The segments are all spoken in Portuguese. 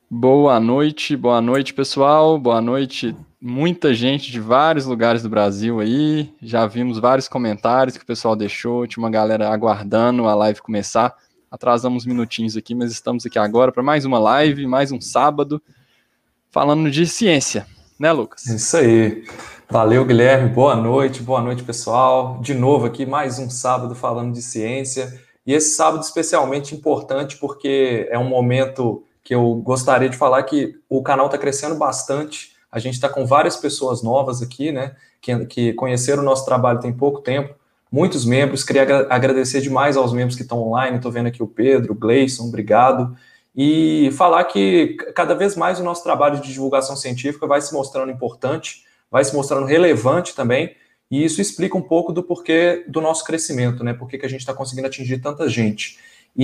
Boa noite, pessoal. Boa noite, muita gente de vários lugares do Brasil aí. Já vimos vários comentários que o pessoal deixou, tinha uma galera aguardando a live começar. Atrasamos uns minutinhos aqui, mas estamos aqui agora para mais uma live, mais um sábado, falando de ciência, né, Lucas? Isso aí. Valeu, Guilherme. Boa noite, pessoal. De novo aqui, mais um sábado falando de ciência. E esse sábado especialmente importante porque é um momento que eu gostaria de falar que o canal está crescendo bastante. A gente está com várias pessoas novas aqui, né? Que conheceram o nosso trabalho tem pouco tempo. Muitos membros. Queria agradecer demais aos membros que estão online. Estou vendo aqui o Pedro, o Gleison, obrigado. E falar que cada vez mais o nosso trabalho de divulgação científica vai se mostrando importante, vai se mostrando relevante também, e isso explica um pouco do porquê do nosso crescimento, né? Por que a gente está conseguindo atingir tanta gente.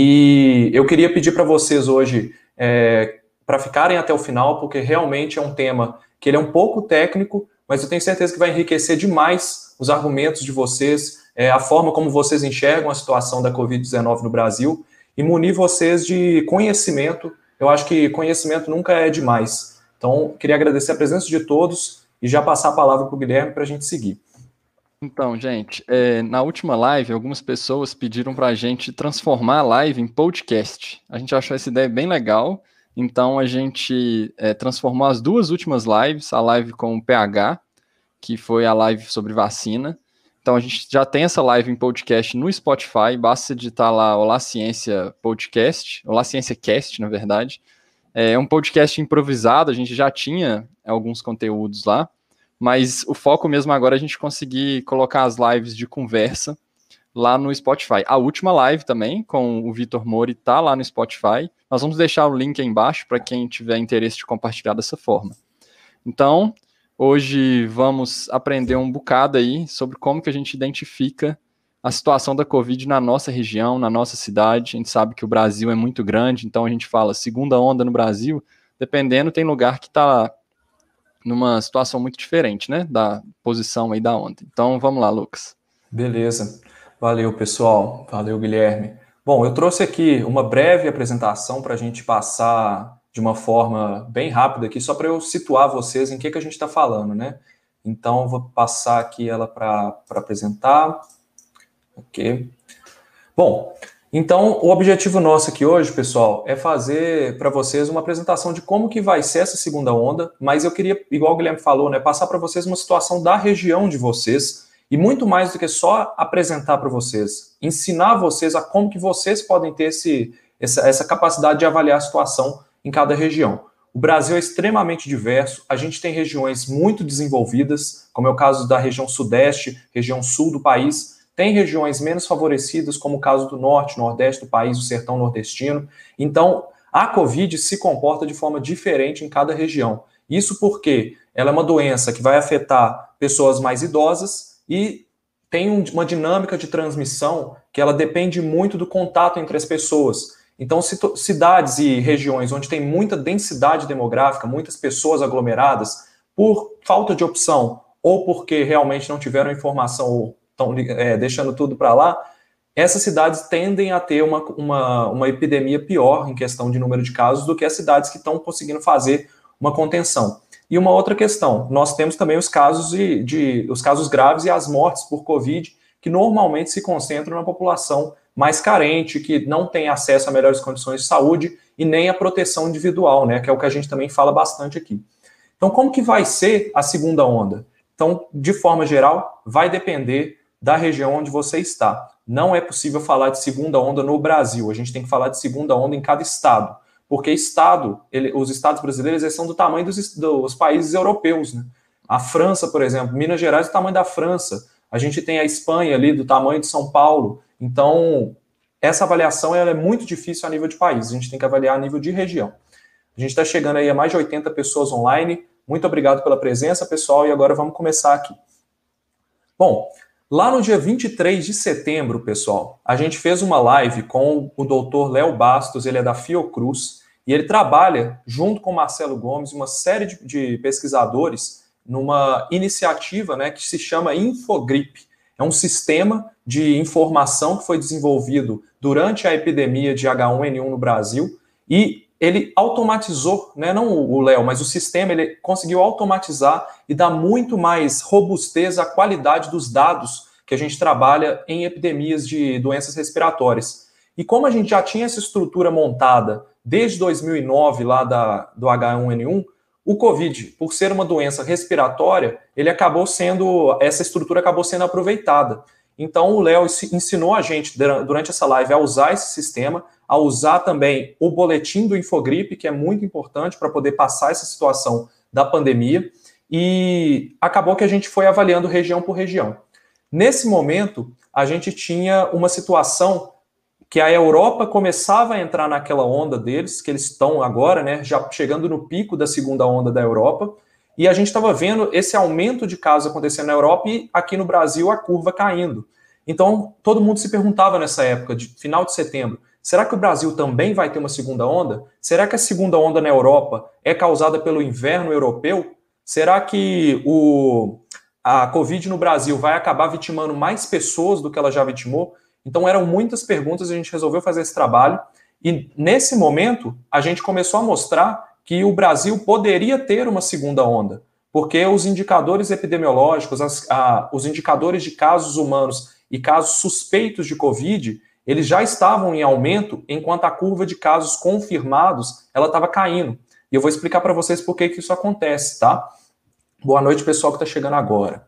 E eu queria pedir para vocês hoje para ficarem até o final, porque realmente é um tema que ele é um pouco técnico, mas eu tenho certeza que vai enriquecer demais os argumentos de vocês, a forma como vocês enxergam a situação da Covid-19 no Brasil, e munir vocês de conhecimento. Eu acho que conhecimento nunca é demais. Então, queria agradecer a presença de todos e já passar a palavra para o Guilherme para a gente seguir. Então, gente, na última live, algumas pessoas pediram para a gente transformar a live em podcast. A gente achou essa ideia bem legal, então a gente transformou as duas últimas lives, a live com o PH, que foi a live sobre vacina. Então a gente já tem essa live em podcast no Spotify, basta digitar lá Olá Ciência Podcast, Olá Ciência Cast, na verdade. É um podcast improvisado, a gente já tinha alguns conteúdos lá, mas o foco mesmo agora é a gente conseguir colocar as lives de conversa lá no Spotify. A última live também, com o Vitor Mori, tá lá no Spotify. Nós vamos deixar o link aí embaixo para quem tiver interesse de compartilhar dessa forma. Então, hoje vamos aprender um bocado aí sobre como que a gente identifica a situação da Covid na nossa região, na nossa cidade. A gente sabe que o Brasil é muito grande, então a gente fala segunda onda no Brasil, dependendo, tem lugar que está numa situação muito diferente, né, da posição aí da onda. Então, vamos lá, Lucas. Beleza. Valeu, pessoal. Valeu, Guilherme. Bom, eu trouxe aqui uma breve apresentação para a gente passar de uma forma bem rápida aqui, só para eu situar vocês em que a gente está falando, né? Então, vou passar aqui ela para apresentar. Ok. Bom, então o objetivo nosso aqui hoje, pessoal, é fazer para vocês uma apresentação de como que vai ser essa segunda onda, mas eu queria, igual o Guilherme falou, né, passar para vocês uma situação da região de vocês e muito mais do que só apresentar para vocês, ensinar vocês a como que vocês podem ter essa capacidade de avaliar a situação em cada região. O Brasil é extremamente diverso, a gente tem regiões muito desenvolvidas, como é o caso da região sudeste, região sul do país. Tem regiões menos favorecidas, como o caso do norte, nordeste do país, o sertão nordestino. Então, a Covid se comporta de forma diferente em cada região. Isso porque ela é uma doença que vai afetar pessoas mais idosas e tem uma dinâmica de transmissão que ela depende muito do contato entre as pessoas. Então, cidades e regiões onde tem muita densidade demográfica, muitas pessoas aglomeradas, por falta de opção ou porque realmente não tiveram informação ou estão deixando tudo para lá, essas cidades tendem a ter uma epidemia pior em questão de número de casos do que as cidades que estão conseguindo fazer uma contenção. E uma outra questão, nós temos também os casos os casos graves e as mortes por Covid, que normalmente se concentram na população mais carente, que não tem acesso a melhores condições de saúde e nem a proteção individual, né, que é o que a gente também fala bastante aqui. Então, como que vai ser a segunda onda? Então, de forma geral, vai depender da região onde você está. Não é possível falar de segunda onda no Brasil, a gente tem que falar de segunda onda em cada estado, porque os estados brasileiros são do tamanho dos países europeus, né? A França, por exemplo, Minas Gerais é do tamanho da França, a gente tem a Espanha ali do tamanho de São Paulo, então essa avaliação ela é muito difícil a nível de país, a gente tem que avaliar a nível de região. A gente está chegando aí a mais de 80 pessoas online, muito obrigado pela presença, pessoal, e agora vamos começar aqui. Bom, lá no dia 23 de setembro, pessoal, a gente fez uma live com o doutor Léo Bastos, ele é da Fiocruz, e ele trabalha, junto com o Marcelo Gomes, uma série de pesquisadores numa iniciativa, né, que se chama Infogrip. É um sistema de informação que foi desenvolvido durante a epidemia de H1N1 no Brasil, e ele automatizou, né, não o Léo, mas o sistema, ele conseguiu automatizar e dar muito mais robustez à qualidade dos dados que a gente trabalha em epidemias de doenças respiratórias. E como a gente já tinha essa estrutura montada desde 2009, lá do H1N1, o Covid, por ser uma doença respiratória, essa estrutura acabou sendo aproveitada. Então, o Léo ensinou a gente, durante essa live, a usar esse sistema, a usar também o boletim do Infogripe, que é muito importante para poder passar essa situação da pandemia, e acabou que a gente foi avaliando região por região. Nesse momento, a gente tinha uma situação que a Europa começava a entrar naquela onda deles, que eles estão agora, né, já chegando no pico da segunda onda da Europa, e a gente estava vendo esse aumento de casos acontecendo na Europa e aqui no Brasil a curva caindo. Então, todo mundo se perguntava nessa época, de final de setembro, será que o Brasil também vai ter uma segunda onda? Será que a segunda onda na Europa é causada pelo inverno europeu? Será que a Covid no Brasil vai acabar vitimando mais pessoas do que ela já vitimou? Então eram muitas perguntas, a gente resolveu fazer esse trabalho e nesse momento a gente começou a mostrar que o Brasil poderia ter uma segunda onda, porque os indicadores epidemiológicos, os indicadores de casos humanos e casos suspeitos de Covid, eles já estavam em aumento, enquanto a curva de casos confirmados ela estava caindo. E eu vou explicar para vocês por que isso acontece, tá? Boa noite, pessoal que está chegando agora.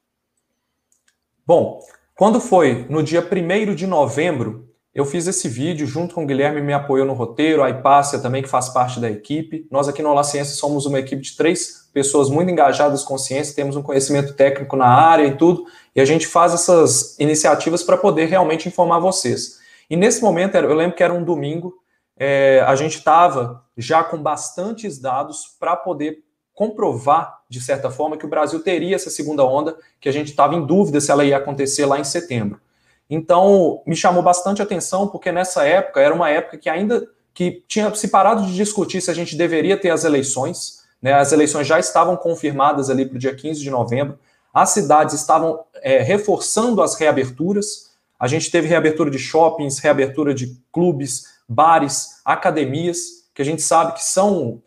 Bom, quando foi no dia 1º de novembro, eu fiz esse vídeo junto com o Guilherme, me apoiou no roteiro, a Hipácia também, que faz parte da equipe. Nós aqui no Olá Ciência somos uma equipe de 3 pessoas muito engajadas com ciência, temos um conhecimento técnico na área e tudo, e a gente faz essas iniciativas para poder realmente informar vocês. E nesse momento, eu lembro que era um domingo, a gente estava já com bastantes dados para poder comprovar, de certa forma, que o Brasil teria essa segunda onda, que a gente estava em dúvida se ela ia acontecer lá em setembro. Então, me chamou bastante atenção, porque nessa época, era uma época que tinha se parado de discutir se a gente deveria ter as eleições, né? As eleições já estavam confirmadas ali para o dia 15 de novembro, as cidades estavam reforçando as reaberturas, a gente teve reabertura de shoppings, reabertura de clubes, bares, academias, que a gente sabe que são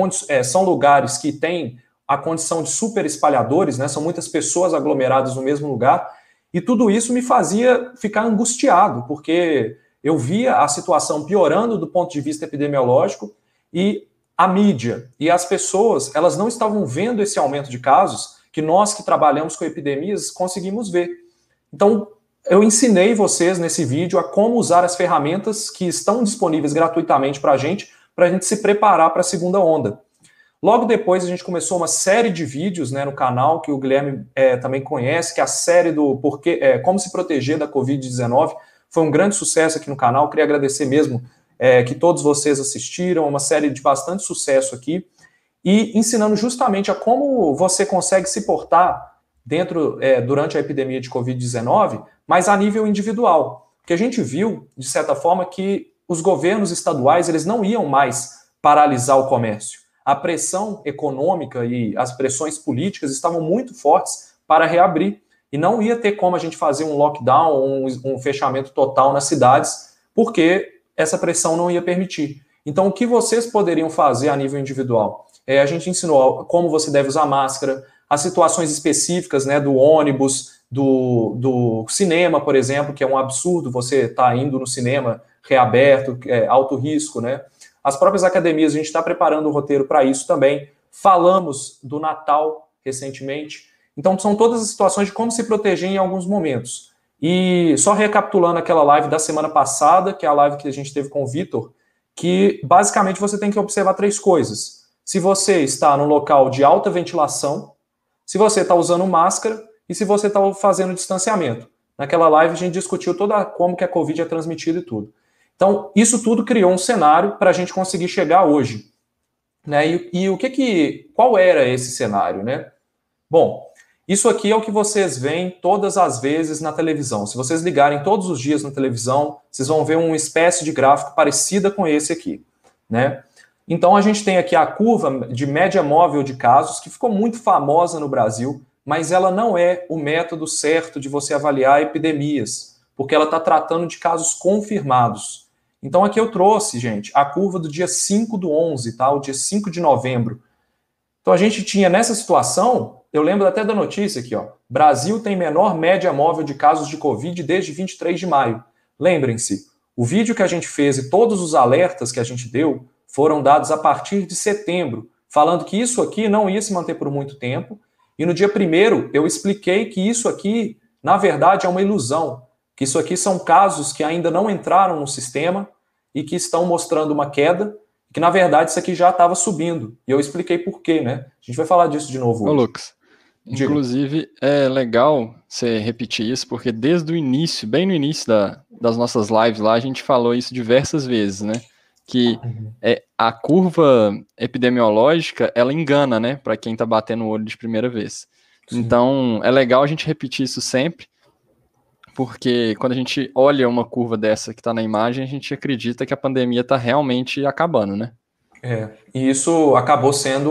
lugares que têm a condição de super espalhadores, né? São muitas pessoas aglomeradas no mesmo lugar, e tudo isso me fazia ficar angustiado, porque eu via a situação piorando do ponto de vista epidemiológico, e a mídia e as pessoas, elas não estavam vendo esse aumento de casos que nós que trabalhamos com epidemias conseguimos ver. Então, eu ensinei vocês nesse vídeo a como usar as ferramentas que estão disponíveis gratuitamente para a gente se preparar para a segunda onda. Logo depois a gente começou uma série de vídeos, né, no canal, que o Guilherme também conhece, que é a série do Como se proteger da Covid-19. Foi um grande sucesso aqui no canal, queria agradecer mesmo que todos vocês assistiram, uma série de bastante sucesso aqui, e ensinando justamente a como você consegue se portar durante a epidemia de Covid-19, mas a nível individual. Porque a gente viu, de certa forma, que os governos estaduais eles não iam mais paralisar o comércio. A pressão econômica e as pressões políticas estavam muito fortes para reabrir. E não ia ter como a gente fazer um lockdown, um fechamento total nas cidades, porque essa pressão não ia permitir. Então, o que vocês poderiam fazer a nível individual? A gente ensinou como você deve usar máscara, as situações específicas, né, do ônibus, do cinema, por exemplo, que é um absurdo você estar indo no cinema reaberto, alto risco, né? As próprias academias, a gente está preparando o roteiro para isso também. Falamos do Natal recentemente. Então, são todas as situações de como se proteger em alguns momentos. E só recapitulando aquela live da semana passada, que é a live que a gente teve com o Vitor, que basicamente você tem que observar 3 coisas. Se você está num local de alta ventilação, se você está usando máscara e se você está fazendo distanciamento. Naquela live a gente discutiu como que a Covid é transmitida e tudo. Então, isso tudo criou um cenário para a gente conseguir chegar hoje. Né? E qual era esse cenário? Né? Bom, isso aqui é o que vocês veem todas as vezes na televisão. Se vocês ligarem todos os dias na televisão, vocês vão ver uma espécie de gráfico parecida com esse aqui. Né? Então, a gente tem aqui a curva de média móvel de casos, que ficou muito famosa no Brasil, mas ela não é o método certo de você avaliar epidemias, porque ela está tratando de casos confirmados. Então aqui eu trouxe, gente, a curva do dia 5/11, tá? O dia 5 de novembro. Então a gente tinha nessa situação, eu lembro até da notícia aqui, ó. Brasil tem menor média móvel de casos de Covid desde 23 de maio. Lembrem-se, o vídeo que a gente fez e todos os alertas que a gente deu foram dados a partir de setembro, falando que isso aqui não ia se manter por muito tempo. E no dia 1º eu expliquei que isso aqui, na verdade, é uma ilusão, que isso aqui são casos que ainda não entraram no sistema e que estão mostrando uma queda, que na verdade isso aqui já estava subindo. E eu expliquei por quê, né? A gente vai falar disso de novo hoje. Ô, Lucas, inclusive é legal você repetir isso, porque desde o início, bem no início das nossas lives lá, a gente falou isso diversas vezes, né? Que a curva epidemiológica, ela engana, né? Para quem está batendo o olho de primeira vez. Sim. Então, é legal a gente repetir isso sempre, porque quando a gente olha uma curva dessa que está na imagem, a gente acredita que a pandemia está realmente acabando, né? E isso acabou sendo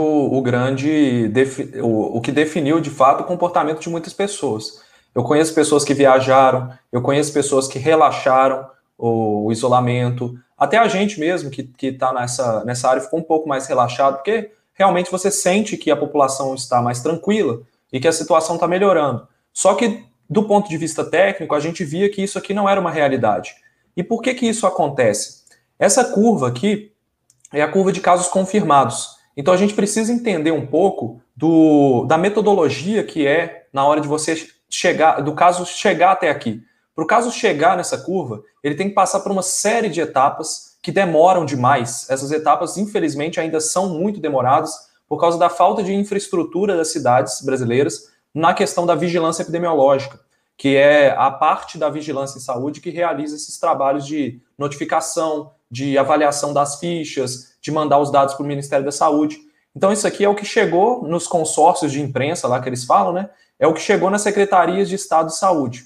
o que definiu, de fato, o comportamento de muitas pessoas. Eu conheço pessoas que viajaram, eu conheço pessoas que relaxaram o isolamento, até a gente mesmo que está nessa área ficou um pouco mais relaxado, porque realmente você sente que a população está mais tranquila e que a situação está melhorando. Só que, do ponto de vista técnico, a gente via que isso aqui não era uma realidade. E por que isso acontece? Essa curva aqui é a curva de casos confirmados. Então a gente precisa entender um pouco da metodologia que é na hora de você do caso chegar até aqui. Para o caso chegar nessa curva, ele tem que passar por uma série de etapas que demoram demais. Essas etapas, infelizmente, ainda são muito demoradas por causa da falta de infraestrutura das cidades brasileiras na questão da vigilância epidemiológica, que é a parte da vigilância em saúde que realiza esses trabalhos de notificação, de avaliação das fichas, de mandar os dados para o Ministério da Saúde. Então isso aqui é o que chegou nos consórcios de imprensa lá que eles falam, né? É o que chegou nas secretarias de Estado de Saúde.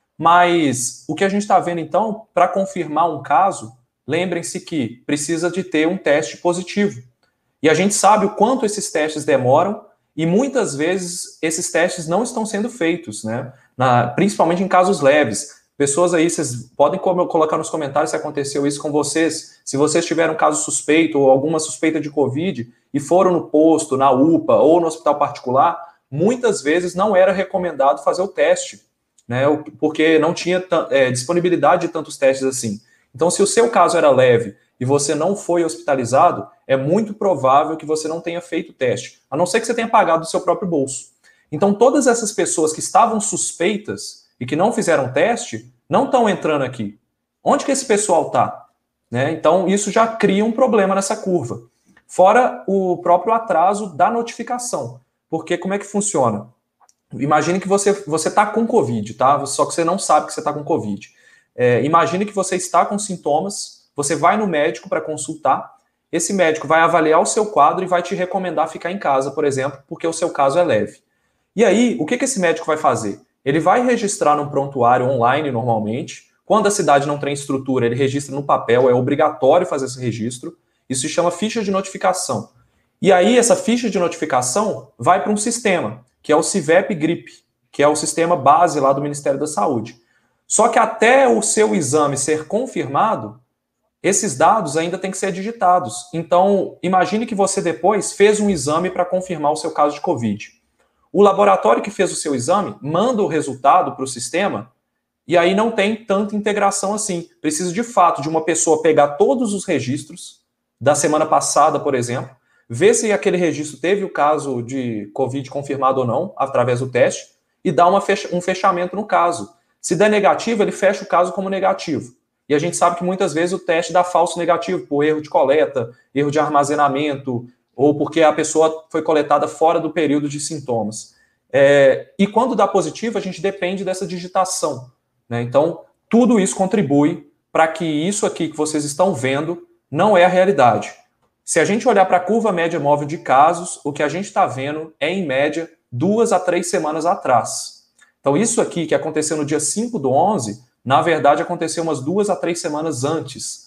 Mas o que a gente está vendo então, para confirmar um caso, lembrem-se que precisa de ter um teste positivo. E a gente sabe o quanto esses testes demoram e muitas vezes esses testes não estão sendo feitos, né? Principalmente em casos leves. Pessoas aí, vocês podem colocar nos comentários se aconteceu isso com vocês. Se vocês tiveram um caso suspeito ou alguma suspeita de Covid e foram no posto, na UPA ou no hospital particular, muitas vezes não era recomendado fazer o teste, né? Porque não tinha disponibilidade de tantos testes assim. Então, se o seu caso era leve e você não foi hospitalizado, é muito provável que você não tenha feito o teste, a não ser que você tenha pagado do seu próprio bolso. Então, todas essas pessoas que estavam suspeitas e que não fizeram teste, não estão entrando aqui. Onde que esse pessoal está? Né? Então, isso já cria um problema nessa curva. Fora o próprio atraso da notificação. Porque como é que funciona? Imagine que você está com Covid, tá? Só que você não sabe que você está com Covid. Imagine que você está com sintomas, você vai no médico para consultar, esse médico vai avaliar o seu quadro e vai te recomendar ficar em casa, por exemplo, porque o seu caso é leve. E aí, o que esse médico vai fazer? Ele vai registrar num prontuário online, normalmente. Quando a cidade não tem estrutura, ele registra no papel, é obrigatório fazer esse registro. Isso se chama ficha de notificação. E aí, essa ficha de notificação vai para um sistema, que é o CIVEP-GRIP, que é o sistema base lá do Ministério da Saúde. Só que até o seu exame ser confirmado, esses dados ainda têm que ser digitados. Então, imagine que você depois fez um exame para confirmar o seu caso de Covid. O laboratório que fez o seu exame manda o resultado para o sistema e aí não tem tanta integração assim. Precisa, de fato, de uma pessoa pegar todos os registros da semana passada, por exemplo, ver se aquele registro teve o caso de Covid confirmado ou não, através do teste, e dar um fechamento no caso. Se der negativo, ele fecha o caso como negativo. E a gente sabe que muitas vezes o teste dá falso negativo, por erro de coleta, erro de armazenamento, ou porque a pessoa foi coletada fora do período de sintomas. E quando dá positivo, a gente depende dessa digitação, né? Então, tudo isso contribui para que isso aqui que vocês estão vendo não é a realidade. Se a gente olhar para a curva média móvel de casos, o que a gente está vendo é, em média, 2 a 3 semanas atrás. Então, isso aqui que aconteceu no dia 5/11, na verdade, aconteceu umas 2 a 3 semanas antes.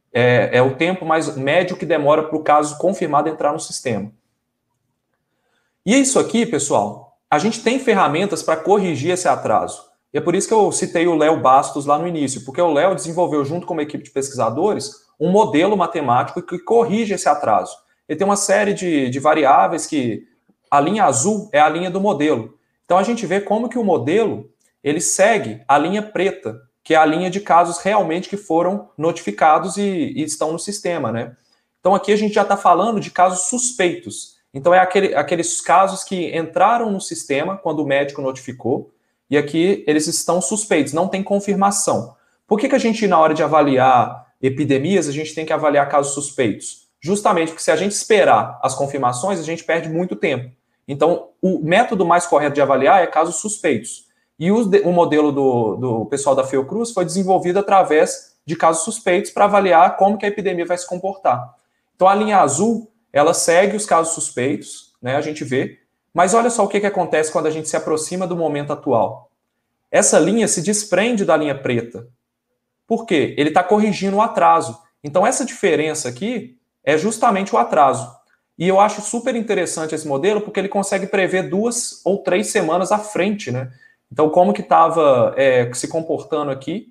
É o tempo mais médio que demora para o caso confirmado entrar no sistema. E isso aqui, pessoal, a gente tem ferramentas para corrigir esse atraso. E é por isso que eu citei o Léo Bastos lá no início, porque o Léo desenvolveu, junto com uma equipe de pesquisadores, um modelo matemático que corrige esse atraso. Ele tem uma série de variáveis que a linha azul é a linha do modelo. Então a gente vê como que o modelo ele segue a linha preta, que é a linha de casos realmente que foram notificados e estão no sistema, né? Então aqui a gente já está falando de casos suspeitos. Então é aqueles casos que entraram no sistema quando o médico notificou, e aqui eles estão suspeitos, não tem confirmação. Por que a gente, na hora de avaliar epidemias, a gente tem que avaliar casos suspeitos? Justamente porque se a gente esperar as confirmações, a gente perde muito tempo. Então, o método mais correto de avaliar é casos suspeitos. E o modelo do pessoal da Fiocruz foi desenvolvido através de casos suspeitos para avaliar como que a epidemia vai se comportar. Então, a linha azul, ela segue os casos suspeitos, né, a gente vê, mas olha só o que acontece quando a gente se aproxima do momento atual. Essa linha se desprende da linha preta. Por quê? Ele está corrigindo o atraso. Então, essa diferença aqui é justamente o atraso. E eu acho super interessante esse modelo porque ele consegue prever 2 ou 3 semanas à frente, né? Então, como que estava se comportando aqui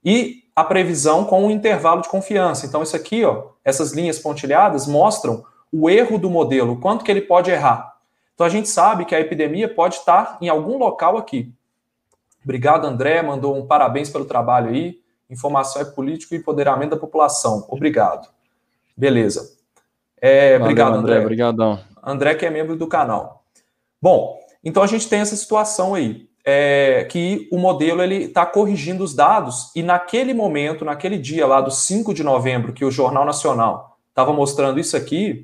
e a previsão com um intervalo de confiança. Então, isso aqui, ó, essas linhas pontilhadas mostram o erro do modelo, o quanto que ele pode errar. Então, a gente sabe que a epidemia pode estar em algum local aqui. Obrigado, André, mandou um parabéns pelo trabalho aí. Informação é político e empoderamento da população. Obrigado. Beleza. Valeu, obrigado, André. Obrigadão. André, que é membro do canal. Bom, então a gente tem essa situação aí, que o modelo está corrigindo os dados e naquele momento, naquele dia lá do 5 de novembro, que o Jornal Nacional estava mostrando isso aqui,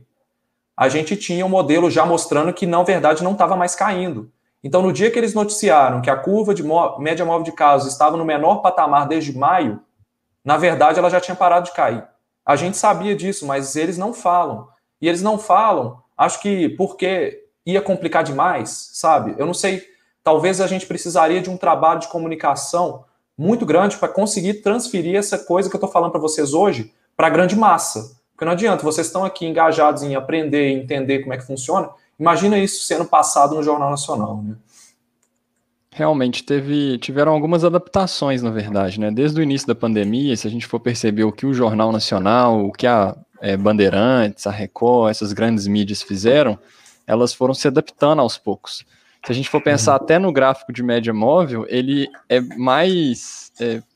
a gente tinha um modelo já mostrando que, na verdade, não estava mais caindo. Então, no dia que eles noticiaram que a curva de média móvel de casos estava no menor patamar desde maio, na verdade, ela já tinha parado de cair. A gente sabia disso, mas eles não falam. E eles não falam, acho que porque ia complicar demais, sabe? Eu não sei, talvez a gente precisaria de um trabalho de comunicação muito grande para conseguir transferir essa coisa que eu estou falando para vocês hoje para a grande massa. Porque não adianta, vocês estão aqui engajados em aprender e entender como é que funciona. Imagina isso sendo passado no Jornal Nacional, né? Realmente tiveram algumas adaptações, na verdade, né? Desde o início da pandemia, se a gente for perceber o que o Jornal Nacional, o que a Bandeirantes, a Record, essas grandes mídias fizeram, elas foram se adaptando aos poucos. Se a gente for pensar até no gráfico de média móvel, ele é mais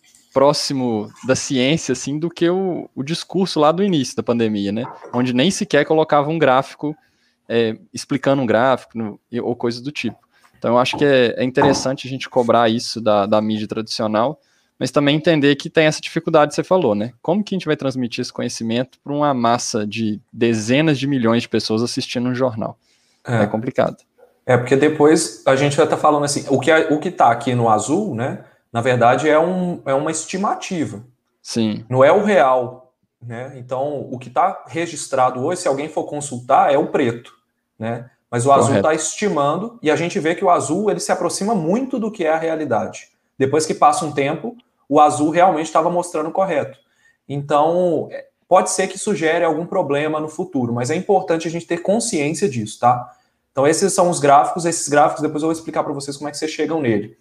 próximo da ciência, assim, do que o discurso lá do início da pandemia, né? Onde nem sequer colocava um gráfico, explicando um gráfico, ou coisa do tipo. Então, eu acho que é interessante a gente cobrar isso da mídia tradicional, mas também entender que tem essa dificuldade que você falou, né? Como que a gente vai transmitir esse conhecimento para uma massa de dezenas de milhões de pessoas assistindo um jornal? É complicado. Porque depois a gente vai estar falando assim, o que está aqui no azul, né? Na verdade, é uma estimativa. Sim. Não é o real, né? Então, o que está registrado hoje, se alguém for consultar, é o preto, né? Mas o azul está estimando, e a gente vê que o azul ele se aproxima muito do que é a realidade. Depois que passa um tempo, o azul realmente estava mostrando o correto. Então, pode ser que isso gere algum problema no futuro, mas é importante a gente ter consciência disso, tá? Então, esses são os gráficos. Esses gráficos, depois eu vou explicar para vocês como é que vocês chegam nele.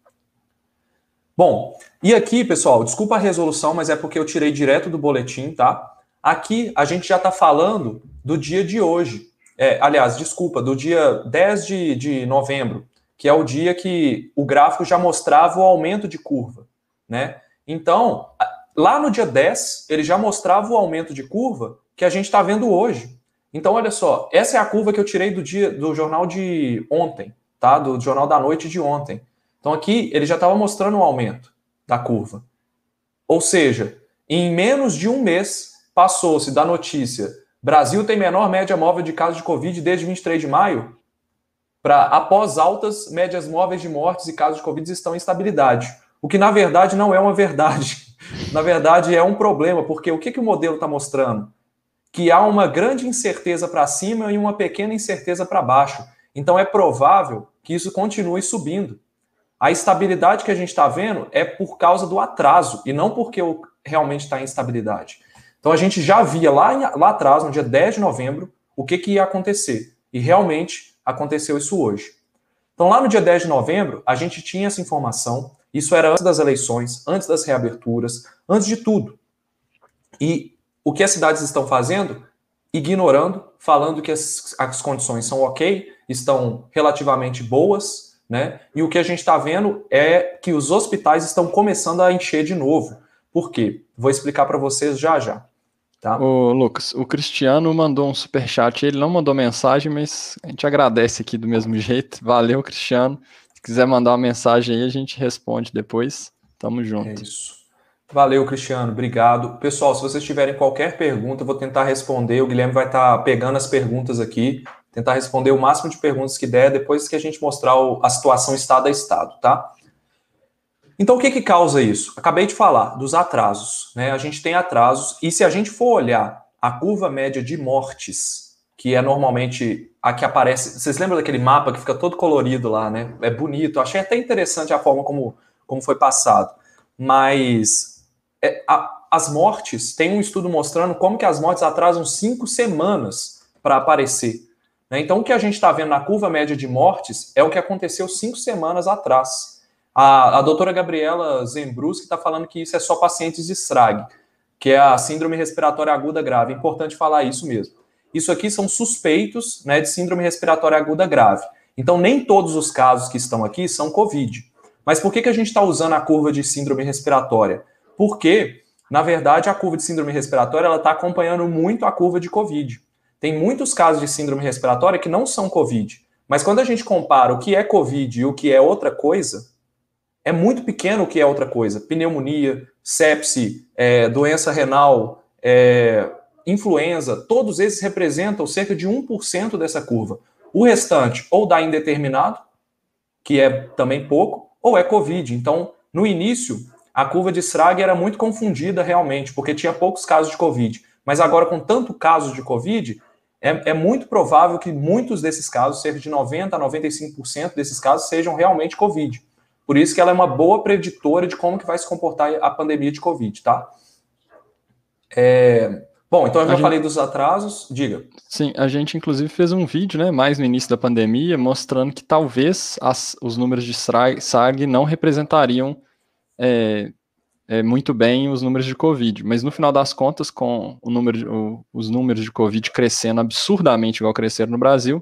Bom, e aqui, pessoal, desculpa a resolução, mas é porque eu tirei direto do boletim, tá? Aqui, a gente já está falando do dia de hoje. Aliás, desculpa, do dia 10 de novembro, que é o dia que o gráfico já mostrava o aumento de curva, né? Então, lá no dia 10, ele já mostrava o aumento de curva que a gente está vendo hoje. Então, olha só, essa é a curva que eu tirei do jornal de ontem, tá? Do jornal da noite de ontem. Então, aqui, ele já estava mostrando o aumento da curva. Ou seja, em menos de um mês, passou-se da notícia Brasil tem menor média móvel de casos de Covid desde 23 de maio, para após altas médias móveis de mortes e casos de Covid estão em estabilidade. O que, na verdade, não é uma verdade. Na verdade, é um problema, porque o que o modelo está mostrando? Que há uma grande incerteza para cima e uma pequena incerteza para baixo. Então, é provável que isso continue subindo. A estabilidade que a gente está vendo é por causa do atraso, e não porque realmente está em estabilidade. Então, a gente já via lá atrás, no dia 10 de novembro, o que ia acontecer. E realmente aconteceu isso hoje. Então, lá no dia 10 de novembro, a gente tinha essa informação. Isso era antes das eleições, antes das reaberturas, antes de tudo. E o que as cidades estão fazendo? Ignorando, falando que as condições são ok, estão relativamente boas, né? E o que a gente está vendo é que os hospitais estão começando a encher de novo. Por quê? Vou explicar para vocês já já. Tá? Ô, Lucas, o Cristiano mandou um superchat, ele não mandou mensagem, mas a gente agradece aqui do mesmo jeito. Valeu, Cristiano. Se quiser mandar uma mensagem aí, a gente responde depois. Tamo junto. É isso. Valeu, Cristiano. Obrigado. Pessoal, se vocês tiverem qualquer pergunta, eu vou tentar responder. O Guilherme vai estar pegando as perguntas aqui, tentar responder o máximo de perguntas que der, depois que a gente mostrar a situação estado a estado, tá? Então, o que causa isso? Acabei de falar dos atrasos, né? A gente tem atrasos, e se a gente for olhar a curva média de mortes, que é normalmente a que aparece... Vocês lembram daquele mapa que fica todo colorido lá, né? É bonito. Eu achei até interessante a forma como foi passado. Mas as mortes, tem um estudo mostrando como que as mortes atrasam 5 semanas para aparecer. Né? Então, o que a gente está vendo na curva média de mortes é o que aconteceu 5 semanas atrás. A doutora Gabriela Zembruschi está falando que isso é só pacientes de SRAG, que é a síndrome respiratória aguda grave. É importante falar isso mesmo. Isso aqui são suspeitos, né, de síndrome respiratória aguda grave. Então, nem todos os casos que estão aqui são COVID. Mas por que a gente está usando a curva de síndrome respiratória? Porque, na verdade, a curva de síndrome respiratória está acompanhando muito a curva de COVID. Tem muitos casos de síndrome respiratória que não são COVID. Mas quando a gente compara o que é COVID e o que é outra coisa, é muito pequeno o que é outra coisa. Pneumonia, sepse, doença renal, influenza, todos esses representam cerca de 1% dessa curva. O restante ou dá indeterminado, que é também pouco, ou é COVID. Então, no início, a curva de SRAG era muito confundida realmente, porque tinha poucos casos de COVID. Mas agora, com tanto casos de COVID, é muito provável que muitos desses casos, cerca de 90% a 95% desses casos, sejam realmente COVID. Por isso que ela é uma boa preditora de como que vai se comportar a pandemia de COVID, tá? Bom, então eu já falei dos atrasos, diga. Sim, a gente inclusive fez um vídeo, né, mais no início da pandemia, mostrando que talvez os números de SARG não representariam muito bem os números de Covid, mas no final das contas, com os números de Covid crescendo absurdamente igual cresceram no Brasil,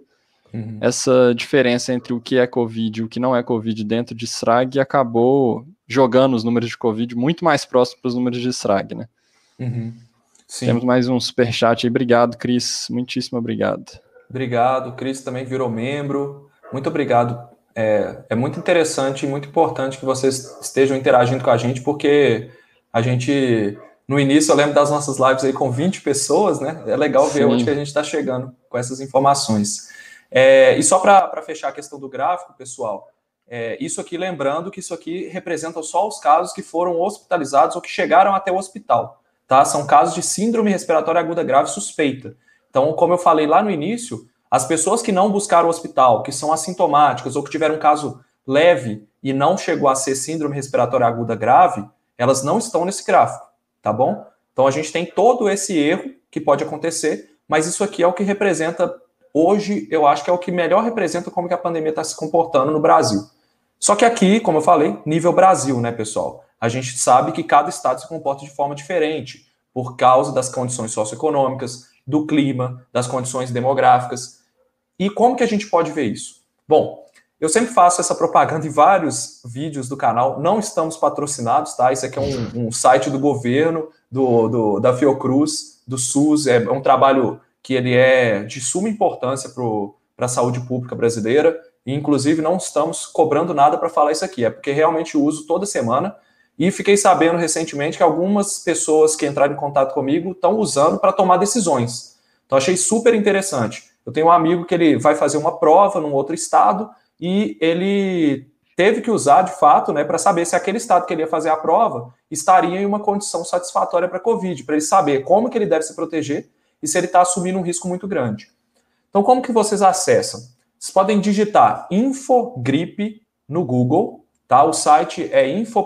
essa diferença entre o que é Covid e o que não é Covid dentro de SRAG acabou jogando os números de Covid muito mais próximos para os números de SRAG, né? Sim. Temos mais um superchat aí. Obrigado, Cris. Muitíssimo obrigado. Obrigado. O Cris também virou membro. Muito obrigado. É muito interessante e muito importante que vocês estejam interagindo com a gente, porque a gente, no início, eu lembro das nossas lives aí com 20 pessoas, né? É legal ver onde que a gente está chegando com essas informações. E só para fechar a questão do gráfico, pessoal, isso aqui, lembrando que isso aqui representa só os casos que foram hospitalizados ou que chegaram até o hospital, tá? São casos de síndrome respiratória aguda grave suspeita. Então, como eu falei lá no início, as pessoas que não buscaram o hospital, que são assintomáticas ou que tiveram um caso leve e não chegou a ser síndrome respiratória aguda grave, elas não estão nesse gráfico, tá bom? Então, a gente tem todo esse erro que pode acontecer, mas isso aqui é o que representa... Hoje, eu acho que é o que melhor representa como que a pandemia está se comportando no Brasil. Só que aqui, como eu falei, nível Brasil, né, pessoal? A gente sabe que cada estado se comporta de forma diferente, por causa das condições socioeconômicas, do clima, das condições demográficas. E como que a gente pode ver isso? Bom, eu sempre faço essa propaganda em vários vídeos do canal. Não estamos patrocinados, tá? Isso aqui é um site do governo, da Fiocruz, do SUS. É um trabalho que ele é de suma importância para a saúde pública brasileira, e inclusive não estamos cobrando nada para falar isso aqui, é porque realmente uso toda semana, e fiquei sabendo recentemente que algumas pessoas que entraram em contato comigo estão usando para tomar decisões. Então achei super interessante. Eu tenho um amigo que ele vai fazer uma prova num outro estado, e ele teve que usar, de fato, né, para saber se aquele estado que ele ia fazer a prova estaria em uma condição satisfatória para a Covid, para ele saber como que ele deve se proteger, e se ele está assumindo um risco muito grande. Então, como que vocês acessam? Vocês podem digitar Infogripe no Google, tá? O site é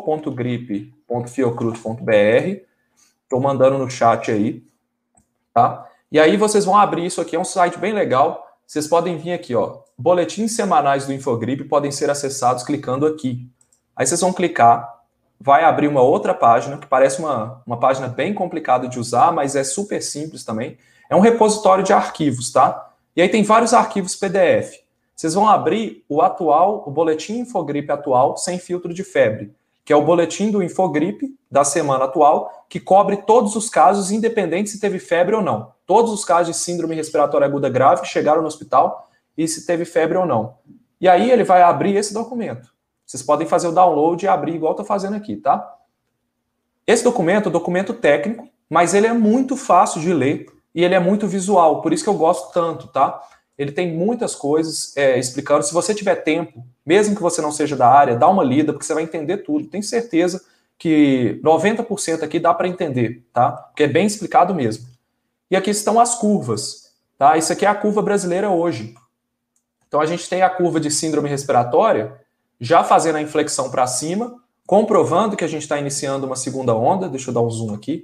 info.gripe.fiocruz.br. Estou mandando no chat aí, tá? E aí vocês vão abrir isso aqui, é um site bem legal. vocês podem vir aqui, ó. Boletins semanais do Infogripe podem ser acessados clicando aqui. Aí vocês vão clicar, vai abrir uma outra página, que parece uma página bem complicada de usar, mas é super simples também. É um repositório de arquivos, tá? E aí tem vários arquivos PDF. Vocês vão abrir o boletim Infogripe atual, sem filtro de febre, que é o boletim do Infogripe da semana atual, que cobre todos os casos, independente se teve febre ou não. Todos os casos de síndrome respiratória aguda grave que chegaram no hospital e se teve febre ou não. E aí ele vai abrir esse documento. Vocês podem fazer o download e abrir igual eu estou fazendo aqui, tá? Esse documento é um documento técnico, mas ele é muito fácil de ler e ele é muito visual, por isso que eu gosto tanto, tá? Ele tem muitas coisas explicando. Se você tiver tempo, mesmo que você não seja da área, dá uma lida, porque você vai entender tudo. Tenho certeza que 90% aqui dá para entender, tá? Porque é bem explicado mesmo. E aqui estão as curvas, tá? Isso aqui é a curva brasileira hoje. Então a gente tem a curva de síndrome respiratória, já fazendo a inflexão para cima, comprovando que a gente está iniciando uma segunda onda. Deixa eu dar um zoom aqui.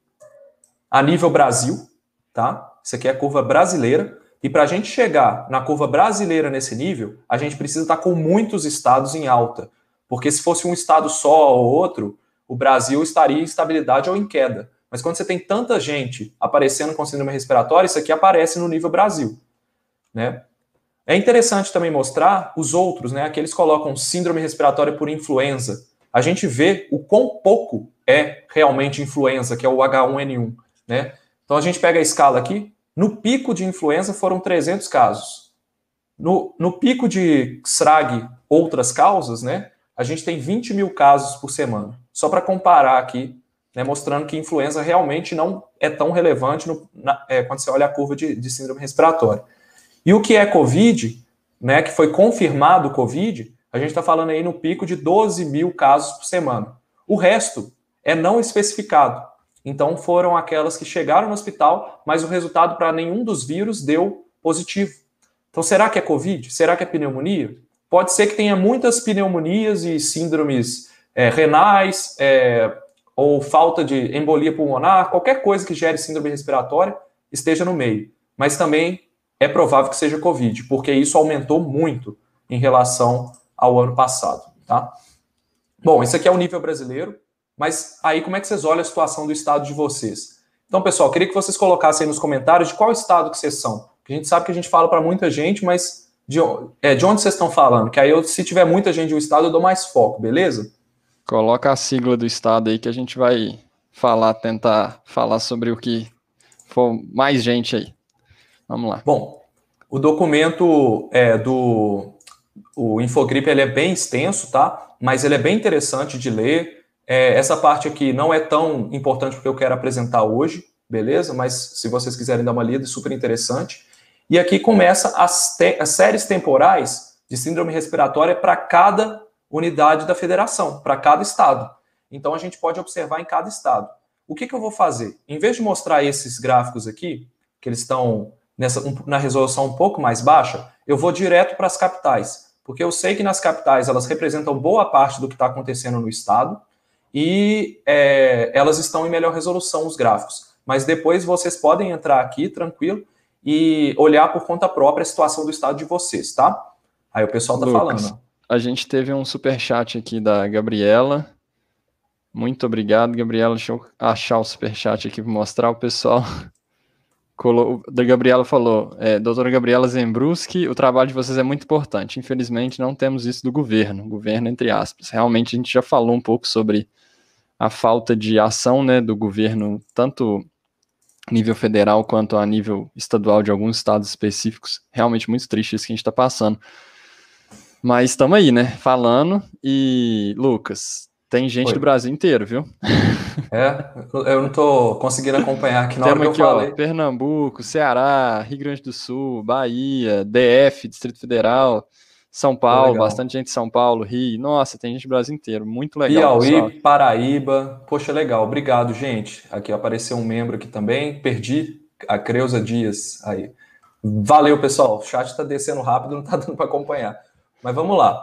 A nível Brasil, tá? Isso aqui é a curva brasileira. E para a gente chegar na curva brasileira nesse nível, a gente precisa estar com muitos estados em alta. Porque se fosse um estado só ou outro, o Brasil estaria em estabilidade ou em queda. Mas quando você tem tanta gente aparecendo com síndrome respiratória, isso aqui aparece no nível Brasil, né? É interessante também mostrar os outros, né? Aqueles colocam síndrome respiratória por influenza. A gente vê o quão pouco é realmente influenza, que é o H1N1, né? Então a gente pega a escala aqui. No pico de influenza foram 300 casos. No pico de SRAG, outras causas, né? A gente tem 20 mil casos por semana. Só para comparar aqui, né, mostrando que influenza realmente não é tão relevante quando você olha a curva de síndrome respiratória. E o que é Covid, né, que foi confirmado o Covid, a gente está falando aí no pico de 12 mil casos por semana. O resto é não especificado. Então foram aquelas que chegaram no hospital, mas o resultado para nenhum dos vírus deu positivo. Então será que é Covid? Será que é pneumonia? Pode ser que tenha muitas pneumonias e síndromes renais, ou falta de embolia pulmonar, qualquer coisa que gere síndrome respiratória esteja no meio. Mas também é provável que seja Covid, porque isso aumentou muito em relação ao ano passado, tá? Bom, esse aqui é o nível brasileiro, mas aí como é que vocês olham a situação do estado de vocês? Então, pessoal, queria que vocês colocassem aí nos comentários de qual estado que vocês são. Porque a gente sabe que a gente fala para muita gente, mas de onde vocês estão falando? Que aí, se tiver muita gente de um estado, eu dou mais foco, beleza? Coloca a sigla do estado aí que a gente vai tentar falar sobre o que for mais gente aí. Vamos lá. Bom, o documento o Infogripe ele é bem extenso, tá? Mas ele é bem interessante de ler. Essa parte aqui não é tão importante porque eu quero apresentar hoje, beleza? Mas se vocês quiserem dar uma lida, é super interessante. E aqui começa as séries temporais de síndrome respiratória para cada unidade da federação, para cada estado. Então a gente pode observar em cada estado. O que eu vou fazer? Em vez de mostrar esses gráficos aqui, que eles estão na resolução um pouco mais baixa, eu vou direto para as capitais, porque eu sei que nas capitais elas representam boa parte do que está acontecendo no estado e elas estão em melhor resolução, os gráficos. Mas depois vocês podem entrar aqui, tranquilo, e olhar por conta própria a situação do estado de vocês, tá? Aí o pessoal tá falando. A gente teve um superchat aqui da Gabriela. Muito obrigado, Gabriela. Deixa eu achar o superchat aqui para mostrar o pessoal. Da Gabriela falou, doutora Gabriela Zembruski, o trabalho de vocês é muito importante. Infelizmente, não temos isso do governo entre aspas. Realmente, a gente já falou um pouco sobre a falta de ação, né, do governo, tanto nível federal quanto a nível estadual de alguns estados específicos. Realmente muito triste isso que a gente está passando. Mas estamos aí, né, falando. E, Lucas, tem gente do Brasil inteiro, viu? Eu não estou conseguindo acompanhar aqui na hora que eu falei. Pernambuco, Ceará, Rio Grande do Sul, Bahia, DF, Distrito Federal, São Paulo, bastante gente de São Paulo, Rio. Nossa, tem gente do Brasil inteiro, muito legal. Piauí, pessoal. Paraíba, poxa, legal, obrigado, gente. Aqui apareceu um membro aqui também, perdi a Creuza Dias aí. Valeu, pessoal, o chat está descendo rápido, não está dando para acompanhar. Mas vamos lá.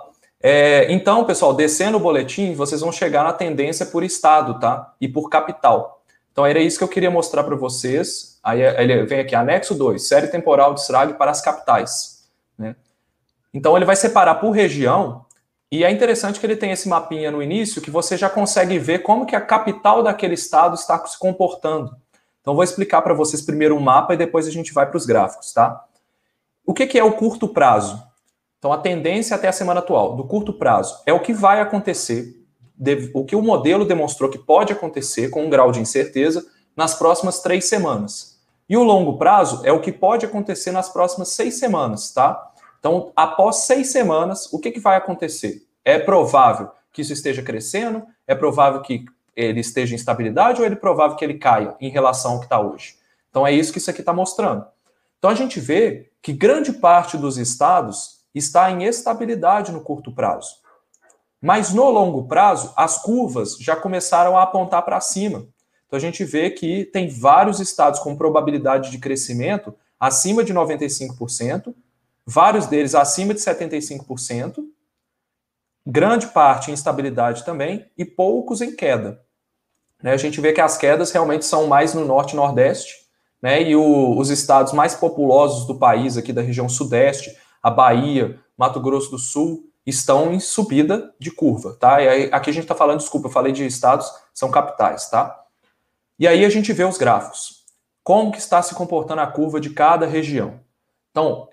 Então, pessoal, descendo o boletim, vocês vão chegar na tendência por estado, tá? E por capital. Então era isso que eu queria mostrar para vocês. Aí ele vem aqui, anexo 2, série temporal de SRAG para as capitais, né? Então ele vai separar por região, e é interessante que ele tem esse mapinha no início, que você já consegue ver como que a capital daquele estado está se comportando. Então vou explicar para vocês primeiro um mapa e depois a gente vai para os gráficos, tá? O que é o curto prazo? Então a tendência até a semana atual, do curto prazo, é o que vai acontecer, o que o modelo demonstrou que pode acontecer com um grau de incerteza nas próximas 3 semanas. E o longo prazo é o que pode acontecer nas próximas 6 semanas, tá? Então, após 6 semanas, o que vai acontecer? É provável que isso esteja crescendo? É provável que ele esteja em estabilidade ou é provável que ele caia em relação ao que está hoje? Então, é isso que isso aqui está mostrando. Então, a gente vê que grande parte dos estados está em estabilidade no curto prazo. Mas no longo prazo, as curvas já começaram a apontar para cima. Então, a gente vê que tem vários estados com probabilidade de crescimento acima de 95%, vários deles acima de 75%, grande parte em estabilidade também, e poucos em queda. A gente vê que as quedas realmente são mais no norte e nordeste, né? E os estados mais populosos do país, aqui da região sudeste, a Bahia, Mato Grosso do Sul, estão em subida de curva, tá? E aí, aqui a gente está falando, desculpa, eu falei de estados, são capitais, tá? E aí a gente vê os gráficos. Como que está se comportando a curva de cada região? Então,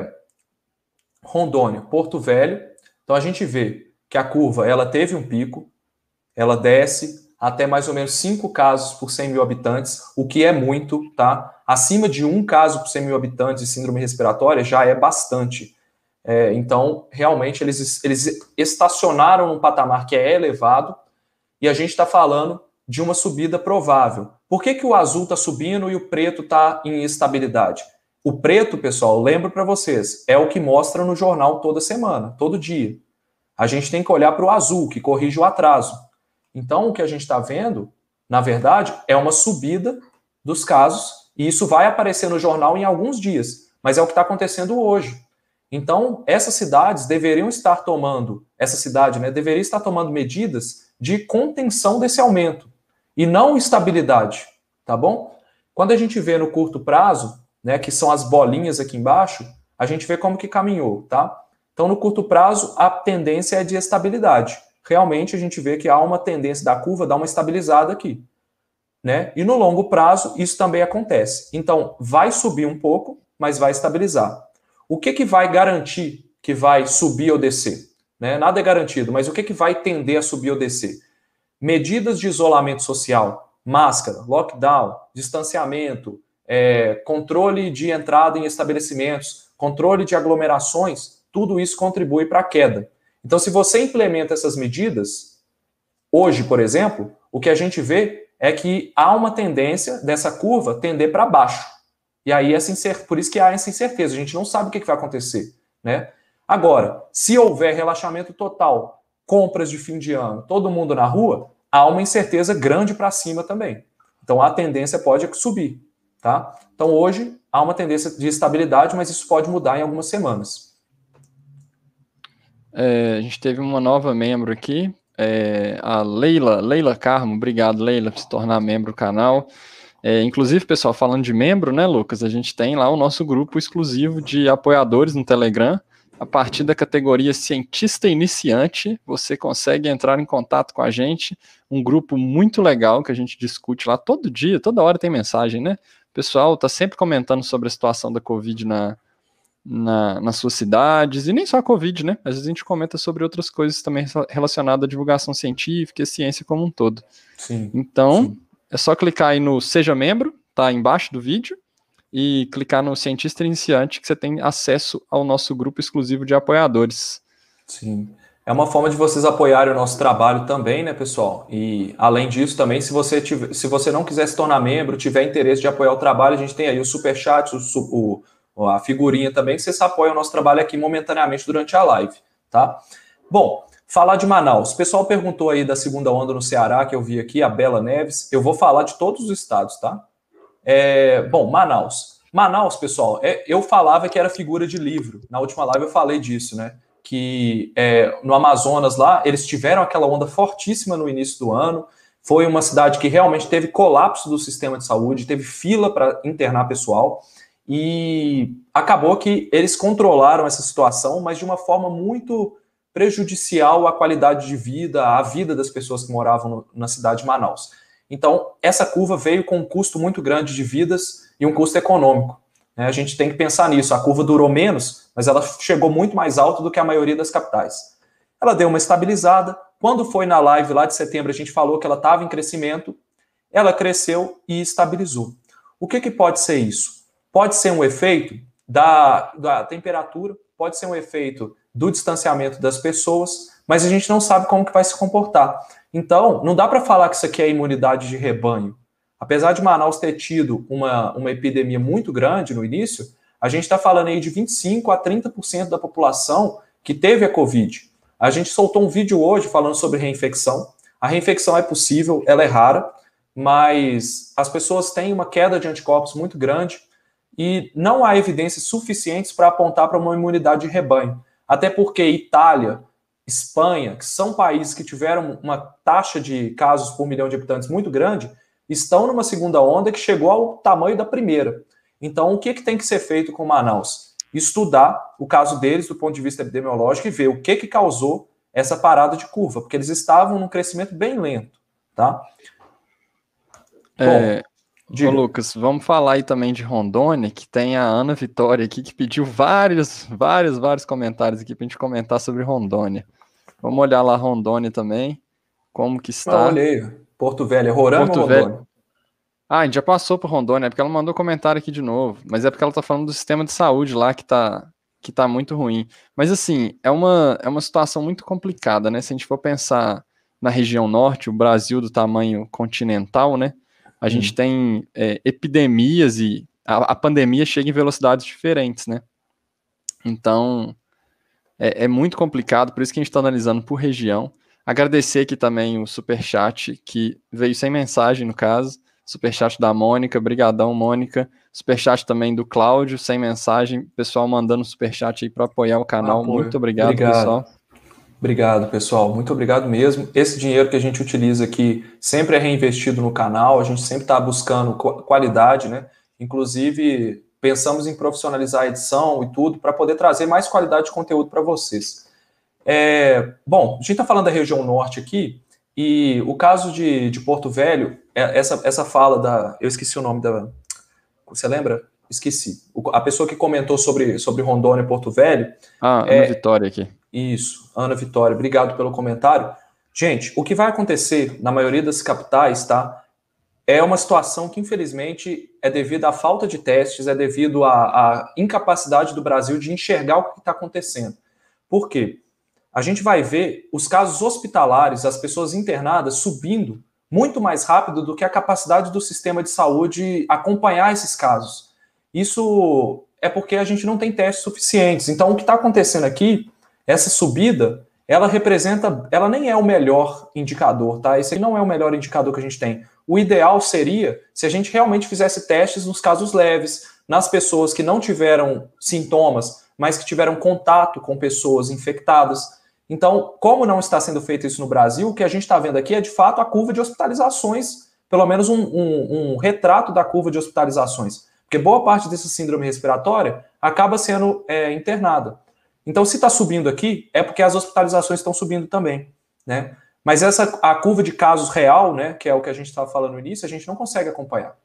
Rondônia, Porto Velho. Então a gente vê que a curva ela teve um pico, ela desce até mais ou menos 5 casos por 100 mil habitantes, o que é muito, tá? Acima de 1 caso por 100 mil habitantes de síndrome respiratória já é bastante. Então, realmente, eles estacionaram num patamar que é elevado e a gente está falando de uma subida provável. Por que o azul está subindo e o preto está em estabilidade? O preto, pessoal, lembro para vocês, é o que mostra no jornal toda semana, todo dia. A gente tem que olhar para o azul, que corrige o atraso. Então, o que a gente está vendo, na verdade, é uma subida dos casos, e isso vai aparecer no jornal em alguns dias, mas é o que está acontecendo hoje. Então, essas cidades deveriam estar tomando, deveria estar tomando medidas de contenção desse aumento, e não estabilidade, tá bom? Quando a gente vê no curto prazo, né, que são as bolinhas aqui embaixo, a gente vê como que caminhou, tá? Então, no curto prazo, a tendência é de estabilidade. Realmente, a gente vê que há uma tendência da curva dar uma estabilizada aqui, né? E no longo prazo, isso também acontece. Então, vai subir um pouco, mas vai estabilizar. O que vai garantir que vai subir ou descer? Né? Nada é garantido, mas o que vai tender a subir ou descer? Medidas de isolamento social, máscara, lockdown, distanciamento, controle de entrada em estabelecimentos, controle de aglomerações, tudo isso contribui para a queda. Então, se você implementa essas medidas, hoje, por exemplo, o que a gente vê é que há uma tendência dessa curva tender para baixo. E aí, por isso que há essa incerteza, a gente não sabe o que vai acontecer, né? Agora, se houver relaxamento total, compras de fim de ano, todo mundo na rua, há uma incerteza grande para cima também. Então, a tendência pode subir, tá? Então, hoje, há uma tendência de estabilidade, mas isso pode mudar em algumas semanas. A gente teve uma nova membro aqui, a Leila Carmo. Obrigado, Leila, por se tornar membro do canal. Inclusive, pessoal, falando de membro, né, Lucas, a gente tem lá o nosso grupo exclusivo de apoiadores no Telegram. A partir da categoria Cientista Iniciante, você consegue entrar em contato com a gente, um grupo muito legal que a gente discute lá todo dia, toda hora tem mensagem, né? O pessoal está sempre comentando sobre a situação da Covid nas suas cidades, e nem só a Covid, né? Às vezes a gente comenta sobre outras coisas também relacionadas à divulgação científica e ciência como um todo. Sim. Então, sim. É só clicar aí no Seja Membro, tá embaixo do vídeo, e clicar no Cientista Iniciante, que você tem acesso ao nosso grupo exclusivo de apoiadores. Sim. É uma forma de vocês apoiarem o nosso trabalho também, né, pessoal? E, além disso, também, se você não quiser se tornar membro, tiver interesse de apoiar o trabalho, a gente tem aí o Superchat, a figurinha também, que vocês apoiam o nosso trabalho aqui momentaneamente durante a live, tá? Bom, falar de Manaus. O pessoal perguntou aí da segunda onda no Ceará, que eu vi aqui, a Bela Neves. Eu vou falar de todos os estados, tá? Bom, Manaus. Manaus, pessoal, eu falava que era figura de livro. Na última live eu falei disso, né? Que no Amazonas lá, eles tiveram aquela onda fortíssima no início do ano, Foi uma cidade que realmente teve colapso do sistema de saúde, teve fila para internar pessoal, e acabou que eles controlaram essa situação, mas de uma forma muito prejudicial à qualidade de vida, à vida das pessoas que moravam na cidade de Manaus. Então, essa curva veio com um custo muito grande de vidas e um custo econômico. A gente tem que pensar nisso. A curva durou menos, mas ela chegou muito mais alta do que a maioria das capitais. Ela deu uma estabilizada. Quando foi na live lá de setembro, a gente falou que ela estava em crescimento. Ela cresceu e estabilizou. O que pode ser isso? Pode ser um efeito da temperatura, pode ser um efeito do distanciamento das pessoas, mas a gente não sabe como que vai se comportar. Então, não dá para falar que isso aqui é imunidade de rebanho. Apesar de Manaus ter tido uma epidemia muito grande no início, a gente está falando aí de 25% a 30% da população que teve a Covid. A gente soltou um vídeo hoje falando sobre reinfecção. A reinfecção é possível, ela é rara, mas as pessoas têm uma queda de anticorpos muito grande e não há evidências suficientes para apontar para uma imunidade de rebanho. Até porque Itália, Espanha, que são países que tiveram uma taxa de casos por milhão de habitantes muito grande, estão numa segunda onda que chegou ao tamanho da primeira. Então, o que tem que ser feito com Manaus? Estudar o caso deles do ponto de vista epidemiológico e ver o que causou essa parada de curva, porque eles estavam num crescimento bem lento, tá? Ô Lucas, vamos falar aí também de Rondônia, que tem a Ana Vitória aqui, que pediu vários comentários aqui pra gente comentar sobre Rondônia. Vamos olhar lá Rondônia também, como que está. Olhei, Porto Velho, Roraima ou Rondônia? A gente já passou por Rondônia, é porque ela mandou comentário aqui de novo, mas é porque ela tá falando do sistema de saúde lá que tá muito ruim. Mas assim, é uma situação muito complicada, né? Se a gente for pensar na região norte, o Brasil do tamanho continental, né? A gente tem epidemias e a pandemia chega em velocidades diferentes, né? Então, é muito complicado, por isso que a gente está analisando por região. Agradecer aqui também o superchat, que veio sem mensagem no caso. Superchat da Mônica, brigadão Mônica. Superchat também do Cláudio, sem mensagem. Pessoal mandando superchat aí para apoiar o canal. Muito obrigado, pessoal. Obrigado, pessoal. Muito obrigado mesmo. Esse dinheiro que a gente utiliza aqui sempre é reinvestido no canal. A gente sempre está buscando qualidade, né? Inclusive, pensamos em profissionalizar a edição e tudo para poder trazer mais qualidade de conteúdo para vocês. Bom, a gente está falando da região norte aqui e o caso de Porto Velho, essa fala da... Eu esqueci o nome da... Você lembra? Esqueci. A pessoa que comentou sobre Rondônia e Porto Velho... Ana Vitória aqui. Isso, Ana Vitória, obrigado pelo comentário. Gente, o que vai acontecer na maioria das capitais, tá? É uma situação que, infelizmente, é devido à falta de testes, é devido à incapacidade do Brasil de enxergar o que está acontecendo. Por quê? A gente vai ver os casos hospitalares, as pessoas internadas, subindo muito mais rápido do que a capacidade do sistema de saúde acompanhar esses casos. Isso é porque a gente não tem testes suficientes. Então, o que está acontecendo aqui, essa subida, ela nem é o melhor indicador, tá? Esse não é o melhor indicador que a gente tem. O ideal seria se a gente realmente fizesse testes nos casos leves, nas pessoas que não tiveram sintomas, mas que tiveram contato com pessoas infectadas. Então, como não está sendo feito isso no Brasil, o que a gente está vendo aqui é, de fato, a curva de hospitalizações, pelo menos um retrato da curva de hospitalizações. Porque boa parte dessa síndrome respiratória acaba sendo internada. Então, se está subindo aqui, é porque as hospitalizações estão subindo também, né? Mas a curva de casos real, né, que é o que a gente estava falando no início, a gente não consegue acompanhar.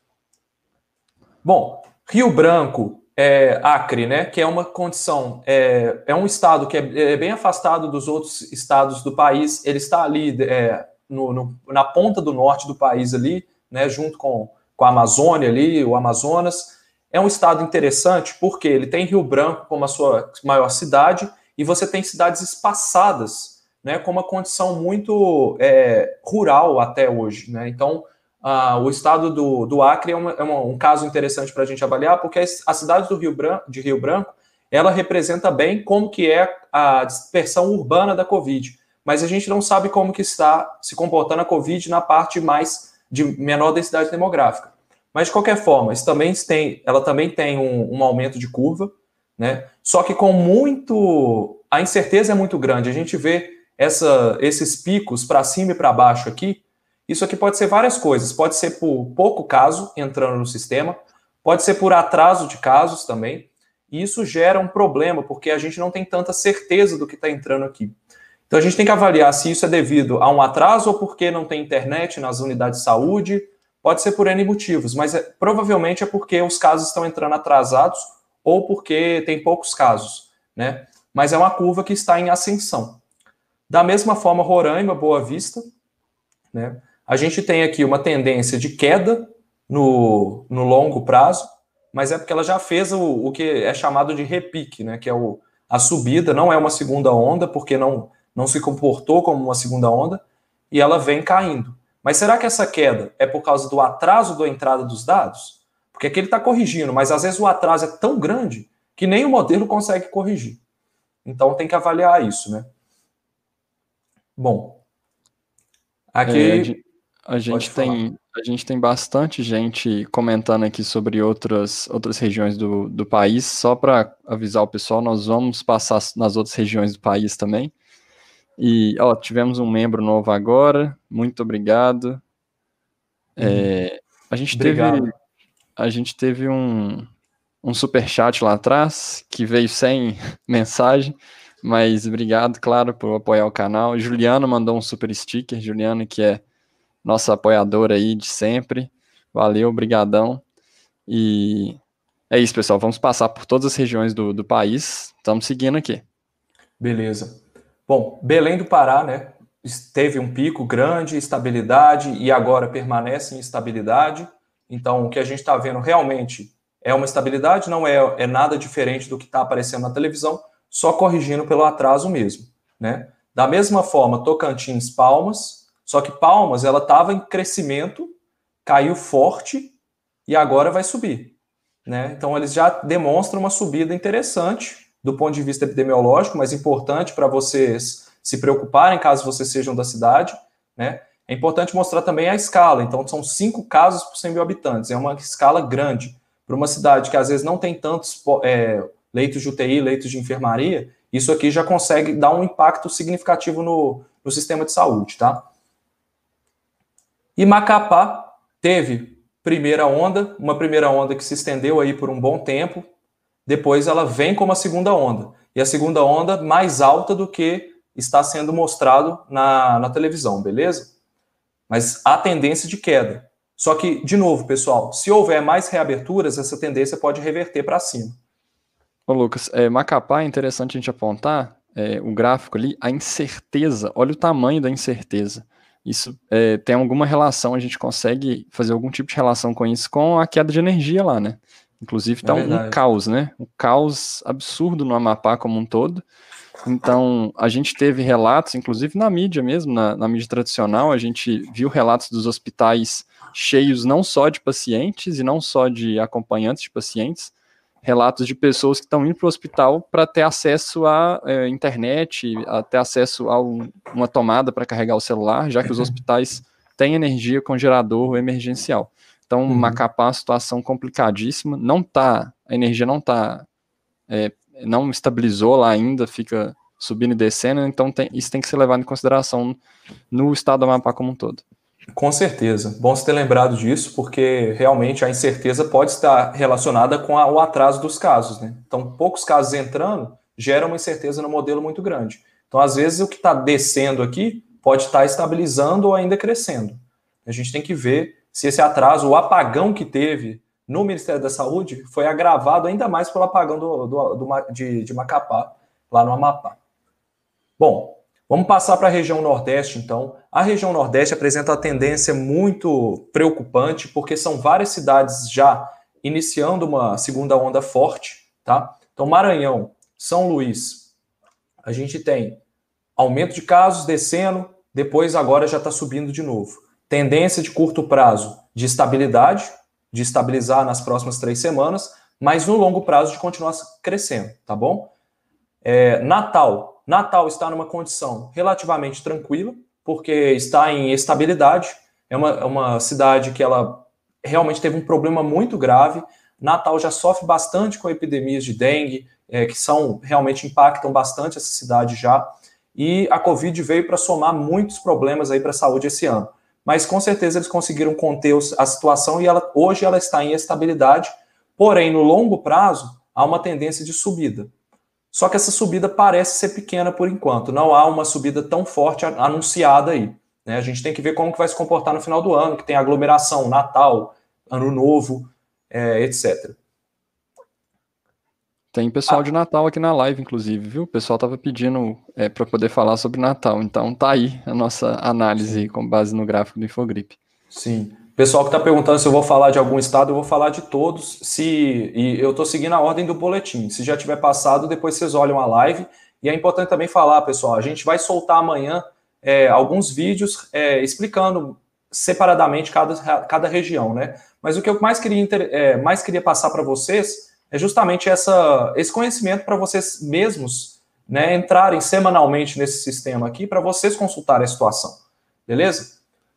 Bom, Rio Branco, Acre, né, que é uma condição, é um estado que é bem afastado dos outros estados do país, ele está ali na ponta do norte do país ali, né, junto com a Amazônia ali, o Amazonas. É um estado interessante porque ele tem Rio Branco como a sua maior cidade e você tem cidades espaçadas, né, com uma condição muito rural até hoje, né? Então, o estado do Acre é um caso interessante para a gente avaliar, porque a cidade de Rio Branco, ela representa bem como que é a dispersão urbana da Covid, mas a gente não sabe como que está se comportando a Covid na parte mais de menor densidade demográfica. Mas, de qualquer forma, ela também tem um aumento de curva, né? Só que a incerteza é muito grande. A gente vê esses picos para cima e para baixo aqui, Isso aqui pode ser várias coisas. Pode ser por pouco caso entrando no sistema, pode ser por atraso de casos também. E isso gera um problema, porque a gente não tem tanta certeza do que está entrando aqui. Então a gente tem que avaliar se isso é devido a um atraso ou porque não tem internet nas unidades de saúde. Pode ser por N motivos, mas provavelmente é porque os casos estão entrando atrasados ou porque tem poucos casos, né? Mas é uma curva que está em ascensão. Da mesma forma, Roraima, Boa Vista, né? A gente tem aqui uma tendência de queda no longo prazo, mas é porque ela já fez o que é chamado de repique, né? Que é a subida, não é uma segunda onda, porque não se comportou como uma segunda onda, e ela vem caindo. Mas será que essa queda é por causa do atraso da entrada dos dados? Porque aqui ele está corrigindo, mas às vezes o atraso é tão grande que nem o modelo consegue corrigir. Então tem que avaliar isso, né? Bom, aqui a gente tem bastante gente comentando aqui sobre outras regiões do país. Só para avisar o pessoal, nós vamos passar nas outras regiões do país também. E tivemos um membro novo agora. Muito obrigado. A gente teve um superchat lá atrás que veio sem mensagem. Mas obrigado, claro, por apoiar o canal. Juliana mandou um super sticker. Juliana, que é nossa apoiadora aí de sempre. Valeu, brigadão. E é isso, pessoal. Vamos passar por todas as regiões do país. Estamos seguindo aqui. Beleza. Bom, Belém do Pará, né? Teve um pico grande, estabilidade, e agora permanece em estabilidade. Então, o que a gente está vendo realmente é uma estabilidade, não é nada diferente do que está aparecendo na televisão, só corrigindo pelo atraso mesmo, né? Da mesma forma, Tocantins, Palmas, só que Palmas, ela estava em crescimento, caiu forte e agora vai subir, né? Então, eles já demonstram uma subida interessante do ponto de vista epidemiológico, mas importante para vocês se preocuparem caso vocês sejam da cidade, né? É importante mostrar também a escala. Então, são 5 casos por 100 mil habitantes. É uma escala grande. Para uma cidade que às vezes não tem tantos leitos de UTI, leitos de enfermaria, isso aqui já consegue dar um impacto significativo no sistema de saúde, tá? E Macapá teve uma primeira onda que se estendeu aí por um bom tempo, depois ela vem como a segunda onda, e a segunda onda mais alta do que está sendo mostrado na televisão, beleza? Mas há tendência de queda. Só que, de novo, pessoal, se houver mais reaberturas, essa tendência pode reverter para cima. Ô Lucas, Macapá é interessante a gente apontar o gráfico ali, a incerteza, olha o tamanho da incerteza. Isso tem alguma relação, a gente consegue fazer algum tipo de relação com isso, com a queda de energia lá, né? Inclusive tá um caos, né? Um caos absurdo no Amapá como um todo. Então, a gente teve relatos, inclusive na mídia mesmo, na mídia tradicional, a gente viu relatos dos hospitais cheios não só de pacientes e não só de acompanhantes de pacientes, relatos de pessoas que estão indo para o hospital para ter acesso à internet, a ter acesso a uma tomada para carregar o celular, já que os hospitais têm energia com gerador emergencial. Então, Macapá, situação complicadíssima, a energia não estabilizou lá ainda, fica subindo e descendo, então isso tem que ser levado em consideração no estado do Amapá como um todo. Com certeza. Bom você ter lembrado disso, porque realmente a incerteza pode estar relacionada com o atraso dos casos, né? Então, poucos casos entrando gera uma incerteza no modelo muito grande. Então, às vezes, o que está descendo aqui pode estar estabilizando ou ainda crescendo. A gente tem que ver se esse atraso, o apagão que teve no Ministério da Saúde, foi agravado ainda mais pelo apagão de Macapá, lá no Amapá. Bom, vamos passar para a região Nordeste, então. A região Nordeste apresenta uma tendência muito preocupante, porque são várias cidades já iniciando uma segunda onda forte, tá? Então, Maranhão, São Luís, a gente tem aumento de casos descendo, depois agora já está subindo de novo. Tendência de curto prazo de estabilidade, de estabilizar nas próximas 3 semanas, mas no longo prazo de continuar crescendo, tá bom? Natal está numa condição relativamente tranquila, porque está em estabilidade, é uma cidade que ela realmente teve um problema muito grave. Natal já sofre bastante com epidemias de dengue, que realmente impactam bastante essa cidade já, e a Covid veio para somar muitos problemas aí para a saúde esse ano. mas com certeza eles conseguiram conter a situação e hoje ela está em estabilidade, porém, no longo prazo, há uma tendência de subida. Só que essa subida parece ser pequena por enquanto, não há uma subida tão forte anunciada aí. Né? A gente tem que ver como que vai se comportar no final do ano, que tem aglomeração, Natal, Ano Novo, etc. Tem pessoal de Natal aqui na live, inclusive, viu? O pessoal estava pedindo para poder falar sobre Natal. Então tá aí a nossa análise. Sim. Com base no gráfico do Infogripe. Sim. Pessoal que está perguntando se eu vou falar de algum estado, eu vou falar de todos. E eu estou seguindo a ordem do boletim. Se já tiver passado, depois vocês olham a live. E é importante também falar, pessoal, a gente vai soltar amanhã alguns vídeos explicando separadamente cada região, né? Mas o que eu mais queria passar para vocês é justamente esse conhecimento para vocês mesmos, né, entrarem semanalmente nesse sistema aqui para vocês consultarem a situação, beleza?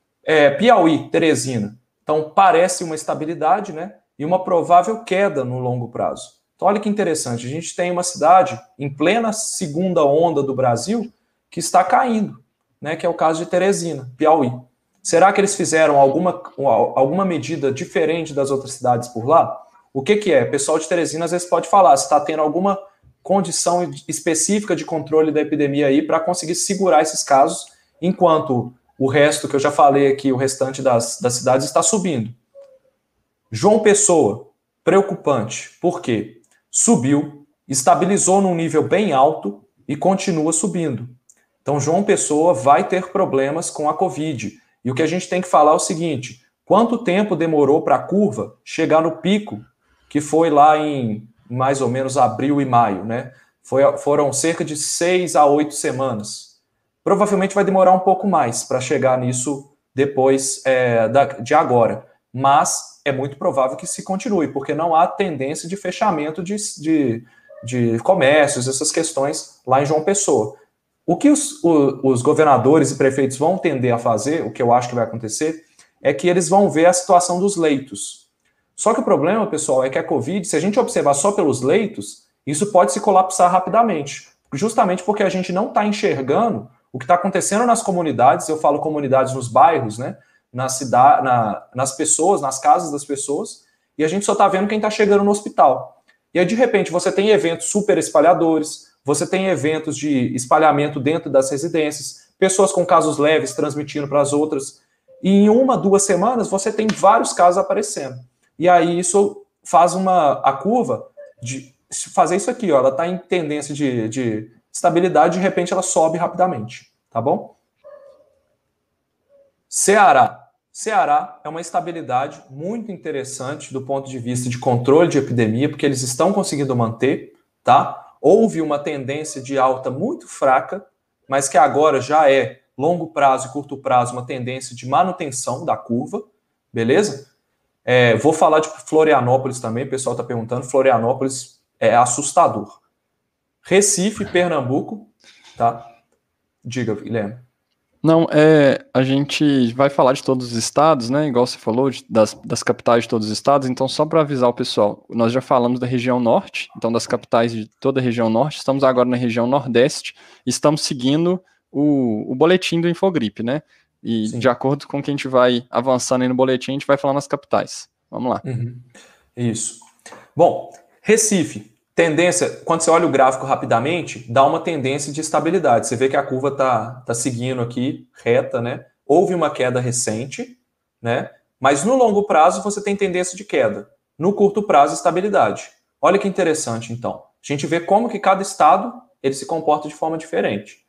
Piauí, Teresina. Então, parece uma estabilidade, né, e uma provável queda no longo prazo. Então, olha que interessante, a gente tem uma cidade em plena segunda onda do Brasil que está caindo, né, que é o caso de Teresina, Piauí. Será que eles fizeram alguma medida diferente das outras cidades por lá? O que é? O pessoal de Teresina às vezes pode falar se está tendo alguma condição específica de controle da epidemia aí para conseguir segurar esses casos, enquanto o resto que eu já falei aqui, o restante das cidades está subindo. João Pessoa, preocupante. Por quê? Subiu, estabilizou num nível bem alto e continua subindo. Então, João Pessoa vai ter problemas com a Covid. E o que a gente tem que falar é o seguinte: quanto tempo demorou para a curva chegar no pico, que foi lá em mais ou menos abril e maio, né? Foram cerca de 6 a 8 semanas. Provavelmente vai demorar um pouco mais para chegar nisso depois de agora. Mas é muito provável que se continue, porque não há tendência de fechamento de comércios, essas questões lá em João Pessoa. O que os governadores e prefeitos vão tender a fazer, o que eu acho que vai acontecer, é que eles vão ver a situação dos leitos. Só que o problema, pessoal, é que a Covid, se a gente observar só pelos leitos, isso pode se colapsar rapidamente. Justamente porque a gente não está enxergando o que está acontecendo nas comunidades, eu falo comunidades nos bairros, né? Nas pessoas, nas casas das pessoas, e a gente só está vendo quem está chegando no hospital. E aí, de repente, você tem eventos super espalhadores, você tem eventos de espalhamento dentro das residências, pessoas com casos leves transmitindo para as outras, e em 1, 2 semanas você tem vários casos aparecendo. E aí isso faz a curva de fazer isso aqui, ó, ela está em tendência de estabilidade, de repente ela sobe rapidamente, tá bom? Ceará é uma estabilidade muito interessante do ponto de vista de controle de epidemia, porque eles estão conseguindo manter, tá? Houve uma tendência de alta muito fraca, mas que agora já é longo prazo e curto prazo uma tendência de manutenção da curva, beleza? Vou falar de Florianópolis também, o pessoal está perguntando. Florianópolis é assustador. Recife, Pernambuco, tá? Diga, Guilherme. Não, a gente vai falar de todos os estados, né? Igual você falou, das capitais de todos os estados. Então, só para avisar o pessoal, nós já falamos da região norte, então das capitais de toda a região norte. Estamos agora na região nordeste e estamos seguindo o boletim do Infogripe, né? E Sim. De acordo com que a gente vai avançando aí no boletim, a gente vai falando as capitais. Vamos lá. Isso. Bom, Recife, tendência, quando você olha o gráfico rapidamente, dá uma tendência de estabilidade. Você vê que a curva tá seguindo aqui, reta, né? Houve uma queda recente, né? Mas no longo prazo você tem tendência de queda. No curto prazo, estabilidade. Olha que interessante, então. A gente vê como que cada estado ele se comporta de forma diferente.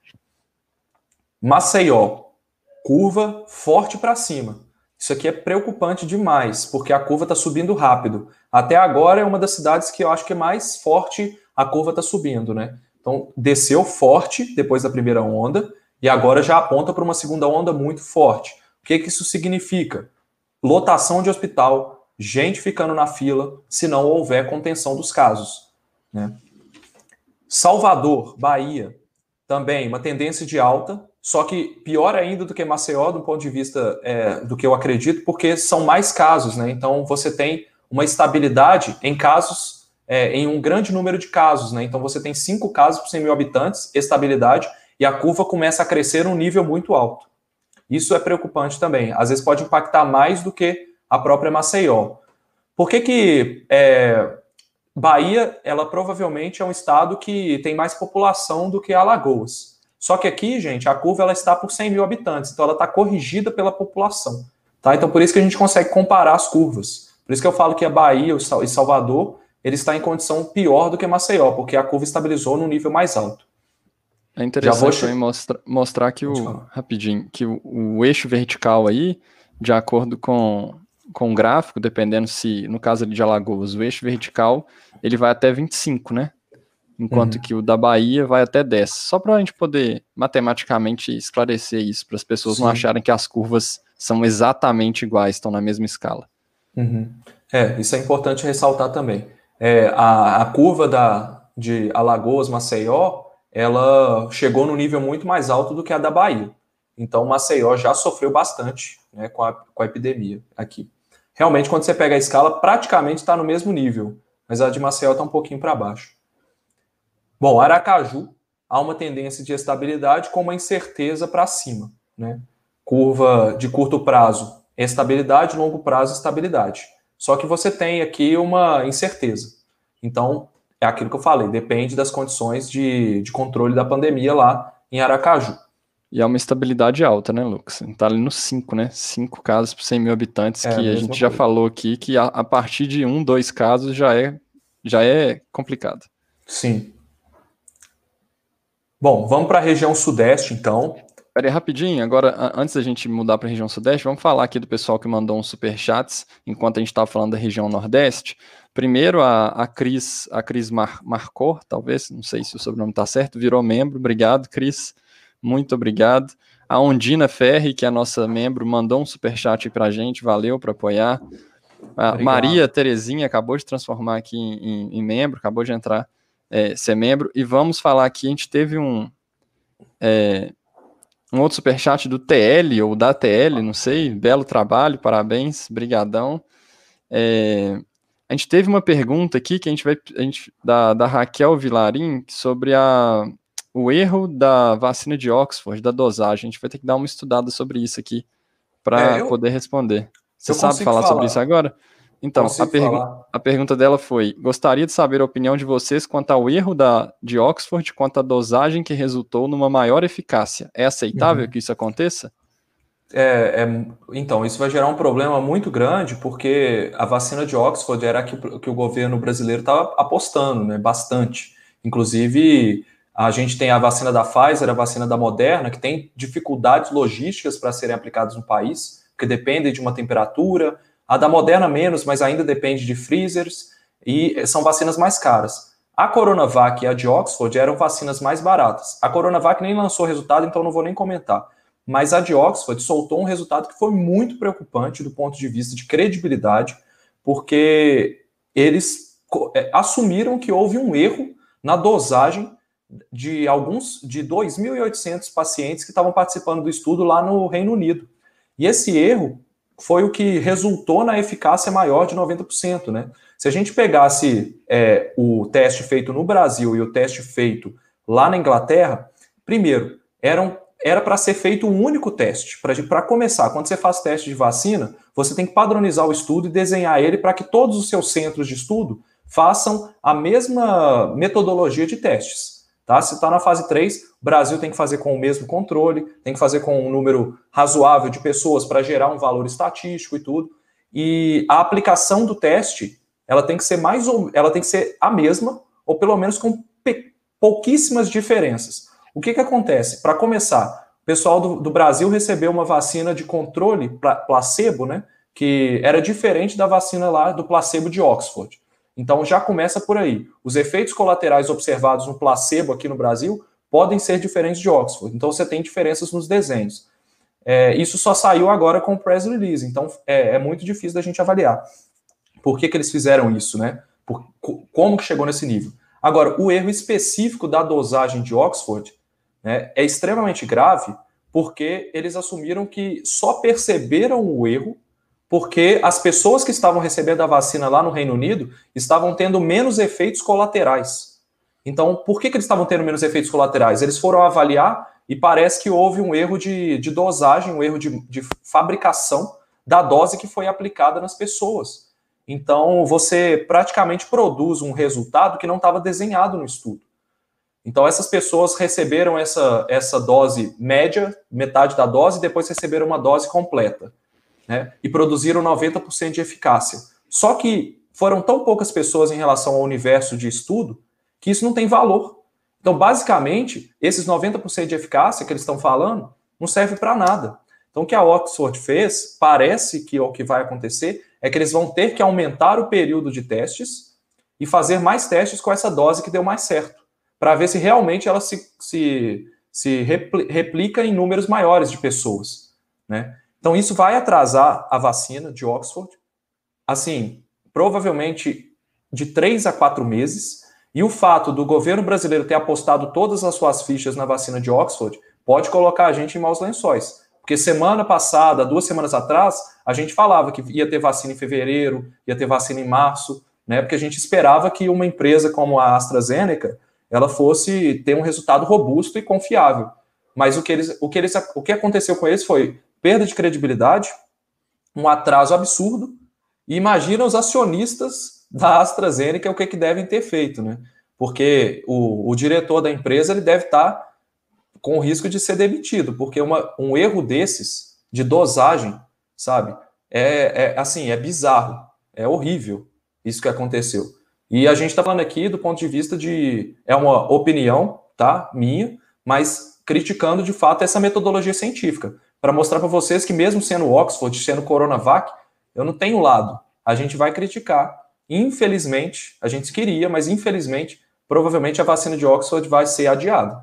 Maceió, curva forte para cima. Isso aqui é preocupante demais, porque a curva está subindo rápido. Até agora é uma das cidades que eu acho que é mais forte a curva está subindo, né? Então, desceu forte depois da primeira onda e agora já aponta para uma segunda onda muito forte. O que isso significa? Lotação de hospital, gente ficando na fila, se não houver contenção dos casos, né? Salvador, Bahia, também uma tendência de alta, só que pior ainda do que Maceió, do ponto de vista do que eu acredito, porque são mais casos, né? Então você tem uma estabilidade em casos, em um grande número de casos, né? Então você tem 5 casos por 100 mil habitantes, estabilidade, e a curva começa a crescer num nível muito alto. Isso é preocupante também. Às vezes pode impactar mais do que a própria Maceió. Por que Bahia, ela provavelmente é um estado que tem mais população do que Alagoas. Só que aqui, gente, a curva ela está por 100 mil habitantes, então ela está corrigida pela população. Tá? Então por isso que a gente consegue comparar as curvas. Por isso que eu falo que a Bahia e Salvador, ele está em condição pior do que Maceió, porque a curva estabilizou num nível mais alto. É interessante também mostrar que rapidinho, que o eixo vertical aí, de acordo com o gráfico, dependendo se, no caso ali de Alagoas, o eixo vertical, ele vai até 25, né? Enquanto que o da Bahia vai até 10. Só para a gente poder matematicamente esclarecer isso, para as pessoas não acharem que as curvas são exatamente iguais, estão na mesma escala. Isso é importante ressaltar também. A curva de Alagoas, Maceió, ela chegou no nível muito mais alto do que a da Bahia. Então, Maceió já sofreu bastante, né, com a epidemia aqui. Realmente, quando você pega a escala, praticamente está no mesmo nível, mas a de Maceió está um pouquinho para baixo. Bom, Aracaju, há uma tendência de estabilidade com uma incerteza para cima, né? Curva de curto prazo, estabilidade, longo prazo, estabilidade. Só que você tem aqui uma incerteza. Então, é aquilo que eu falei, depende das condições de controle da pandemia lá em Aracaju. E é uma estabilidade alta, né, Lucas? Está ali no 5, né? 5 casos por 100 mil habitantes, que a gente já falou aqui, que a partir de 1, 2 casos já é complicado. Sim. Bom, vamos para a região sudeste, então. Peraí, rapidinho, agora, antes da gente mudar para a região sudeste, vamos falar aqui do pessoal que mandou uns superchats, enquanto a gente estava falando da região nordeste. Primeiro, a Cris Marcor, talvez, não sei se o sobrenome está certo, virou membro. Obrigado, Cris. Muito obrigado. A Ondina Ferri, que é a nossa membro, mandou um superchat para a gente, valeu por apoiar. A Maria Terezinha acabou de transformar aqui em membro, acabou de entrar, ser membro. E vamos falar aqui, a gente teve um outro superchat do TL, ou da TL, não sei, belo trabalho, parabéns, brigadão. A gente teve uma pergunta aqui que da Raquel Vilarim sobre o erro da vacina de Oxford, da dosagem. A gente vai ter que dar uma estudada sobre isso aqui para poder responder. Você sabe falar sobre isso agora? Então, a pergunta dela foi: gostaria de saber a opinião de vocês quanto ao erro de Oxford, quanto à dosagem que resultou numa maior eficácia. É aceitável que isso aconteça? Então, isso vai gerar um problema muito grande, porque a vacina de Oxford era que o governo brasileiro estava apostando, né, bastante. Inclusive, a gente tem a vacina da Pfizer, a vacina da Moderna, que tem dificuldades logísticas para serem aplicadas no país, porque dependem de uma temperatura. A da Moderna menos, mas ainda depende de freezers, e são vacinas mais caras. A Coronavac e a de Oxford eram vacinas mais baratas. A Coronavac nem lançou resultado, então não vou nem comentar. Mas a de Oxford soltou um resultado que foi muito preocupante do ponto de vista de credibilidade, porque eles assumiram que houve um erro na dosagem de 2.800 pacientes que estavam participando do estudo lá no Reino Unido. E esse erro foi o que resultou na eficácia maior de 90%, né? Se a gente pegasse o teste feito no Brasil e o teste feito lá na Inglaterra, primeiro, era para ser feito um único teste. Para começar, quando você faz teste de vacina, você tem que padronizar o estudo e desenhar ele para que todos os seus centros de estudo façam a mesma metodologia de testes. Tá? Se está na fase 3, o Brasil tem que fazer com o mesmo controle, tem que fazer com um número razoável de pessoas para gerar um valor estatístico e tudo. E a aplicação do teste, ela tem que ser a mesma, ou pelo menos com pouquíssimas diferenças. O que acontece? Para começar, o pessoal do Brasil recebeu uma vacina de controle placebo, né, que era diferente da vacina lá do placebo de Oxford. Então já começa por aí. Os efeitos colaterais observados no placebo aqui no Brasil podem ser diferentes de Oxford. Então você tem diferenças nos desenhos. Isso só saiu agora com o press release, então é muito difícil da gente avaliar. Por que eles fizeram isso, né? Como que chegou nesse nível? Agora, o erro específico da dosagem de Oxford, né, é extremamente grave, porque eles assumiram que só perceberam o erro porque as pessoas que estavam recebendo a vacina lá no Reino Unido estavam tendo menos efeitos colaterais. Então, por que eles estavam tendo menos efeitos colaterais? Eles foram avaliar e parece que houve um erro de dosagem, um erro de fabricação da dose que foi aplicada nas pessoas. Então, você praticamente produz um resultado que não estava desenhado no estudo. Então, essas pessoas receberam essa dose média, metade da dose, e depois receberam uma dose completa, né? E produziram 90% de eficácia. Só que foram tão poucas pessoas em relação ao universo de estudo que isso não tem valor. Então, basicamente, esses 90% de eficácia que eles estão falando não serve para nada. Então, o que a Oxford fez, parece que o que vai acontecer é que eles vão ter que aumentar o período de testes e fazer mais testes com essa dose que deu mais certo, para ver se realmente ela se replica em números maiores de pessoas, né? Então, isso vai atrasar a vacina de Oxford, assim, provavelmente de 3 a 4 meses, e o fato do governo brasileiro ter apostado todas as suas fichas na vacina de Oxford pode colocar a gente em maus lençóis. Porque semana passada, 2 semanas atrás, a gente falava que ia ter vacina em fevereiro, ia ter vacina em março, né? Porque a gente esperava que uma empresa como a AstraZeneca ela fosse ter um resultado robusto e confiável. Mas o que aconteceu com eles foi perda de credibilidade, um atraso absurdo, e imagina os acionistas da AstraZeneca o que devem ter feito, né? Porque o diretor da empresa ele deve estar com o risco de ser demitido, porque um erro desses, de dosagem, sabe, assim, é bizarro, é horrível isso que aconteceu. E a gente está falando aqui do ponto de vista é uma opinião, tá, minha, mas criticando de fato essa metodologia científica, para mostrar para vocês que mesmo sendo Oxford, sendo Coronavac, eu não tenho lado. A gente vai criticar. Infelizmente, a gente queria, mas infelizmente, provavelmente a vacina de Oxford vai ser adiada.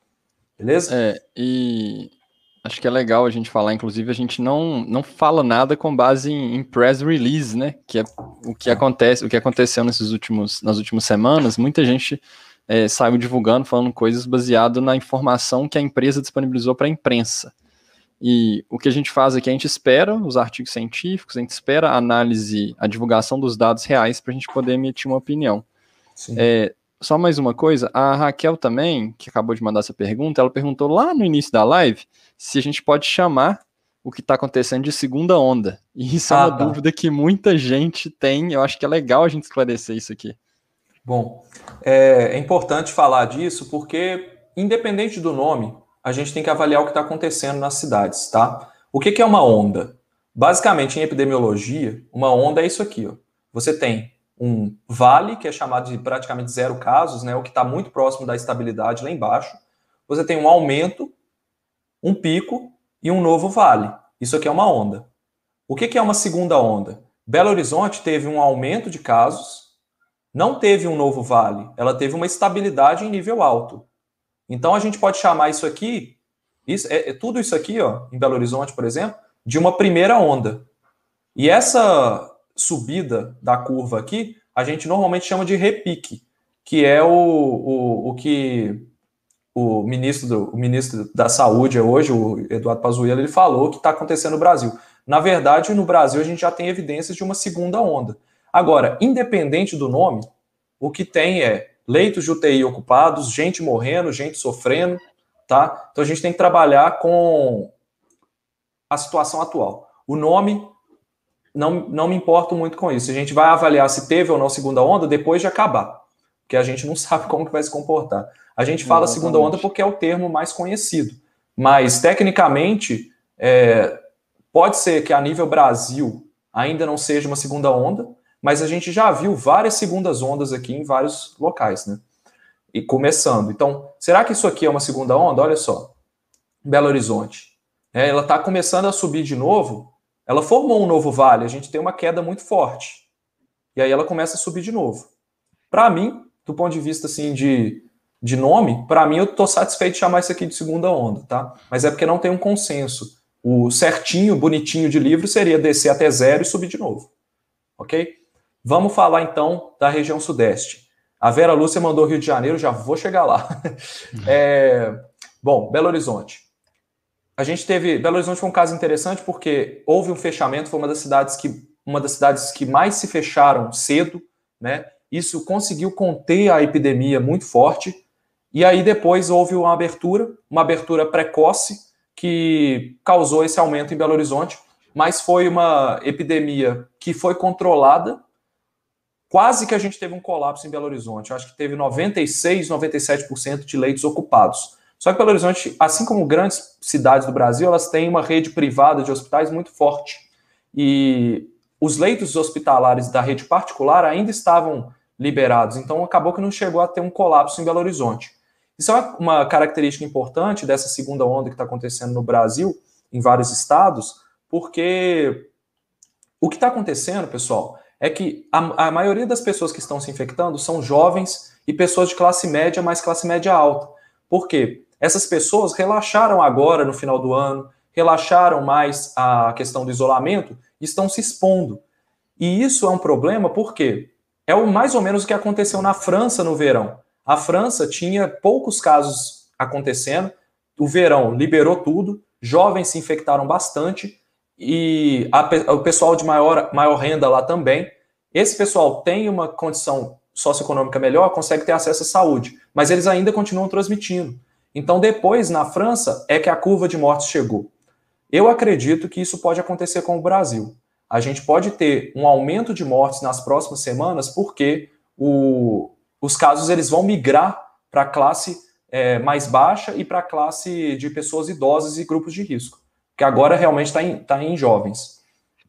Beleza? E acho que é legal a gente falar, inclusive, a gente não fala nada com base em press release, né? Que é o que aconteceu nas últimas semanas. Muita gente saiu divulgando, falando coisas baseado na informação que a empresa disponibilizou para a imprensa. E o que a gente faz aqui, a gente espera os artigos científicos, a gente espera a análise, a divulgação dos dados reais para a gente poder emitir uma opinião. Só mais uma coisa, a Raquel também, que acabou de mandar essa pergunta, ela perguntou lá no início da live se a gente pode chamar o que está acontecendo de segunda onda. E isso é uma dúvida que muita gente tem, eu acho que é legal a gente esclarecer isso aqui. Bom, é importante falar disso porque, independente do nome, a gente tem que avaliar o que está acontecendo nas cidades, tá? O que é uma onda? Basicamente, em epidemiologia, uma onda é isso aqui, ó. Você tem um vale, que é chamado de praticamente 0 casos, né, o que está muito próximo da estabilidade lá embaixo. Você tem um aumento, um pico e um novo vale. Isso aqui é uma onda. O que é uma segunda onda? Belo Horizonte teve um aumento de casos, não teve um novo vale, ela teve uma estabilidade em nível alto. Então a gente pode chamar isso aqui, tudo isso aqui, ó, em Belo Horizonte, por exemplo, de uma primeira onda. E essa subida da curva aqui, a gente normalmente chama de repique, que é o que o ministro da Saúde hoje, o Eduardo Pazuello, ele falou que está acontecendo no Brasil. Na verdade, no Brasil a gente já tem evidências de uma segunda onda. Agora, independente do nome, o que tem é leitos de UTI ocupados, gente morrendo, gente sofrendo, tá? Então a gente tem que trabalhar com a situação atual. O nome, não me importo muito com isso. A gente vai avaliar se teve ou não segunda onda depois de acabar, porque a gente não sabe como que vai se comportar. A gente fala segunda onda porque é o termo mais conhecido, mas tecnicamente pode ser que a nível Brasil ainda não seja uma segunda onda, mas a gente já viu várias segundas ondas aqui em vários locais, né? E começando. Então, será que isso aqui é uma segunda onda? Olha só, Belo Horizonte. Ela está começando a subir de novo, ela formou um novo vale, a gente tem uma queda muito forte. E aí ela começa a subir de novo. Para mim, do ponto de vista assim, de nome, para mim eu estou satisfeito de chamar isso aqui de segunda onda, tá? Mas é porque não tem um consenso. O certinho, bonitinho de livro seria descer até 0 e subir de novo. Ok? Vamos falar então da região sudeste. A Vera Lúcia mandou Rio de Janeiro, já vou chegar lá. Bom, Belo Horizonte. Belo Horizonte foi um caso interessante porque houve um fechamento, foi uma das cidades que mais se fecharam cedo, né? Isso conseguiu conter a epidemia muito forte E aí depois houve uma abertura precoce, que causou esse aumento em Belo Horizonte, mas foi uma epidemia que foi controlada. Quase que a gente teve um colapso em Belo Horizonte. Eu acho que teve 96, 97% de leitos ocupados. Só que Belo Horizonte, assim como grandes cidades do Brasil, elas têm uma rede privada de hospitais muito forte. E os leitos hospitalares da rede particular ainda estavam liberados. Então acabou que não chegou a ter um colapso em Belo Horizonte. Isso é uma característica importante dessa segunda onda que está acontecendo no Brasil, em vários estados, porque o que está acontecendo, pessoal, é que a maioria das pessoas que estão se infectando são jovens e pessoas de classe média, mais classe média alta. Por quê? Essas pessoas relaxaram agora no final do ano, relaxaram mais a questão do isolamento e estão se expondo. E isso é um problema porque é mais ou menos o que aconteceu na França no verão. A França tinha poucos casos acontecendo, o verão liberou tudo, jovens se infectaram bastante e o pessoal de maior renda lá também. Esse pessoal tem uma condição socioeconômica melhor, consegue ter acesso à saúde, mas eles ainda continuam transmitindo. Então depois, na França, é que a curva de mortes chegou. Eu acredito que isso pode acontecer com o Brasil. A gente pode ter um aumento de mortes nas próximas semanas porque os casos eles vão migrar para a classe mais baixa e para a classe de pessoas idosas e grupos de risco, que agora realmente está em jovens.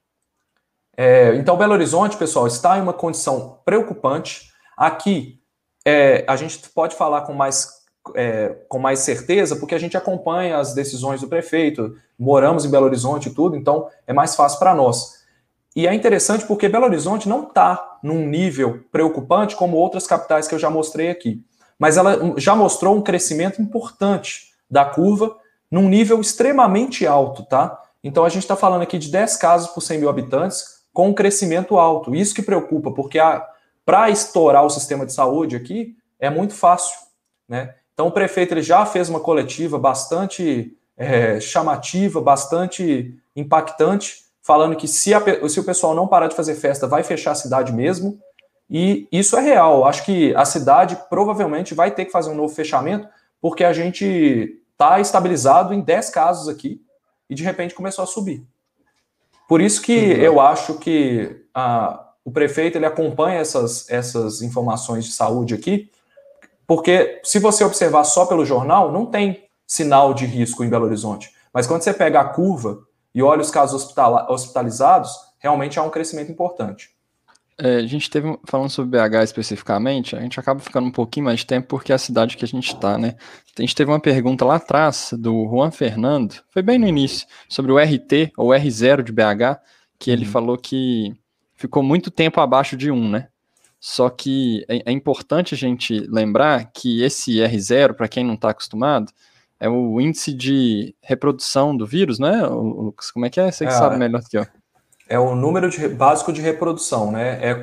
Então, Belo Horizonte, pessoal, está em uma condição preocupante. Aqui, a gente pode falar com mais certeza, porque a gente acompanha as decisões do prefeito, moramos em Belo Horizonte e tudo, então é mais fácil para nós. E é interessante porque Belo Horizonte não está num nível preocupante como outras capitais que eu já mostrei aqui, mas ela já mostrou um crescimento importante da curva num nível extremamente alto, tá? Então a gente está falando aqui de 10 casos por 100 mil habitantes com um crescimento alto. Isso que preocupa, porque para estourar o sistema de saúde aqui é muito fácil, né? Então o prefeito ele já fez uma coletiva bastante chamativa, bastante impactante, falando que se o pessoal não parar de fazer festa, vai fechar a cidade mesmo, e isso é real. Acho que a cidade provavelmente vai ter que fazer um novo fechamento, porque a gente está estabilizado em 10 casos aqui, e de repente começou a subir. Por isso que eu acho que o prefeito ele acompanha essas informações de saúde aqui, porque se você observar só pelo jornal, não tem sinal de risco em Belo Horizonte. Mas quando você pega a curva e olha os casos hospitalizados, realmente há um crescimento importante. A gente teve, falando sobre BH especificamente, a gente acaba ficando um pouquinho mais de tempo porque é a cidade que a gente está, né? A gente teve uma pergunta lá atrás do Juan Fernando, foi bem no início, sobre o RT ou R0 de BH, que ele falou que ficou muito tempo abaixo de 1, né? Só que é importante a gente lembrar que esse R0, para quem não está acostumado, é o índice de reprodução do vírus, né, Lucas? Como é que é? Você que sabe melhor do que eu. É o número básico de reprodução, né? É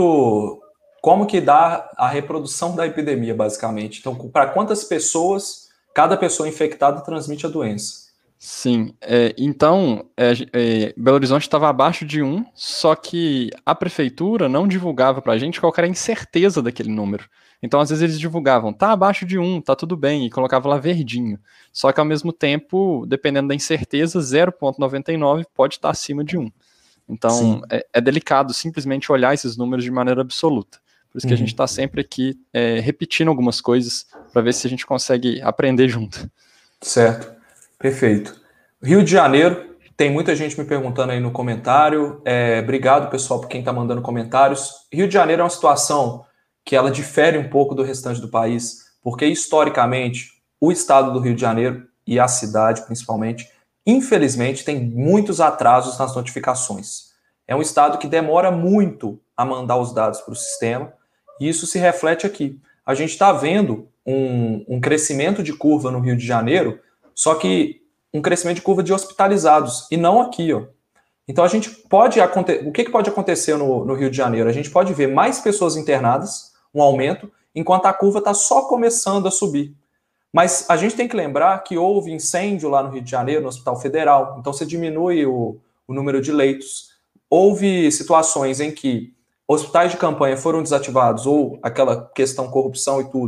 como que dá a reprodução da epidemia, basicamente. Então, para quantas pessoas cada pessoa infectada transmite a doença. Sim, então Belo Horizonte estava abaixo de 1, só que a prefeitura não divulgava para a gente qual era a incerteza daquele número. Então, às vezes, eles divulgavam, tá abaixo de 1, tá tudo bem, e colocava lá verdinho. Só que, ao mesmo tempo, dependendo da incerteza, 0,99 pode estar acima de 1. Então, é delicado simplesmente olhar esses números de maneira absoluta. Por isso que a gente está sempre aqui repetindo algumas coisas para ver se a gente consegue aprender junto. Certo, perfeito. Rio de Janeiro, tem muita gente me perguntando aí no comentário. Obrigado, pessoal, por quem está mandando comentários. Rio de Janeiro é uma situação que ela difere um pouco do restante do país, porque historicamente o estado do Rio de Janeiro e a cidade, principalmente, infelizmente, tem muitos atrasos nas notificações. É um estado que demora muito a mandar os dados para o sistema, e isso se reflete aqui. A gente está vendo um crescimento de curva no Rio de Janeiro, só que um crescimento de curva de hospitalizados, e não aqui, ó. Então, o que pode acontecer no Rio de Janeiro? A gente pode ver mais pessoas internadas, um aumento, enquanto a curva está só começando a subir. Mas a gente tem que lembrar que houve incêndio lá no Rio de Janeiro, no Hospital Federal, então você diminui o número de leitos. Houve situações em que hospitais de campanha foram desativados, ou aquela questão corrupção e tudo,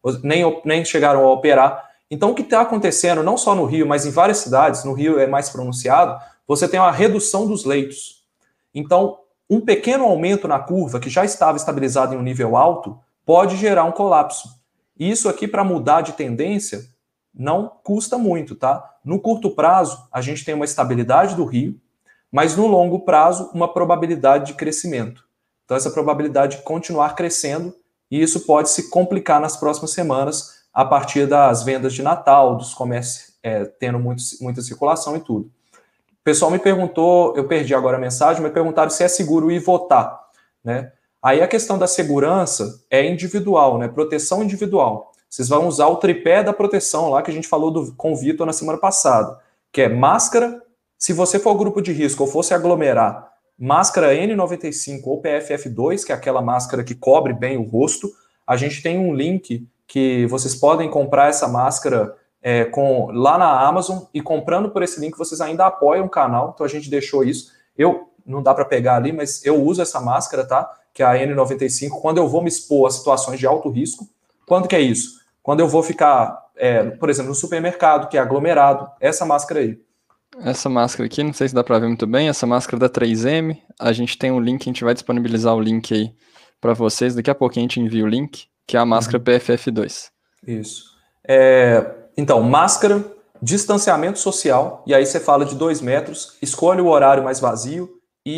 nem chegaram a operar. Então, o que está acontecendo, não só no Rio, mas em várias cidades, no Rio é mais pronunciado, você tem uma redução dos leitos. Então, um pequeno aumento na curva, que já estava estabilizado em um nível alto, pode gerar um colapso. E isso aqui, para mudar de tendência, não custa muito, tá? No curto prazo, a gente tem uma estabilidade do Rio, mas no longo prazo, uma probabilidade de crescimento. Então, essa probabilidade de continuar crescendo, e isso pode se complicar nas próximas semanas, a partir das vendas de Natal, dos comércios tendo muita circulação e tudo. O pessoal me perguntou, eu perdi agora a mensagem, me perguntaram se é seguro ir votar, né? Aí a questão da segurança é individual, né? Proteção individual. Vocês vão usar o tripé da proteção lá que a gente falou com o Vitor na semana passada, que é máscara, se você for grupo de risco ou fosse aglomerar, máscara N95 ou PFF2, que é aquela máscara que cobre bem o rosto. A gente tem um link que vocês podem comprar essa máscara lá na Amazon, e comprando por esse link vocês ainda apoiam o canal, então a gente deixou isso. Não dá para pegar ali, mas eu uso essa máscara, tá? Que é a N95, quando eu vou me expor a situações de alto risco. Quando que é isso? Quando eu vou ficar, por exemplo, no supermercado, que é aglomerado, essa máscara aí. Essa máscara aqui, não sei se dá para ver muito bem, essa máscara da 3M, a gente tem um link, a gente vai disponibilizar o link aí para vocês, daqui a pouquinho a gente envia o link, que é a máscara PFF2. Isso. Então, máscara, distanciamento social, e aí você fala de 2 metros, escolhe o horário mais vazio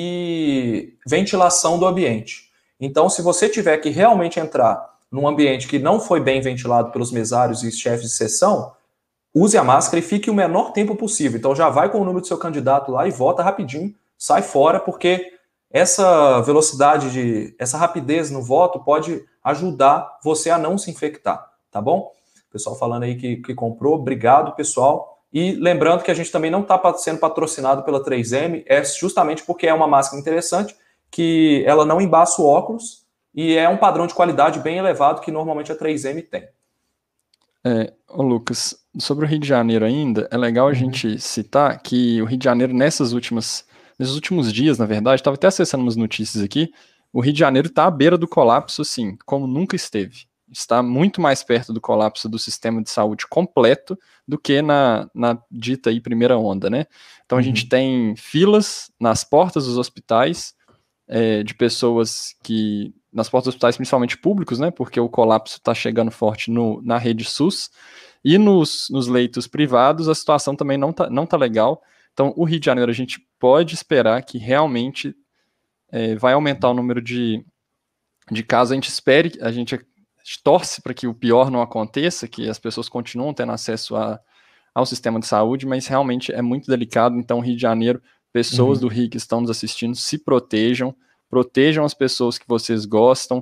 e ventilação do ambiente. Então, se você tiver que realmente entrar num ambiente que não foi bem ventilado pelos mesários e chefes de sessão, use a máscara e fique o menor tempo possível. Então já vai com o número do seu candidato lá e vota rapidinho, sai fora, porque essa velocidade, essa rapidez no voto pode ajudar você a não se infectar, tá bom? Pessoal falando aí que comprou, obrigado, pessoal. E lembrando que a gente também não está sendo patrocinado pela 3M, é justamente porque é uma máscara interessante, que ela não embaça o óculos e é um padrão de qualidade bem elevado que normalmente a 3M tem. Ô Lucas, sobre o Rio de Janeiro ainda, é legal a gente citar que o Rio de Janeiro, nesses últimos dias, na verdade, estava até acessando umas notícias aqui, o Rio de Janeiro está à beira do colapso, assim, como nunca esteve. Está muito mais perto do colapso do sistema de saúde completo do que na dita aí primeira onda, né? Então a gente tem filas nas portas dos hospitais, de pessoas que... nas portas dos hospitais, principalmente públicos, né? Porque o colapso está chegando forte na rede SUS. E nos leitos privados, a situação também não tá legal. Então, o Rio de Janeiro, a gente pode esperar que realmente vai aumentar o número de casos. A gente torce para que o pior não aconteça, que as pessoas continuam tendo acesso ao sistema de saúde, mas realmente é muito delicado. Então, Rio de Janeiro, pessoas do Rio que estão nos assistindo, se protejam as pessoas que vocês gostam.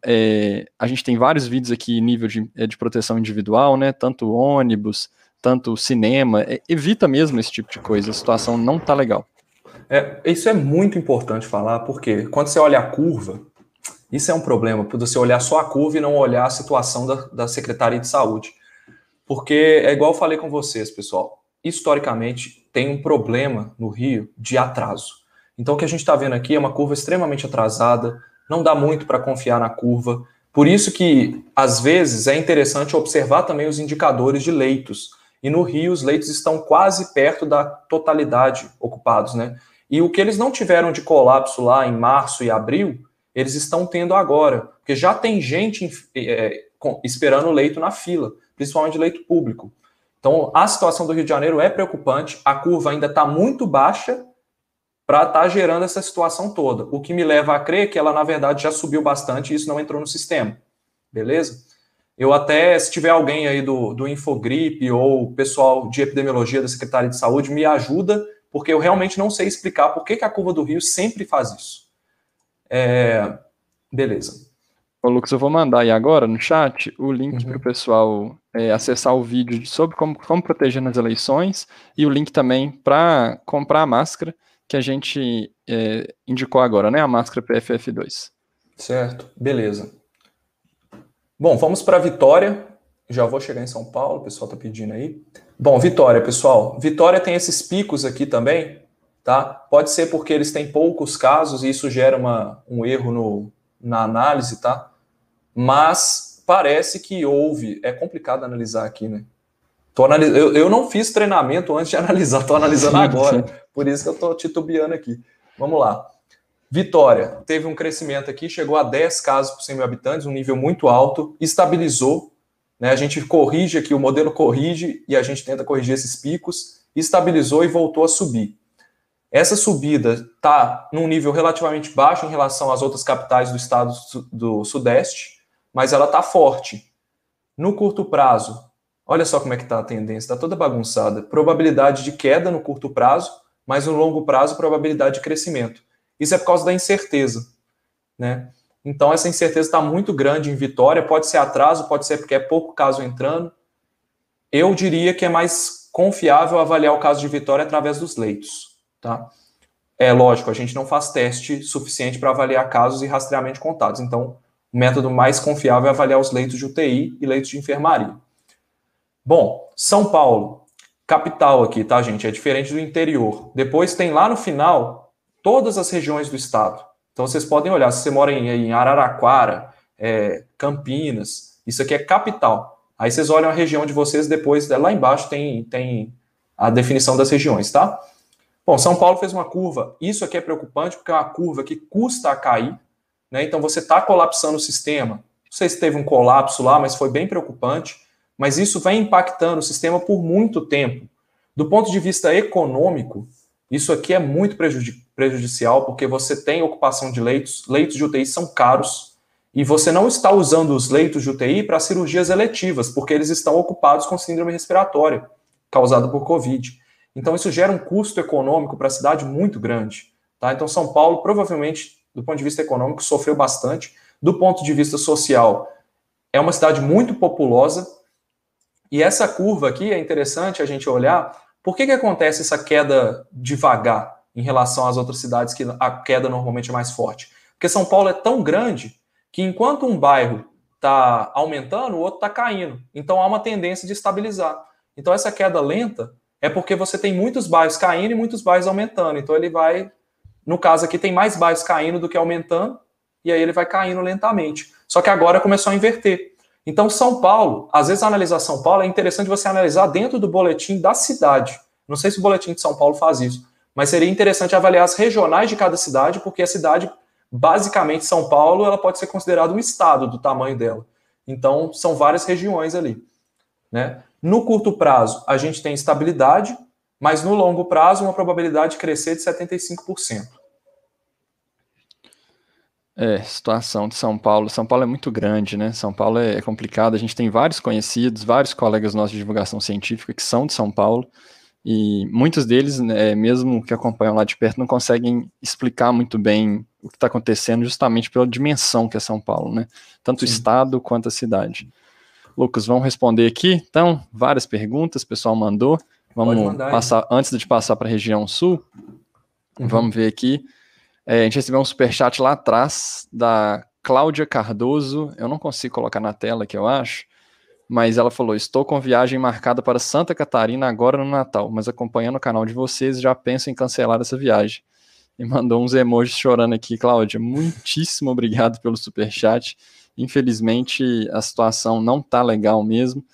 A gente tem vários vídeos aqui nível de proteção individual, né? Tanto ônibus, tanto cinema. Evita mesmo esse tipo de coisa, a situação não tá legal. Isso é muito importante falar, porque quando você olha a curva, isso é um problema, por você olhar só a curva e não olhar a situação da Secretaria de Saúde. Porque é igual eu falei com vocês, pessoal, historicamente tem um problema no Rio de atraso. Então o que a gente está vendo aqui é uma curva extremamente atrasada, não dá muito para confiar na curva. Por isso que, às vezes, é interessante observar também os indicadores de leitos. E no Rio, os leitos estão quase perto da totalidade ocupados, né? E o que eles não tiveram de colapso lá em março e abril, eles estão tendo agora. Porque já tem gente esperando leito na fila, principalmente leito público. Então, a situação do Rio de Janeiro é preocupante, a curva ainda está muito baixa para estar gerando essa situação toda. O que me leva a crer que ela, na verdade, já subiu bastante e isso não entrou no sistema. Beleza? Eu até, se tiver alguém aí do Infogripe ou pessoal de epidemiologia da Secretaria de Saúde, me ajuda, porque eu realmente não sei explicar por que a curva do Rio sempre faz isso. Beleza. Ô, Lucas, eu vou mandar aí agora no chat o link para o pessoal acessar o vídeo sobre como proteger nas eleições e o link também para comprar a máscara que a gente indicou agora, né? A máscara PFF2. Certo, beleza. Bom, vamos para Vitória. Já vou chegar em São Paulo, o pessoal está pedindo aí. Bom, Vitória, pessoal. Vitória tem esses picos aqui também, tá? Pode ser porque eles têm poucos casos e isso gera um erro na análise, tá? Mas parece que houve. É complicado analisar aqui, né? Eu não fiz treinamento antes de analisar, estou analisando agora. Por isso que eu estou titubeando aqui. Vamos lá. Vitória teve um crescimento aqui, chegou a 10 casos por 100 mil habitantes, um nível muito alto, estabilizou. Né? A gente corrige aqui, o modelo corrige e a gente tenta corrigir esses picos, estabilizou e voltou a subir. Essa subida está num nível relativamente baixo em relação às outras capitais do estado do Sudeste, mas ela está forte. No curto prazo, olha só como é que está a tendência, está toda bagunçada. Probabilidade de queda no curto prazo, mas no longo prazo, probabilidade de crescimento. Isso é por causa da incerteza, né? Então, essa incerteza está muito grande em Vitória, pode ser atraso, pode ser porque é pouco caso entrando. Eu diria que é mais confiável avaliar o caso de Vitória através dos leitos, tá? É lógico, a gente não faz teste suficiente para avaliar casos e rastreamento de contatos, então o método mais confiável é avaliar os leitos de UTI e leitos de enfermaria. Bom, São Paulo, capital aqui, tá, gente? É diferente do interior. Depois tem lá no final todas as regiões do estado. Então vocês podem olhar, se você mora em Araraquara, Campinas, isso aqui é capital. Aí vocês olham a região de vocês, depois lá embaixo tem a definição das regiões, tá? Bom, São Paulo fez uma curva, isso aqui é preocupante porque é uma curva que custa a cair, né? Então você está colapsando o sistema. Não sei se teve um colapso lá, mas foi bem preocupante. Mas isso vai impactando o sistema por muito tempo. Do ponto de vista econômico, isso aqui é muito prejudicial, porque você tem ocupação de leitos de UTI são caros, e você não está usando os leitos de UTI para cirurgias eletivas, porque eles estão ocupados com síndrome respiratória, causada por Covid. Então isso gera um custo econômico para a cidade muito grande. Tá? Então São Paulo, provavelmente, do ponto de vista econômico, sofreu bastante. Do ponto de vista social, é uma cidade muito populosa, e essa curva aqui é interessante a gente olhar. Por que acontece essa queda devagar em relação às outras cidades que a queda normalmente é mais forte? Porque São Paulo é tão grande que enquanto um bairro está aumentando, o outro está caindo. Então há uma tendência de estabilizar. Então essa queda lenta é porque você tem muitos bairros caindo e muitos bairros aumentando. Então ele vai, no caso aqui, tem mais bairros caindo do que aumentando, e aí ele vai caindo lentamente. Só que agora começou a inverter. Então, São Paulo, às vezes analisar São Paulo é interessante você analisar dentro do boletim da cidade. Não sei se o boletim de São Paulo faz isso, mas seria interessante avaliar as regionais de cada cidade, porque a cidade, basicamente, São Paulo, ela pode ser considerada um estado do tamanho dela. Então, são várias regiões ali, né? No curto prazo, a gente tem estabilidade, mas no longo prazo, uma probabilidade de crescer de 75%. Situação de São Paulo. São Paulo é muito grande, né? São Paulo é complicado. A gente tem vários conhecidos, vários colegas nossos de divulgação científica que são de São Paulo, e muitos deles, né, mesmo que acompanham lá de perto, não conseguem explicar muito bem o que está acontecendo, justamente pela dimensão que é São Paulo, né? Tanto o estado quanto a cidade. Lucas, vamos responder aqui? Então, várias perguntas, o pessoal mandou. Vamos passar, antes de passar para a região sul, vamos ver aqui. A gente recebeu um superchat lá atrás da Cláudia Cardoso. Eu não consigo colocar na tela aqui, eu acho, mas ela falou: estou com viagem marcada para Santa Catarina agora no Natal, mas acompanhando o canal de vocês já penso em cancelar essa viagem. E mandou uns emojis chorando aqui. Cláudia, muitíssimo obrigado pelo superchat. Infelizmente a situação não tá legal mesmo,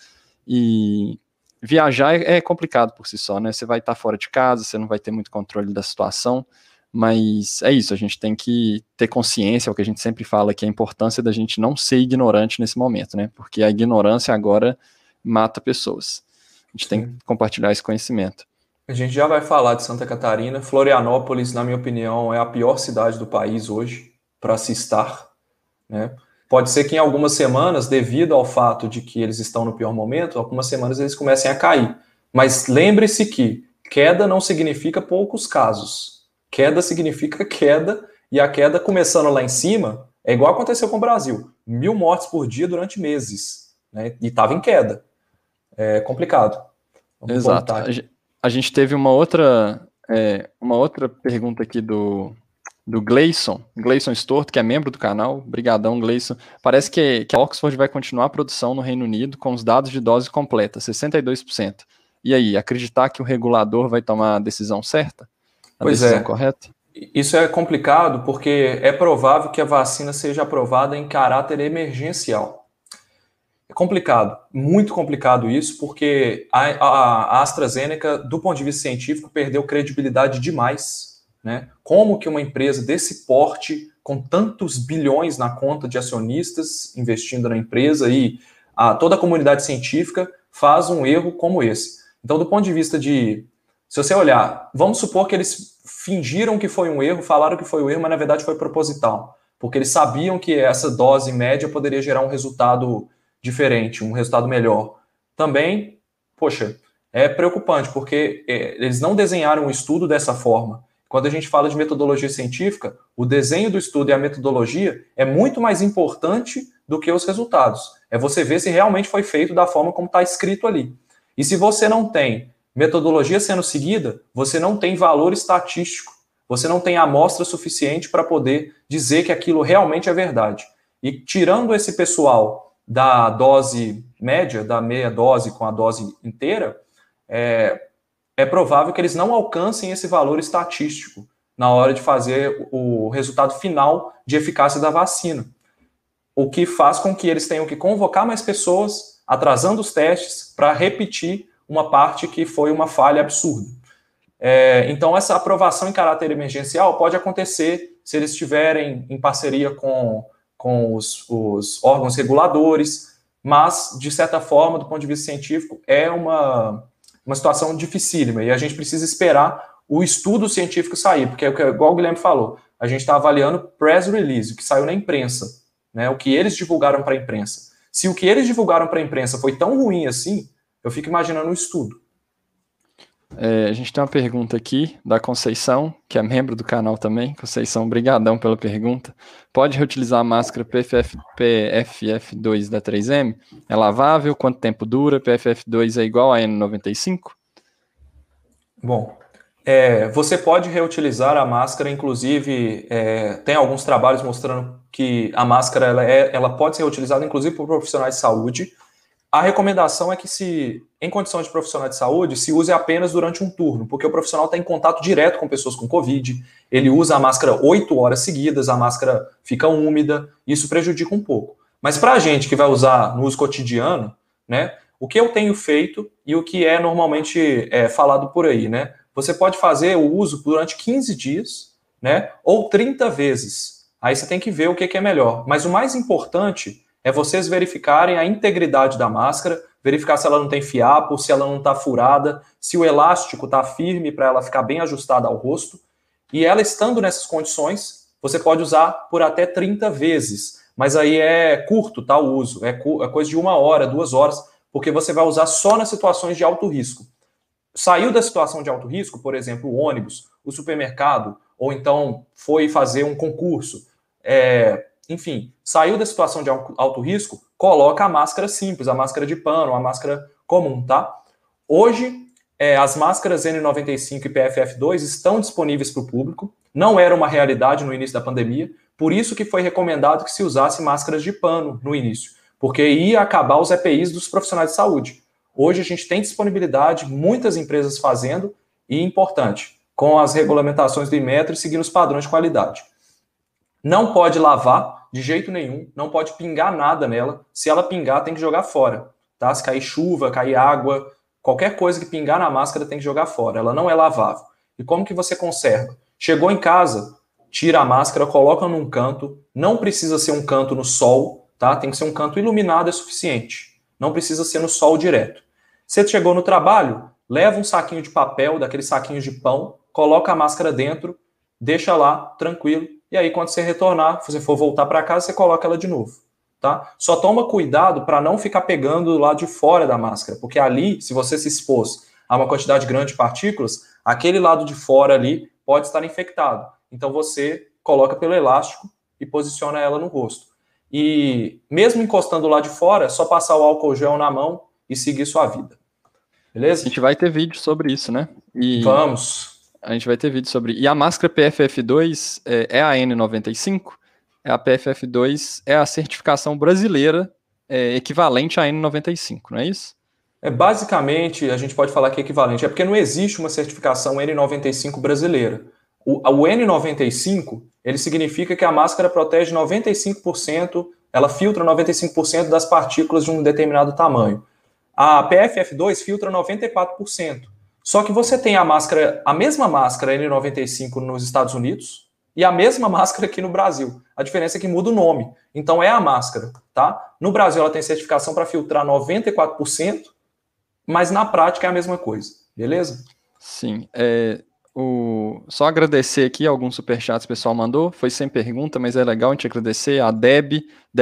e viajar é complicado por si só, né? Você vai estar fora de casa, você não vai ter muito controle da situação. Mas é isso, a gente tem que ter consciência, é o que a gente sempre fala, que é a importância da gente não ser ignorante nesse momento, né? Porque a ignorância agora mata pessoas. A gente tem que compartilhar esse conhecimento. A gente já vai falar de Santa Catarina. Florianópolis, na minha opinião, é a pior cidade do país hoje para se estar, né? Pode ser que em algumas semanas, devido ao fato de que eles estão no pior momento, algumas semanas eles comecem a cair. Mas lembre-se que queda não significa poucos casos. Queda significa queda, e a queda começando lá em cima é igual aconteceu com o Brasil. 1.000 mortes por dia durante meses, né? E estava em queda. É complicado. Exato. A gente teve uma outra pergunta aqui do Gleison Storto, que é membro do canal. Obrigadão, Gleison. Parece que a Oxford vai continuar a produção no Reino Unido com os dados de dose completa, 62%. E aí, acreditar que o regulador vai tomar a decisão certa? A decisão correta? Isso é complicado porque é provável que a vacina seja aprovada em caráter emergencial. É complicado, muito complicado isso, porque a AstraZeneca, do ponto de vista científico, perdeu credibilidade demais, né? Como que uma empresa desse porte, com tantos bilhões na conta de acionistas investindo na empresa e toda a comunidade científica faz um erro como esse? Então, do ponto de vista se você olhar, vamos supor que eles fingiram que foi um erro, falaram que foi um erro, mas na verdade foi proposital, porque eles sabiam que essa dose média poderia gerar um resultado diferente, um resultado melhor. Também, poxa, é preocupante, porque eles não desenharam o estudo dessa forma. Quando a gente fala de metodologia científica, o desenho do estudo e a metodologia é muito mais importante do que os resultados. É você ver se realmente foi feito da forma como está escrito ali. E se você não tem metodologia sendo seguida, você não tem valor estatístico, você não tem amostra suficiente para poder dizer que aquilo realmente é verdade. E tirando esse pessoal da dose média, da meia dose com a dose inteira, é provável que eles não alcancem esse valor estatístico na hora de fazer o resultado final de eficácia da vacina. O que faz com que eles tenham que convocar mais pessoas, atrasando os testes, para repetir uma parte que foi uma falha absurda. Então, essa aprovação em caráter emergencial pode acontecer se eles estiverem em parceria com os órgãos reguladores, mas, de certa forma, do ponto de vista científico, é uma situação dificílima, e a gente precisa esperar o estudo científico sair, porque, igual o Guilherme falou, a gente está avaliando press release, o que saiu na imprensa, né, o que eles divulgaram para a imprensa. Se o que eles divulgaram para a imprensa foi tão ruim assim, eu fico imaginando o estudo. A gente tem uma pergunta aqui da Conceição, que é membro do canal também. Conceição, brigadão pela pergunta. Pode reutilizar a máscara PFF2 da 3M? É lavável? Quanto tempo dura? PFF2 é igual a N95? Bom, você pode reutilizar a máscara, inclusive tem alguns trabalhos mostrando que a máscara ela pode ser reutilizada, inclusive por profissionais de saúde. A recomendação é que, em condição de profissional de saúde, se use apenas durante um turno, porque o profissional está em contato direto com pessoas com Covid, ele usa a máscara 8 horas seguidas, a máscara fica úmida, isso prejudica um pouco. Mas para a gente que vai usar no uso cotidiano, né, o que eu tenho feito e o que é normalmente falado por aí, né, você pode fazer o uso durante 15 dias, né, ou 30 vezes. Aí você tem que ver o que é melhor. Mas o mais importante é vocês verificarem a integridade da máscara, verificar se ela não tem fiapo, se ela não está furada, se o elástico está firme para ela ficar bem ajustada ao rosto. E ela estando nessas condições, você pode usar por até 30 vezes. Mas aí é curto, tá, o uso. É coisa de 1 hora, 2 horas, porque você vai usar só nas situações de alto risco. Saiu da situação de alto risco, por exemplo, o ônibus, o supermercado, ou então foi fazer um concurso, enfim, saiu da situação de alto risco, coloca a máscara simples, a máscara de pano, a máscara comum, tá? Hoje, as máscaras N95 e PFF2 estão disponíveis para o público, não era uma realidade no início da pandemia, por isso que foi recomendado que se usasse máscaras de pano no início, porque ia acabar os EPIs dos profissionais de saúde. Hoje a gente tem disponibilidade, muitas empresas fazendo, e importante, com as regulamentações do Inmetro e seguindo os padrões de qualidade. Não pode lavar de jeito nenhum, não pode pingar nada nela. Se ela pingar, tem que jogar fora, tá? Se cair chuva, cair água, qualquer coisa que pingar na máscara tem que jogar fora. Ela não é lavável. E como que você conserva? Chegou em casa, tira a máscara, coloca num canto. Não precisa ser um canto no sol, tá? Tem que ser um canto iluminado, é suficiente. Não precisa ser no sol direto. Você chegou no trabalho, leva um saquinho de papel, daqueles saquinhos de pão, coloca a máscara dentro, deixa lá, tranquilo. E aí, quando você retornar, se você for voltar para casa, você coloca ela de novo, tá? Só toma cuidado para não ficar pegando do lado de fora da máscara, porque ali, se você se expôs a uma quantidade grande de partículas, aquele lado de fora ali pode estar infectado. Então, você coloca pelo elástico e posiciona ela no rosto. E mesmo encostando lá de fora, é só passar o álcool gel na mão e seguir sua vida. Beleza? A gente vai ter vídeo sobre isso, né? Vamos. A gente vai ter vídeo sobre... E a máscara PFF2 é a N95? A PFF2 é a certificação brasileira equivalente à N95, não é isso? Basicamente, a gente pode falar que é equivalente. É porque não existe uma certificação N95 brasileira. O N95, ele significa que a máscara protege 95% ela filtra 95% das partículas de um determinado tamanho. A PFF2 filtra 94%. Só que você tem a mesma máscara N95 nos Estados Unidos e a mesma máscara aqui no Brasil. A diferença é que muda o nome. Então é a máscara, tá? No Brasil ela tem certificação para filtrar 94%, mas na prática é a mesma coisa, beleza? Sim. Só agradecer aqui alguns superchats que o pessoal mandou. Foi sem pergunta, mas é legal a gente agradecer. A Deb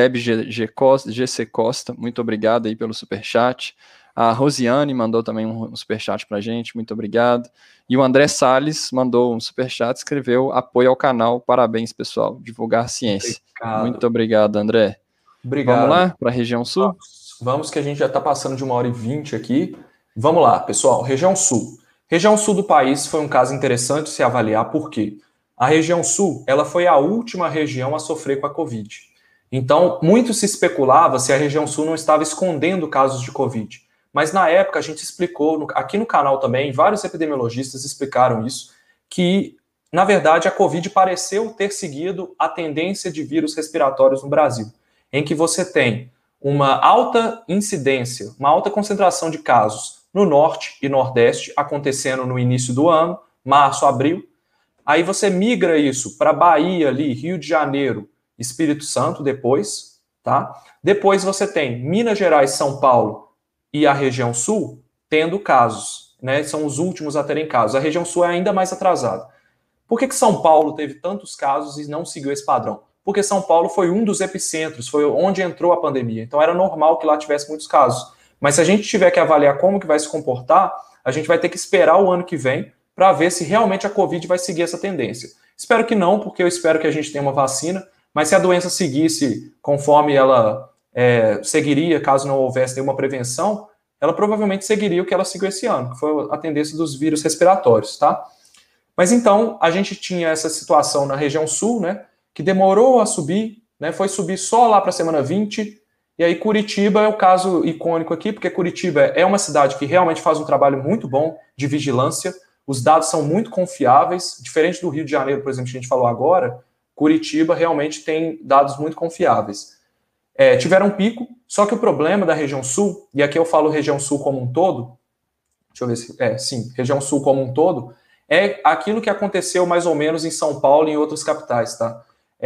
GC Costa, muito obrigado aí pelo superchat. A Rosiane mandou também um superchat pra gente, muito obrigado. E o André Salles mandou um superchat, escreveu apoio ao canal, parabéns pessoal, divulgar ciência. Obrigado. Muito obrigado, André. Obrigado. Vamos lá para a região sul? Vamos que a gente já está passando de 1h20 aqui. Vamos lá, pessoal, região sul. Região sul do país foi um caso interessante se avaliar, por quê? A região sul, ela foi a última região a sofrer com a Covid. Então, muito se especulava se a região sul não estava escondendo casos de Covid. Mas na época a gente explicou, aqui no canal também, vários epidemiologistas explicaram isso, que na verdade a Covid pareceu ter seguido a tendência de vírus respiratórios no Brasil, em que você tem uma alta incidência, uma alta concentração de casos no norte e nordeste, acontecendo no início do ano, março, abril. Aí você migra isso para Bahia ali, Rio de Janeiro, Espírito Santo depois, tá? Depois você tem Minas Gerais, São Paulo e a região sul tendo casos, né? São os últimos a terem casos. A região sul é ainda mais atrasada. Por que São Paulo teve tantos casos e não seguiu esse padrão? Porque São Paulo foi um dos epicentros, foi onde entrou a pandemia. Então era normal que lá tivesse muitos casos. Mas se a gente tiver que avaliar como que vai se comportar, a gente vai ter que esperar o ano que vem para ver se realmente a Covid vai seguir essa tendência. Espero que não, porque eu espero que a gente tenha uma vacina, mas se a doença seguisse conforme ela seguiria, caso não houvesse nenhuma prevenção, ela provavelmente seguiria o que ela seguiu esse ano, que foi a tendência dos vírus respiratórios, tá? Mas então, a gente tinha essa situação na região sul, né, que demorou a subir, né, foi subir só lá para a semana 20, e aí Curitiba é o caso icônico aqui, porque Curitiba é uma cidade que realmente faz um trabalho muito bom de vigilância, os dados são muito confiáveis, diferente do Rio de Janeiro, por exemplo, que a gente falou agora, Curitiba realmente tem dados muito confiáveis. Tiveram um pico, só que o problema da região sul, e aqui eu falo região sul como um todo, deixa eu ver se... sim, região sul como um todo, é aquilo que aconteceu mais ou menos em São Paulo e em outras capitais, tá?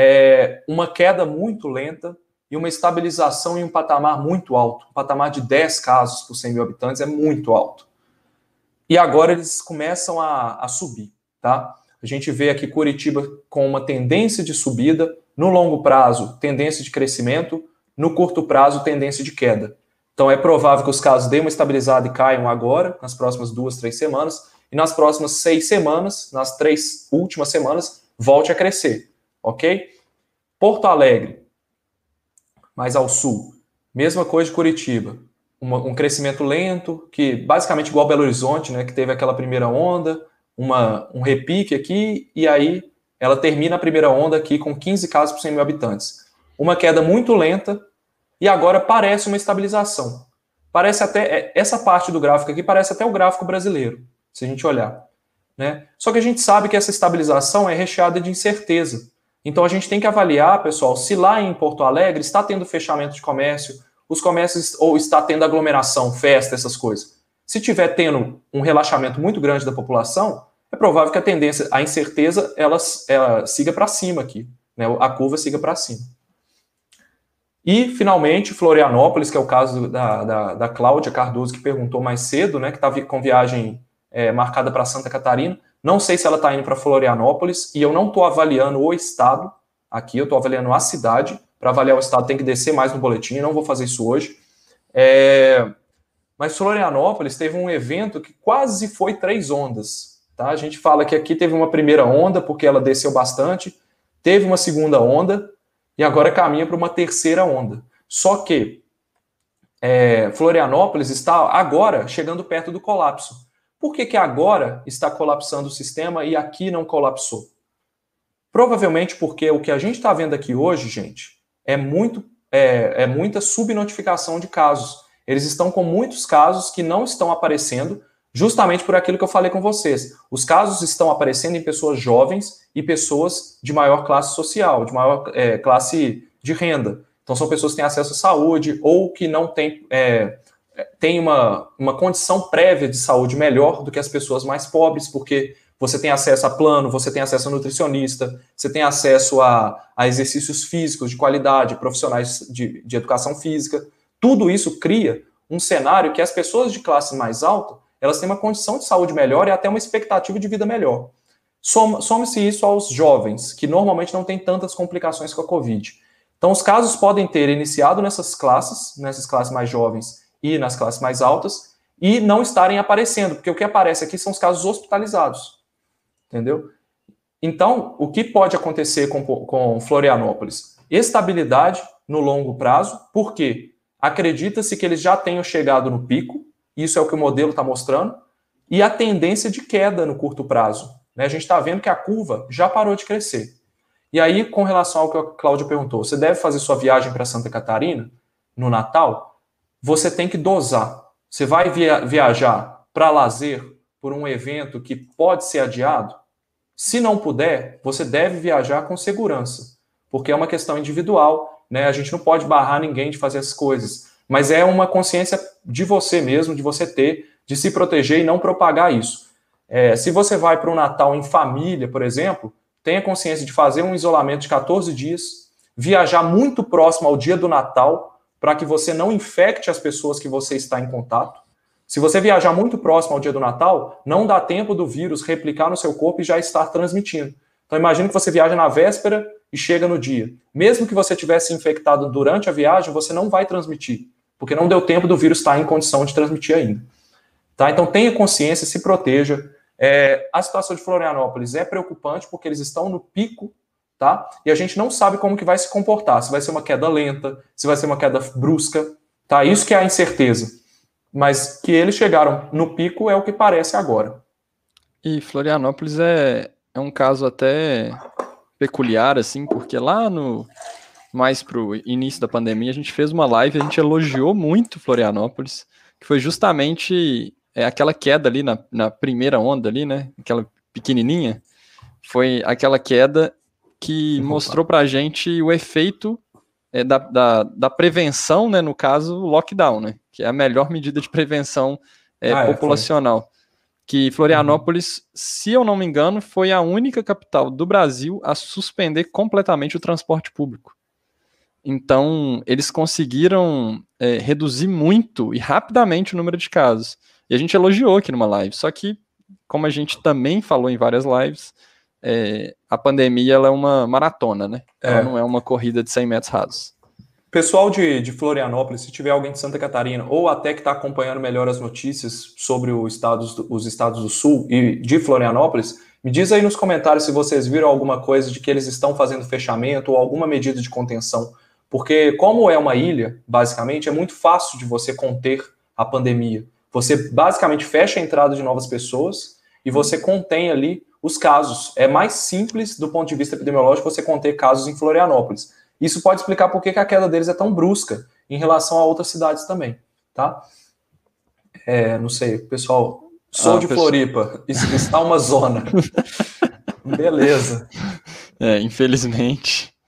Uma queda muito lenta e uma estabilização em um patamar muito alto. Um patamar de 10 casos por 100 mil habitantes é muito alto. E agora eles começam a subir, tá? A gente vê aqui Curitiba com uma tendência de subida, no longo prazo, tendência de crescimento, no curto prazo, tendência de queda. Então é provável que os casos deem uma estabilizada e caiam agora, nas próximas 2, 3 semanas, e nas próximas 6 semanas, nas 3 últimas semanas, volte a crescer, ok? Porto Alegre, mais ao sul, mesma coisa de Curitiba, um crescimento lento, que basicamente igual Belo Horizonte, né, que teve aquela primeira onda, um repique aqui, e aí ela termina a primeira onda aqui com 15 casos por 100 mil habitantes. Uma queda muito lenta, e agora parece uma estabilização. Parece até, essa parte do gráfico aqui parece até o gráfico brasileiro, se a gente olhar, né? Só que a gente sabe que essa estabilização é recheada de incerteza. Então a gente tem que avaliar, pessoal, se lá em Porto Alegre está tendo fechamento de comércio, os comércios, ou está tendo aglomeração, festa, essas coisas. Se tiver tendo um relaxamento muito grande da população, é provável que a tendência, a incerteza, ela siga para cima aqui, né? A curva siga para cima. E, finalmente, Florianópolis, que é o caso da Cláudia Cardoso, que perguntou mais cedo, né, que está com viagem marcada para Santa Catarina. Não sei se ela está indo para Florianópolis, e eu não estou avaliando o estado aqui, eu estou avaliando a cidade. Para avaliar o estado tem que descer mais no boletim, não vou fazer isso hoje. Mas Florianópolis teve um evento que quase foi 3 ondas. Tá? A gente fala que aqui teve uma primeira onda, porque ela desceu bastante, teve uma segunda onda, e agora caminha para uma terceira onda. Só que Florianópolis está agora chegando perto do colapso. Por que agora está colapsando o sistema e aqui não colapsou? Provavelmente porque o que a gente está vendo aqui hoje, gente, é muita subnotificação de casos. Eles estão com muitos casos que não estão aparecendo, justamente por aquilo que eu falei com vocês. Os casos estão aparecendo em pessoas jovens e pessoas de maior classe social, de maior classe de renda. Então, são pessoas que têm acesso à saúde ou que não têm uma condição prévia de saúde melhor do que as pessoas mais pobres, porque você tem acesso a plano, você tem acesso a nutricionista, você tem acesso a exercícios físicos de qualidade, profissionais de educação física. Tudo isso cria um cenário que as pessoas de classe mais alta, elas têm uma condição de saúde melhor e até uma expectativa de vida melhor. Some-se isso aos jovens, que normalmente não têm tantas complicações com a Covid. Então, os casos podem ter iniciado nessas classes mais jovens e nas classes mais altas, e não estarem aparecendo, porque o que aparece aqui são os casos hospitalizados, entendeu? Então, o que pode acontecer com Florianópolis? Estabilidade no longo prazo, porque acredita-se que eles já tenham chegado no pico, isso é o que o modelo está mostrando, e a tendência de queda no curto prazo. A gente está vendo que a curva já parou de crescer. E aí, com relação ao que a Cláudia perguntou, você deve fazer sua viagem para Santa Catarina no Natal? Você tem que dosar. Você vai viajar para lazer por um evento que pode ser adiado? Se não puder, você deve viajar com segurança, porque é uma questão individual, né? A gente não pode barrar ninguém de fazer as coisas, mas é uma consciência de você mesmo, de você ter, de se proteger e não propagar isso. Se você vai para um Natal em família, por exemplo, tenha consciência de fazer um isolamento de 14 dias, viajar muito próximo ao dia do Natal, para que você não infecte as pessoas que você está em contato. Se você viajar muito próximo ao dia do Natal, não dá tempo do vírus replicar no seu corpo e já estar transmitindo. Então imagine que você viaja na véspera e chega no dia. Mesmo que você tivesse infectado durante a viagem, você não vai transmitir, porque não deu tempo do vírus estar em condição de transmitir ainda. Tá? Então tenha consciência, se proteja. A situação de Florianópolis é preocupante porque eles estão no pico, tá? E a gente não sabe como que vai se comportar, se vai ser uma queda lenta, se vai ser uma queda brusca, tá? Isso que é a incerteza. Mas que eles chegaram no pico é o que parece agora. E Florianópolis é um caso até peculiar, assim, porque lá mais pro início da pandemia, a gente fez uma live, a gente elogiou muito Florianópolis, que foi justamente aquela queda ali na primeira onda ali, né? Aquela pequenininha, foi aquela queda que mostrou pra gente o efeito da prevenção, né? No caso, o lockdown, né? Que é a melhor medida de prevenção populacional. Que Florianópolis, se eu não me engano, foi a única capital do Brasil a suspender completamente o transporte público. Então, eles conseguiram reduzir muito e rapidamente o número de casos. E a gente elogiou aqui numa live. Só que, como a gente também falou em várias lives, a pandemia ela é uma maratona, né? Ela não é uma corrida de 100 metros rasos. Pessoal de Florianópolis, se tiver alguém de Santa Catarina ou até que está acompanhando melhor as notícias sobre os estados do Sul e de Florianópolis, me diz aí nos comentários se vocês viram alguma coisa de que eles estão fazendo fechamento ou alguma medida de contenção. Porque como é uma ilha, basicamente, é muito fácil de você conter a pandemia. Você basicamente fecha a entrada de novas pessoas e você contém ali os casos. É mais simples do ponto de vista epidemiológico você conter casos em Florianópolis. Isso pode explicar por que a queda deles é tão brusca em relação a outras cidades também, tá? Não sei, pessoal, de Floripa, isso está uma zona. Beleza. Infelizmente.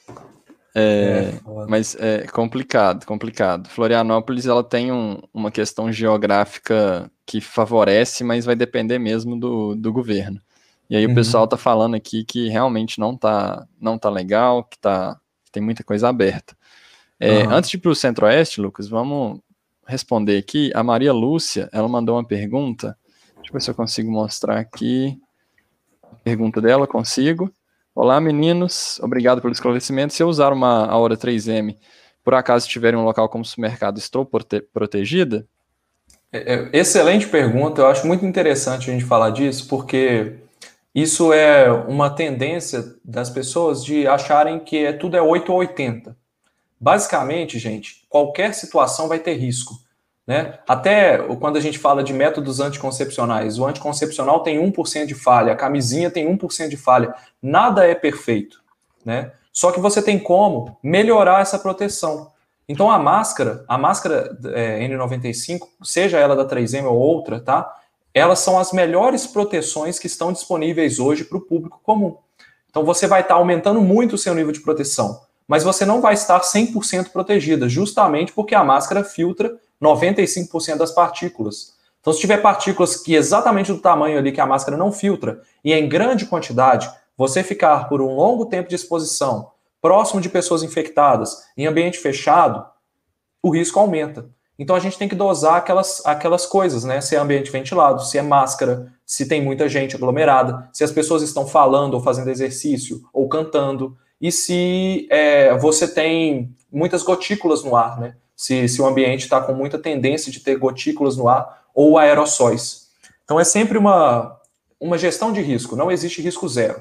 Mas é complicado. Florianópolis ela tem uma questão geográfica que favorece, mas vai depender mesmo do governo. E aí o pessoal tá falando aqui que realmente não tá legal, que tem muita coisa aberta. Antes de ir para o Centro-Oeste, Lucas, vamos responder aqui. A Maria Lúcia, ela mandou uma pergunta. Deixa eu ver se eu consigo mostrar aqui. A pergunta dela, consigo. Olá, meninos. Obrigado pelo esclarecimento. Se eu usar a hora 3M, por acaso estiver em um local como supermercado, estou protegida? Excelente pergunta. Eu acho muito interessante a gente falar disso, porque isso é uma tendência das pessoas de acharem que tudo é 8 ou 80. Basicamente, gente, qualquer situação vai ter risco, né? Até quando a gente fala de métodos anticoncepcionais, o anticoncepcional tem 1% de falha, a camisinha tem 1% de falha. Nada é perfeito, né? Só que você tem como melhorar essa proteção. Então a máscara N95, seja ela da 3M ou outra, tá? Elas são as melhores proteções que estão disponíveis hoje para o público comum. Então você vai estar aumentando muito o seu nível de proteção. mas você não vai estar 100% protegida, justamente porque a máscara filtra 95% das partículas. Então, se tiver partículas que exatamente do tamanho ali que a máscara não filtra, e em grande quantidade, você ficar por um longo tempo de exposição, próximo de pessoas infectadas, em ambiente fechado, o risco aumenta. Então, a gente tem que dosar aquelas coisas, né? Se é ambiente ventilado, se é máscara, se tem muita gente aglomerada, se as pessoas estão falando ou fazendo exercício ou cantando, e se você tem muitas gotículas no ar, né? Se o ambiente está com muita tendência de ter gotículas no ar ou aerossóis. Então, é sempre uma gestão de risco, não existe risco zero.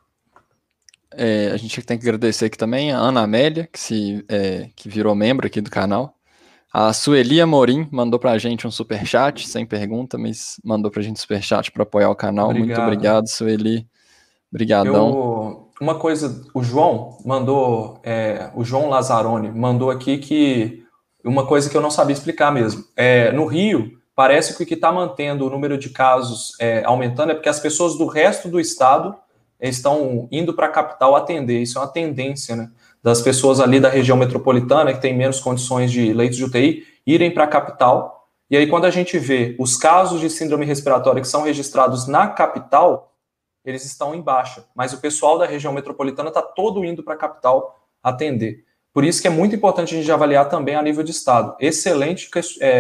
A gente tem que agradecer aqui também a Ana Amélia, que virou membro aqui do canal. A Sueli Amorim mandou pra gente um superchat, sem pergunta, mas mandou pra gente superchat para apoiar o canal. Obrigado. Muito obrigado, Sueli. Obrigadão. Uma coisa, o João mandou, o João Lazzaroni mandou aqui que uma coisa que eu não sabia explicar mesmo. No Rio, parece que o que está mantendo o número de casos aumentando é porque as pessoas do resto do estado estão indo para a capital atender. Isso é uma tendência, né? Das pessoas ali da região metropolitana, que tem menos condições de leitos de UTI, irem para a capital. E aí, quando a gente vê os casos de síndrome respiratória que são registrados na capital, eles estão em baixa. Mas o pessoal da região metropolitana está todo indo para a capital atender. Por isso que é muito importante a gente avaliar também a nível de estado. Excelente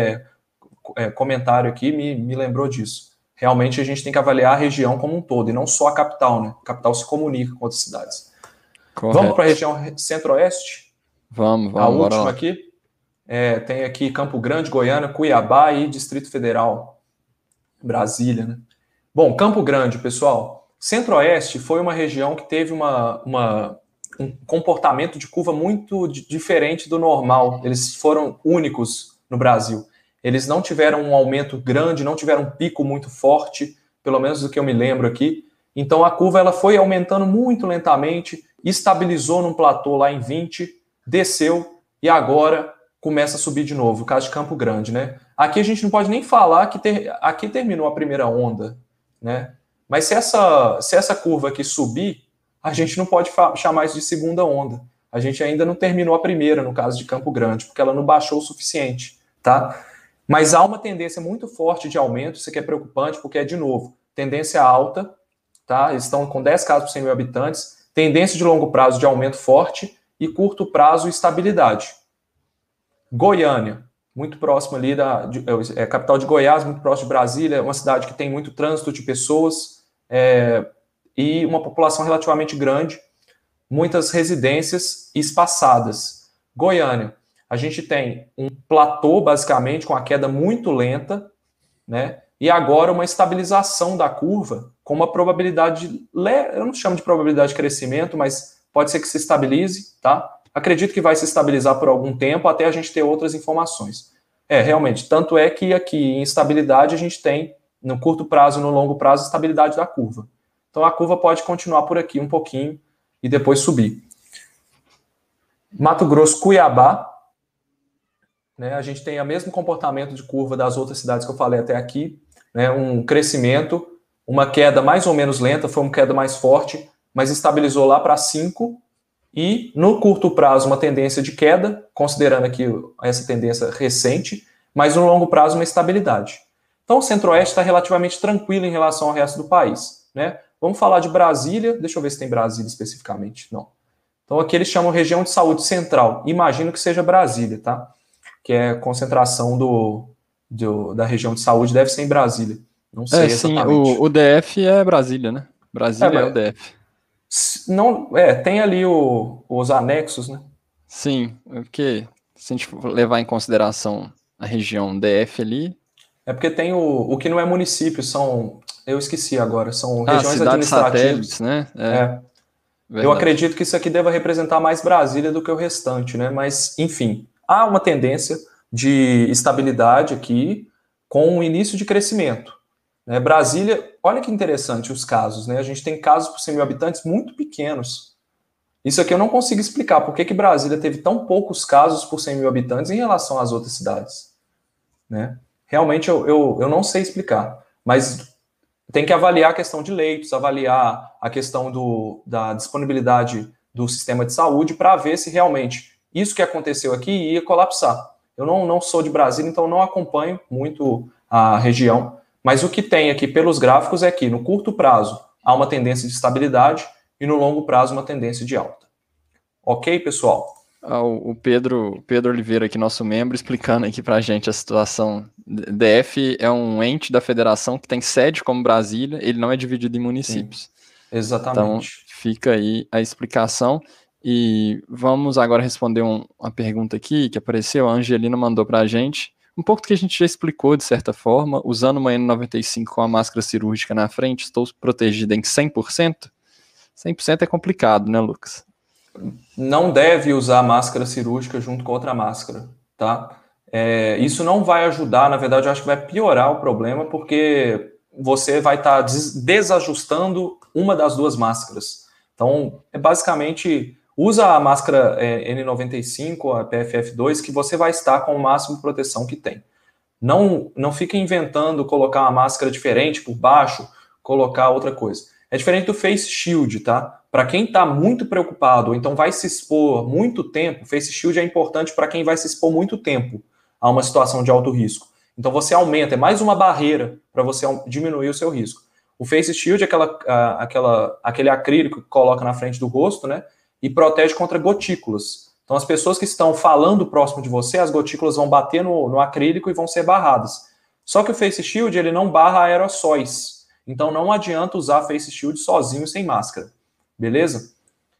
comentário aqui, me lembrou disso. Realmente a gente tem que avaliar a região como um todo, e não só a capital, né? A capital se comunica com outras cidades. Correto. Vamos para a região centro-oeste? Vamos. A última aqui. Tem aqui Campo Grande, Goiânia, Cuiabá e Distrito Federal. Brasília, né? Bom, Campo Grande, pessoal. Centro-oeste foi uma região que teve um comportamento de curva muito diferente do normal. Eles foram únicos no Brasil. Eles não tiveram um aumento grande, não tiveram um pico muito forte, pelo menos do que eu me lembro aqui. Então a curva ela foi aumentando muito lentamente, estabilizou num platô lá em 20, desceu e agora começa a subir de novo, o caso de Campo Grande, né? Aqui a gente não pode nem falar que aqui terminou a primeira onda, né? Mas se essa curva aqui subir, a gente não pode chamar isso de segunda onda. A gente ainda não terminou a primeira, no caso de Campo Grande, porque ela não baixou o suficiente, tá? Mas há uma tendência muito forte de aumento, isso aqui é preocupante, porque de novo, tendência alta, tá? Eles estão com 10 casos por 100 mil habitantes, tendência de longo prazo de aumento forte e curto prazo estabilidade. Goiânia, muito próximo ali capital de Goiás, muito próximo de Brasília, uma cidade que tem muito trânsito de pessoas e uma população relativamente grande, muitas residências espaçadas. Goiânia, a gente tem um platô, basicamente, com a queda muito lenta, né? E agora uma estabilização da curva com uma probabilidade, eu não chamo de probabilidade de crescimento, mas pode ser que se estabilize, tá? Acredito que vai se estabilizar por algum tempo até a gente ter outras informações. Realmente, tanto é que aqui em estabilidade a gente tem, no curto prazo e no longo prazo, estabilidade da curva. Então a curva pode continuar por aqui um pouquinho e depois subir. Mato Grosso, Cuiabá, né, a gente tem o mesmo comportamento de curva das outras cidades que eu falei até aqui, né, um crescimento, uma queda mais ou menos lenta, foi uma queda mais forte, mas estabilizou lá para 5, e no curto prazo uma tendência de queda, considerando aqui essa tendência recente, mas no longo prazo uma estabilidade. Então o Centro-Oeste está relativamente tranquilo em relação ao resto do país, né? Vamos falar de Brasília, deixa eu ver se tem Brasília especificamente, não. Então aqui eles chamam região de saúde central, imagino que seja Brasília, tá? Que é a concentração da região de saúde, deve ser em Brasília. Não sei exatamente. Sim, o DF é Brasília, né? Brasília é o DF. Não, tem ali os anexos, né? Sim, porque se a gente for levar em consideração a região DF ali... É porque tem o que não é município, eu esqueci agora, são regiões administrativas. Satélites, né? Eu acredito que isso aqui deva representar mais Brasília do que o restante, né? Mas, enfim, há uma tendência de estabilidade aqui com o início de crescimento. Né? Brasília, olha que interessante os casos, né? A gente tem casos por 100 mil habitantes muito pequenos. Isso aqui eu não consigo explicar. Por que Brasília teve tão poucos casos por 100 mil habitantes em relação às outras cidades? Né? Realmente eu não sei explicar. Mas tem que avaliar a questão de leitos, avaliar a questão da disponibilidade do sistema de saúde para ver se realmente isso que aconteceu aqui ia colapsar. Eu não sou de Brasília, então não acompanho muito a região, mas o que tem aqui pelos gráficos é que no curto prazo há uma tendência de estabilidade e no longo prazo uma tendência de alta. Ok, pessoal? O Pedro Oliveira, aqui, nosso membro, explicando aqui para a gente a situação. DF é um ente da federação que tem sede como Brasília, ele não é dividido em municípios. Sim, exatamente. Então, fica aí a explicação. E vamos agora responder uma pergunta aqui que apareceu, a Angelina mandou para a gente. Um pouco do que a gente já explicou, de certa forma, usando uma N95 com a máscara cirúrgica na frente, estou protegida em 100%? 100% é complicado, né, Lucas? Não deve usar máscara cirúrgica junto com outra máscara, tá? Isso não vai ajudar, na verdade, eu acho que vai piorar o problema, porque você vai estar desajustando uma das duas máscaras. Então, basicamente, usa a máscara N95, a PFF2, que você vai estar com o máximo de proteção que tem. Não fica inventando colocar uma máscara diferente por baixo, colocar outra coisa. É diferente do Face Shield, tá? Para quem está muito preocupado, ou então vai se expor muito tempo, Face Shield é importante para quem vai se expor muito tempo a uma situação de alto risco. Então você aumenta, é mais uma barreira para você diminuir o seu risco. O Face Shield é aquele acrílico que coloca na frente do rosto, né? E protege contra gotículas. Então as pessoas que estão falando próximo de você, as gotículas vão bater no acrílico e vão ser barradas. Só que o Face Shield, ele não barra aerossóis. Então não adianta usar Face Shield sozinho, sem máscara. Beleza?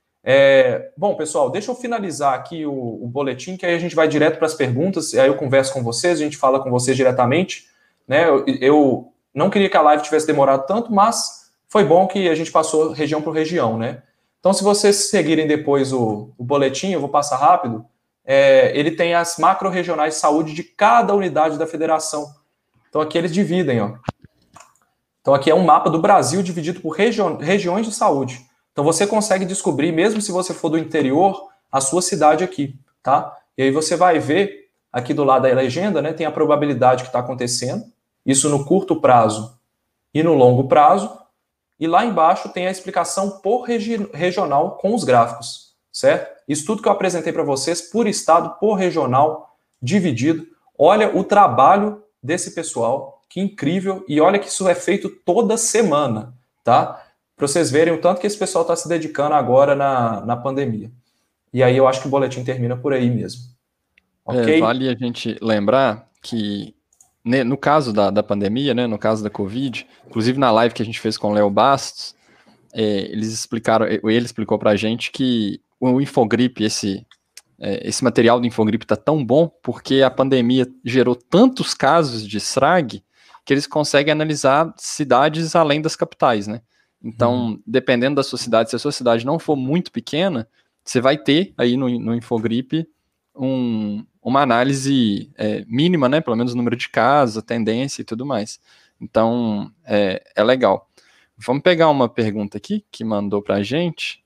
Bom, pessoal, deixa eu finalizar aqui o boletim, que aí a gente vai direto para as perguntas, aí eu converso com vocês, a gente fala com vocês diretamente. Né? Eu não queria que a live tivesse demorado tanto, mas foi bom que a gente passou região por região, né? Então, se vocês seguirem depois o boletim, eu vou passar rápido, ele tem as macro-regionais de saúde de cada unidade da federação. Então, aqui eles dividem, ó. Então, aqui é um mapa do Brasil dividido por regiões de saúde. Então, você consegue descobrir, mesmo se você for do interior, a sua cidade aqui, tá? E aí você vai ver, aqui do lado da legenda, né, tem a probabilidade que está acontecendo, isso no curto prazo e no longo prazo, e lá embaixo tem a explicação por regional com os gráficos, certo? Isso tudo que eu apresentei para vocês, por estado, por regional, dividido. Olha o trabalho desse pessoal, que incrível, e olha que isso é feito toda semana, tá? Para vocês verem o tanto que esse pessoal está se dedicando agora na pandemia. E aí eu acho que o boletim termina por aí mesmo. Ok? Vale a gente lembrar que, né, no caso da pandemia, né, no caso da Covid, inclusive na live que a gente fez com o Léo Bastos, ele explicou para a gente que o Infogripe, esse material do Infogripe está tão bom porque a pandemia gerou tantos casos de SRAG que eles conseguem analisar cidades além das capitais, né? Então, dependendo da sua cidade, se a sua cidade não for muito pequena, você vai ter aí no Infogripe uma análise mínima, né? Pelo menos o número de casos, a tendência e tudo mais. Então, é legal. Vamos pegar uma pergunta aqui que mandou pra gente.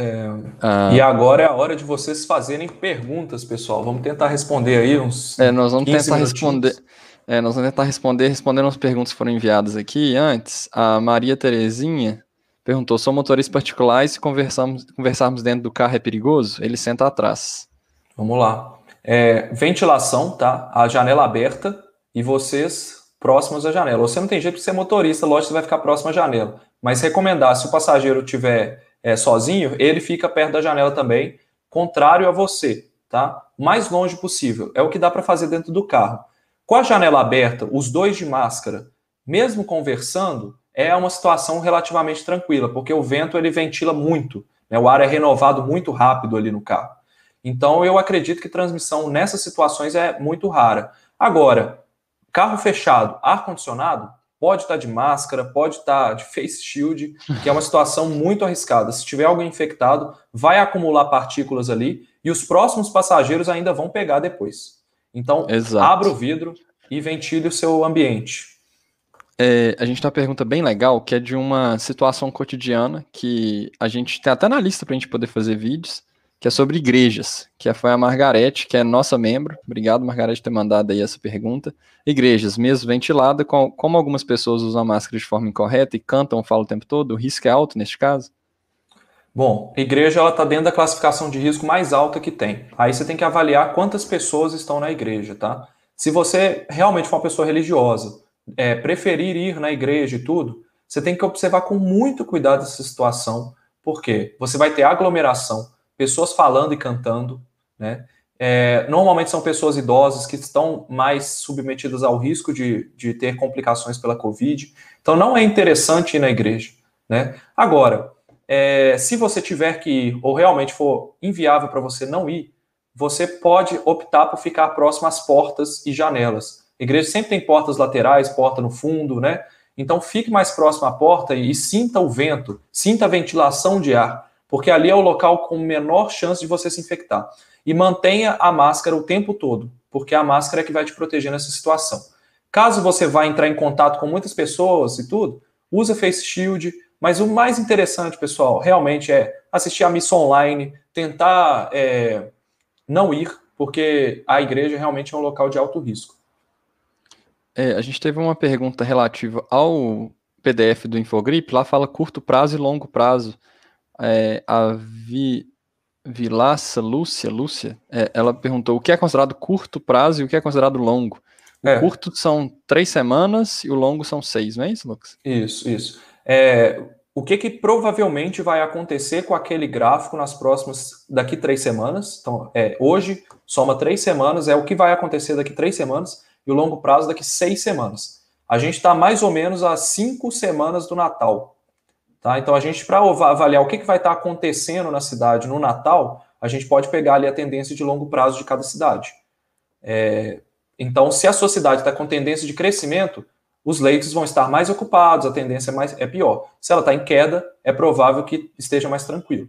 E agora é a hora de vocês fazerem perguntas, pessoal. Vamos tentar responder aí uns nós vamos 15 tentar minutinhos. nós vamos tentar respondendo as perguntas que foram enviadas aqui antes. A Maria Terezinha perguntou: sou motorista particular e se conversarmos dentro do carro é perigoso? Ele senta atrás. Vamos lá. Ventilação, tá? A janela aberta e vocês próximos à janela. Você não tem jeito de ser motorista, lógico que você vai ficar próximo à janela. Mas recomendar, se o passageiro estiver sozinho, ele fica perto da janela também, contrário a você, tá? Mais longe possível. É o que dá para fazer dentro do carro. Com a janela aberta, os dois de máscara, mesmo conversando, é uma situação relativamente tranquila, porque o vento ele ventila muito, né? O ar é renovado muito rápido ali no carro. Então, eu acredito que transmissão nessas situações é muito rara. Agora, carro fechado, ar-condicionado, pode estar de máscara, pode estar de face shield, que é uma situação muito arriscada. Se tiver alguém infectado, vai acumular partículas ali e os próximos passageiros ainda vão pegar depois. Então, abra o vidro e ventile o seu ambiente. A gente tem uma pergunta bem legal, que é de uma situação cotidiana, que a gente tem até na lista para a gente poder fazer vídeos, que é sobre igrejas, que foi a Margarete, que é nossa membro. Obrigado, Margarete, por ter mandado aí essa pergunta. Igrejas, mesmo ventilada, como algumas pessoas usam a máscara de forma incorreta e cantam ou falam o tempo todo, o risco é alto neste caso? Bom, a igreja ela está dentro da classificação de risco mais alta que tem. Aí você tem que avaliar quantas pessoas estão na igreja, tá? Se você realmente for uma pessoa religiosa, preferir ir na igreja e tudo, você tem que observar com muito cuidado essa situação, porque você vai ter aglomeração, pessoas falando e cantando, né? Normalmente são pessoas idosas que estão mais submetidas ao risco de ter complicações pela Covid. Então não é interessante ir na igreja, né? Agora, se você tiver que ir, ou realmente for inviável para você não ir, você pode optar por ficar próximo às portas e janelas. A igreja sempre tem portas laterais, porta no fundo, né? Então fique mais próximo à porta e sinta o vento, sinta a ventilação de ar, porque ali é o local com menor chance de você se infectar. E mantenha a máscara o tempo todo, porque a máscara é que vai te proteger nessa situação. Caso você vá entrar em contato com muitas pessoas e tudo, usa face shield. Mas o mais interessante, pessoal, realmente é assistir a missa online, tentar não ir, porque a igreja realmente é um local de alto risco. A gente teve uma pergunta relativa ao PDF do Infogrip, lá fala curto prazo e longo prazo. A Vilaça Lúcia, ela perguntou o que é considerado curto prazo e o que é considerado longo. O curto são 3 semanas e o longo são 6, não é isso, Lucas? Isso. O que provavelmente vai acontecer com aquele gráfico nas próximas, daqui 3 semanas? Então, hoje soma 3 semanas, é o que vai acontecer daqui 3 semanas, e o longo prazo daqui 6 semanas. A gente está mais ou menos a 5 semanas do Natal. Tá? Então, a gente, para avaliar o que vai estar acontecendo na cidade no Natal, a gente pode pegar ali a tendência de longo prazo de cada cidade. Então, se a sua cidade está com tendência de crescimento, os leitos vão estar mais ocupados, a tendência é pior. Se ela está em queda, é provável que esteja mais tranquilo.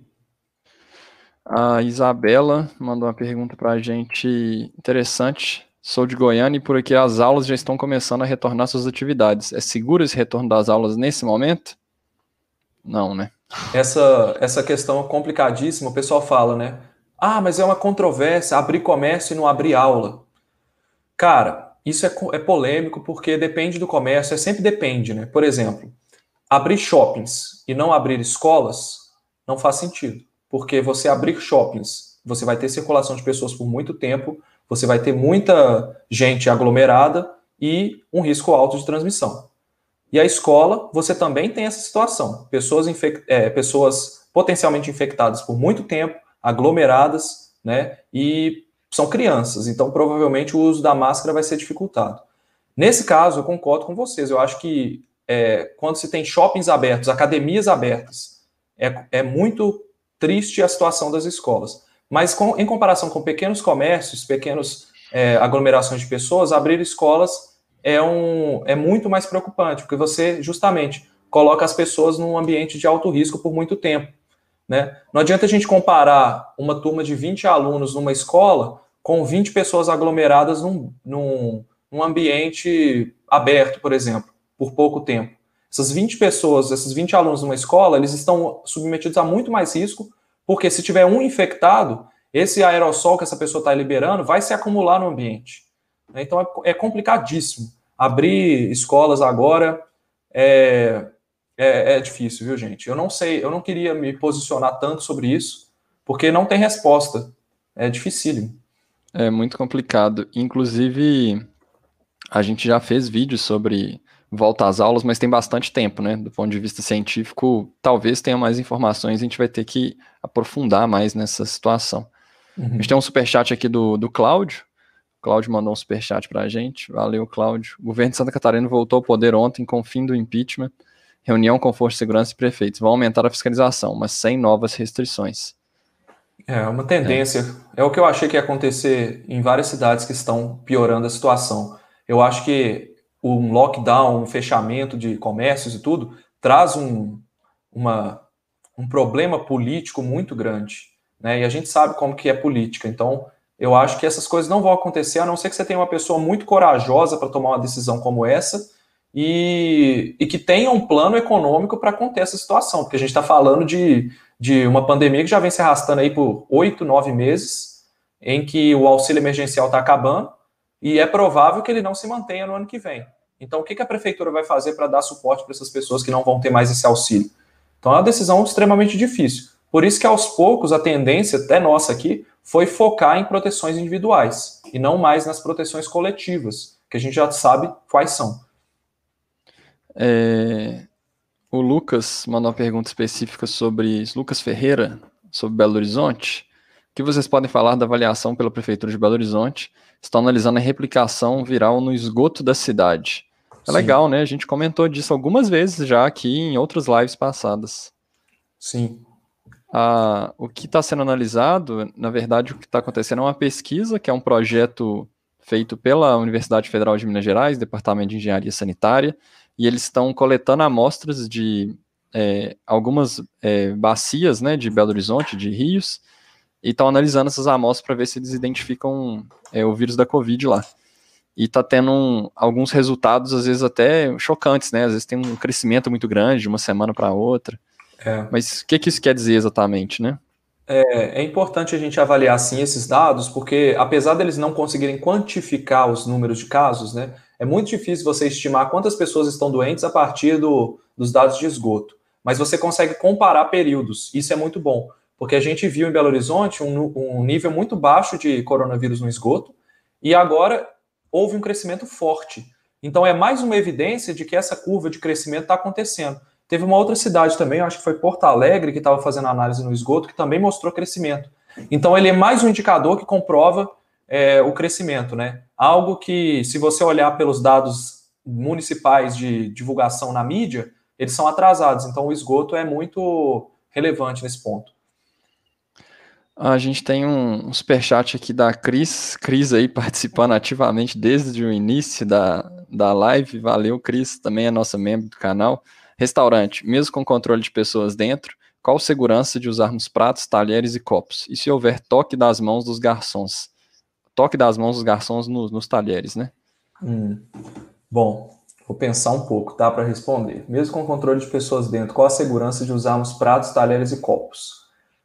A Isabela mandou uma pergunta para a gente interessante. Sou de Goiânia e por aqui as aulas já estão começando a retornar suas atividades. É seguro esse retorno das aulas nesse momento? Não, né? Essa questão é complicadíssima, o pessoal fala, né? Ah, mas é uma controvérsia, abrir comércio e não abrir aula. Cara, isso é polêmico porque depende do comércio, sempre depende, né? Por exemplo, abrir shoppings e não abrir escolas não faz sentido. Porque você abrir shoppings, você vai ter circulação de pessoas por muito tempo, você vai ter muita gente aglomerada e um risco alto de transmissão. E a escola, você também tem essa situação. Pessoas potencialmente infectadas por muito tempo, aglomeradas, né? E são crianças, então provavelmente o uso da máscara vai ser dificultado. Nesse caso, eu concordo com vocês. Eu acho que quando se tem shoppings abertos, academias abertas, é muito triste a situação das escolas. Mas em comparação com pequenos comércios, aglomerações de pessoas, abrir escolas é muito mais preocupante, porque você justamente coloca as pessoas num ambiente de alto risco por muito tempo. Né? Não adianta a gente comparar uma turma de 20 alunos numa escola com 20 pessoas aglomeradas num ambiente aberto, por exemplo, por pouco tempo. Essas 20 pessoas, esses 20 alunos numa escola, eles estão submetidos a muito mais risco, porque se tiver um infectado, esse aerossol que essa pessoa está liberando vai se acumular no ambiente. Então é complicadíssimo. Abrir escolas agora é difícil, viu, gente? Eu não sei, eu não queria me posicionar tanto sobre isso, porque não tem resposta. É dificílimo. É muito complicado. Inclusive, a gente já fez vídeos sobre volta às aulas, mas tem bastante tempo, né? Do ponto de vista científico, talvez tenha mais informações, a gente vai ter que aprofundar mais nessa situação. A gente tem um superchat aqui do Cláudio. O Cláudio mandou um superchat pra gente. Valeu, Cláudio. O governo de Santa Catarina voltou ao poder ontem com o fim do impeachment. Reunião com força de segurança e prefeitos. Vão aumentar a fiscalização, mas sem novas restrições. É uma tendência. É o que eu achei que ia acontecer em várias cidades que estão piorando a situação. Eu acho que um lockdown, um fechamento de comércios e tudo, traz um problema político muito grande. Né? E a gente sabe como que é política. Então, eu acho que essas coisas não vão acontecer, a não ser que você tenha uma pessoa muito corajosa para tomar uma decisão como essa e que tenha um plano econômico para conter essa situação. Porque a gente está falando de uma pandemia que já vem se arrastando aí por 8, 9 meses, em que o auxílio emergencial está acabando e é provável que ele não se mantenha no ano que vem. Então, o que a prefeitura vai fazer para dar suporte para essas pessoas que não vão ter mais esse auxílio? Então, é uma decisão extremamente difícil. Por isso que aos poucos a tendência, até nossa aqui, foi focar em proteções individuais e não mais nas proteções coletivas, que a gente já sabe quais são. O Lucas mandou uma pergunta específica sobre Lucas Ferreira, sobre Belo Horizonte. O que vocês podem falar da avaliação pela Prefeitura de Belo Horizonte? Estão analisando a replicação viral no esgoto da cidade. É legal, né? A gente comentou disso algumas vezes já aqui em outras lives passadas. Sim. O que está sendo analisado, na verdade, o que está acontecendo é uma pesquisa, que é um projeto feito pela Universidade Federal de Minas Gerais, Departamento de Engenharia Sanitária, e eles estão coletando amostras de algumas bacias, né, de Belo Horizonte, de rios, e estão analisando essas amostras para ver se eles identificam o vírus da Covid lá. E está tendo alguns resultados, às vezes até chocantes, né? Às vezes tem um crescimento muito grande de uma semana para outra. Mas o que isso quer dizer exatamente, né? É importante a gente avaliar, sim, esses dados, porque apesar deles não conseguirem quantificar os números de casos, né, é muito difícil você estimar quantas pessoas estão doentes a partir dos dados de esgoto. Mas você consegue comparar períodos, isso é muito bom, porque a gente viu em Belo Horizonte um nível muito baixo de coronavírus no esgoto, e agora houve um crescimento forte. Então é mais uma evidência de que essa curva de crescimento está acontecendo. Teve uma outra cidade também, eu acho que foi Porto Alegre, que estava fazendo análise no esgoto, que também mostrou crescimento. Então, ele é mais um indicador que comprova o crescimento, né? Algo que, se você olhar pelos dados municipais de divulgação na mídia, eles são atrasados. Então, o esgoto é muito relevante nesse ponto. A gente tem um superchat aqui da Cris aí participando ativamente desde o início da live. Valeu, Cris, também é nossa membro do canal. Restaurante, mesmo com controle de pessoas dentro, qual segurança de usarmos pratos, talheres e copos? E se houver toque das mãos dos garçons? Toque das mãos dos garçons nos talheres, né? Bom, vou pensar um pouco, tá, para responder. Mesmo com controle de pessoas dentro, qual a segurança de usarmos pratos, talheres e copos?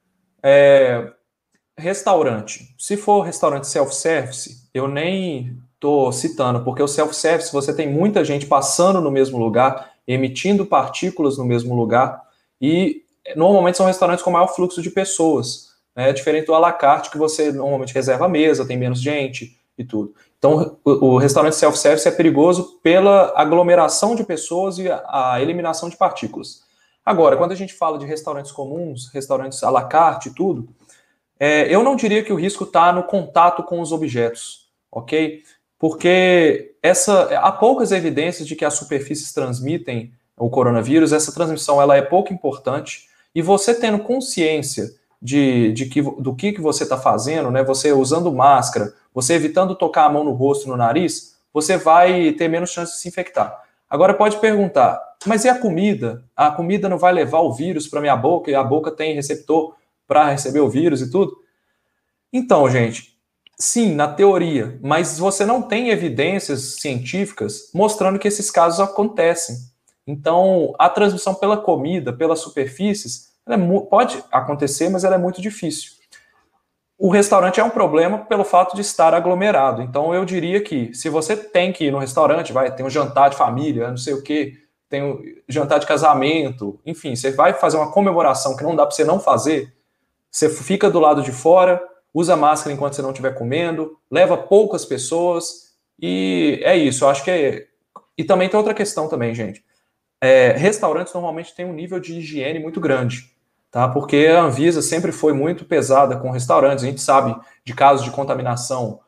Restaurante. Se for restaurante self-service, eu nem estou citando, porque o self-service você tem muita gente passando no mesmo lugar, emitindo partículas no mesmo lugar, e normalmente são restaurantes com maior fluxo de pessoas, né? Diferente do à la carte, que você normalmente reserva a mesa, tem menos gente e tudo. Então, o restaurante self-service é perigoso pela aglomeração de pessoas e a eliminação de partículas. Agora, quando a gente fala de restaurantes comuns, restaurantes à la carte e tudo, eu não diria que o risco está no contato com os objetos, ok? Porque há poucas evidências de que as superfícies transmitem o coronavírus, essa transmissão ela é pouco importante, e você tendo consciência do que você está fazendo, né? Você usando máscara, você evitando tocar a mão no rosto e no nariz, você vai ter menos chance de se infectar. Agora pode perguntar, mas e a comida? A comida não vai levar o vírus para minha boca e a boca tem receptor para receber o vírus e tudo? Então, gente, sim, na teoria, mas você não tem evidências científicas mostrando que esses casos acontecem. Então, a transmissão pela comida, pelas superfícies, pode acontecer, mas ela é muito difícil. O restaurante é um problema pelo fato de estar aglomerado. Então, eu diria que se você tem que ir no restaurante, tem um jantar de família, não sei o quê, tem um jantar de casamento, enfim, você vai fazer uma comemoração que não dá para você não fazer, você fica do lado de fora, usa máscara enquanto você não estiver comendo, leva poucas pessoas, e é isso, eu acho que é... E também tem outra questão também, gente. Restaurantes normalmente têm um nível de higiene muito grande, tá? Porque a Anvisa sempre foi muito pesada com restaurantes, a gente sabe de casos de contaminação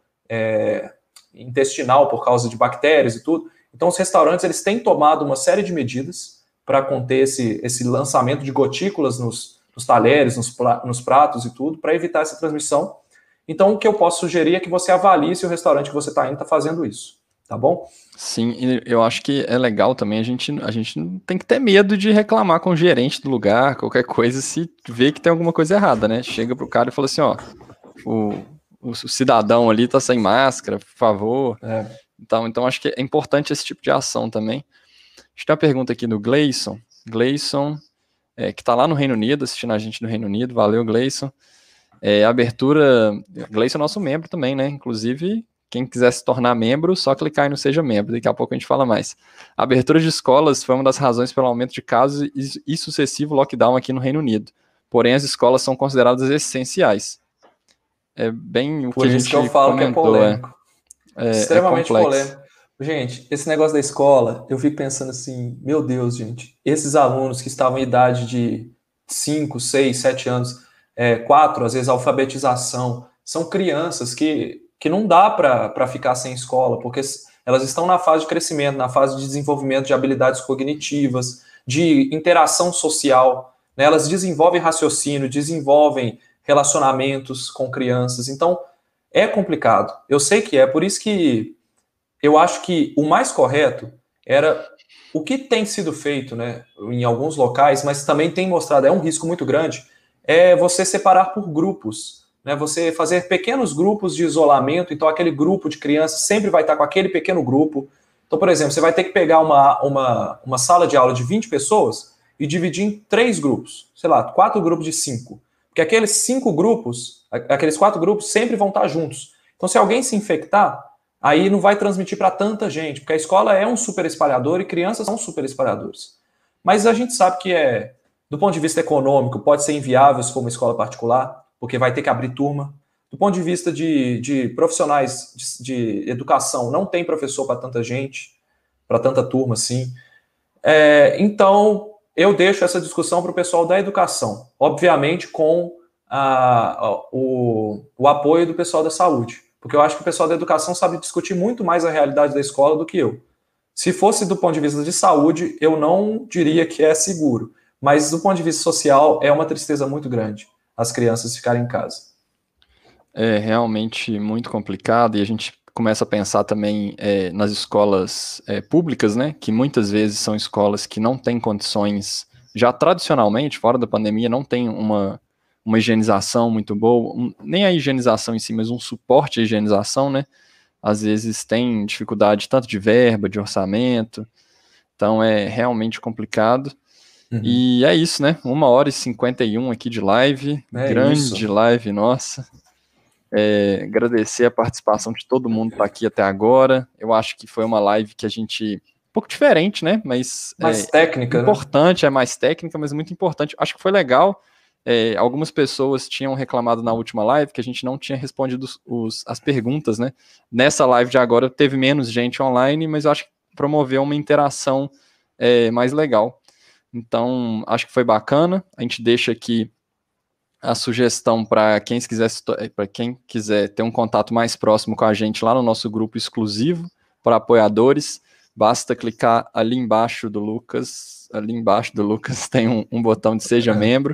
intestinal por causa de bactérias e tudo. Então, os restaurantes eles têm tomado uma série de medidas para conter esse lançamento de gotículas nos talheres, nos pratos e tudo, para evitar essa transmissão. Então, o que eu posso sugerir é que você avalie se o restaurante que você está indo está fazendo isso, tá bom? Sim, eu acho que é legal também, a gente não tem que ter medo de reclamar com o gerente do lugar, qualquer coisa, se vê que tem alguma coisa errada, né? Chega pro cara e fala assim, ó, o cidadão ali tá sem máscara, por favor. Então acho que é importante esse tipo de ação também. A gente tem uma pergunta aqui do Gleison, que tá lá no Reino Unido, assistindo a gente no Reino Unido, valeu, Gleison. Gleison é nosso membro também, né? Inclusive, quem quiser se tornar membro, só clicar aí no Seja Membro, daqui a pouco a gente fala mais. A abertura de escolas foi uma das razões pelo aumento de casos e sucessivo lockdown aqui no Reino Unido. porém as escolas são consideradas essenciais. É bem o Por que a isso gente que eu falo que é comentou, polêmico. é Extremamente complexo. polêmico. Gente, esse negócio da escola, eu fico pensando assim, meu Deus, gente, esses alunos que estavam em idade de 5, 6, 7 anos, 4, às vezes alfabetização, são crianças que não dá para ficar sem escola, porque elas estão na fase de crescimento, na fase de desenvolvimento de habilidades cognitivas, de interação social, né? Elas desenvolvem raciocínio, desenvolvem relacionamentos com crianças, então é complicado. Eu sei que é, por isso que eu acho que o mais correto era o que tem sido feito, né, em alguns locais, mas também tem mostrado, é um risco muito grande, é você separar por grupos, né, você fazer pequenos grupos de isolamento, então aquele grupo de crianças sempre vai estar com aquele pequeno grupo. Então, por exemplo, você vai ter que pegar uma sala de aula de 20 pessoas e dividir em 3 grupos, sei lá, 4 grupos de 5, porque aqueles 5 grupos, aqueles 4 grupos sempre vão estar juntos. Então, se alguém se infectar, aí não vai transmitir para tanta gente, porque a escola é um super espalhador e crianças são super espalhadores. Mas a gente sabe que do ponto de vista econômico, pode ser inviável se for uma escola particular, porque vai ter que abrir turma. Do ponto de vista de profissionais de educação, não tem professor para tanta gente, para tanta turma assim. Então, eu deixo essa discussão para o pessoal da educação, obviamente com o apoio do pessoal da saúde. Porque eu acho que o pessoal da educação sabe discutir muito mais a realidade da escola do que eu. Se fosse do ponto de vista de saúde, eu não diria que é seguro. Mas do ponto de vista social, é uma tristeza muito grande as crianças ficarem em casa. É realmente muito complicado e a gente começa a pensar também nas escolas públicas, né? Que muitas vezes são escolas que não têm condições, já tradicionalmente, fora da pandemia, não tem uma higienização muito boa, nem a higienização em si, mas um suporte à higienização, né? Às vezes tem dificuldade tanto de verba, de orçamento, então é realmente complicado. Uhum. E é isso, né? 1h51 aqui de live, grande isso. live nossa. Agradecer a participação de todo mundo que está aqui até agora. Eu acho que foi uma live que a gente um pouco diferente, né? Mas mais técnica, importante, né? Mais técnica, mas muito importante. Acho que foi legal. Algumas pessoas tinham reclamado na última live que a gente não tinha respondido as perguntas, né? Nessa live de agora teve menos gente online, mas eu acho que promoveu uma interação mais legal. Então, acho que foi bacana. A gente deixa aqui a sugestão para quem quiser ter um contato mais próximo com a gente lá no nosso grupo exclusivo para apoiadores, basta clicar ali embaixo do Lucas. Ali embaixo do Lucas tem um botão de Seja Membro.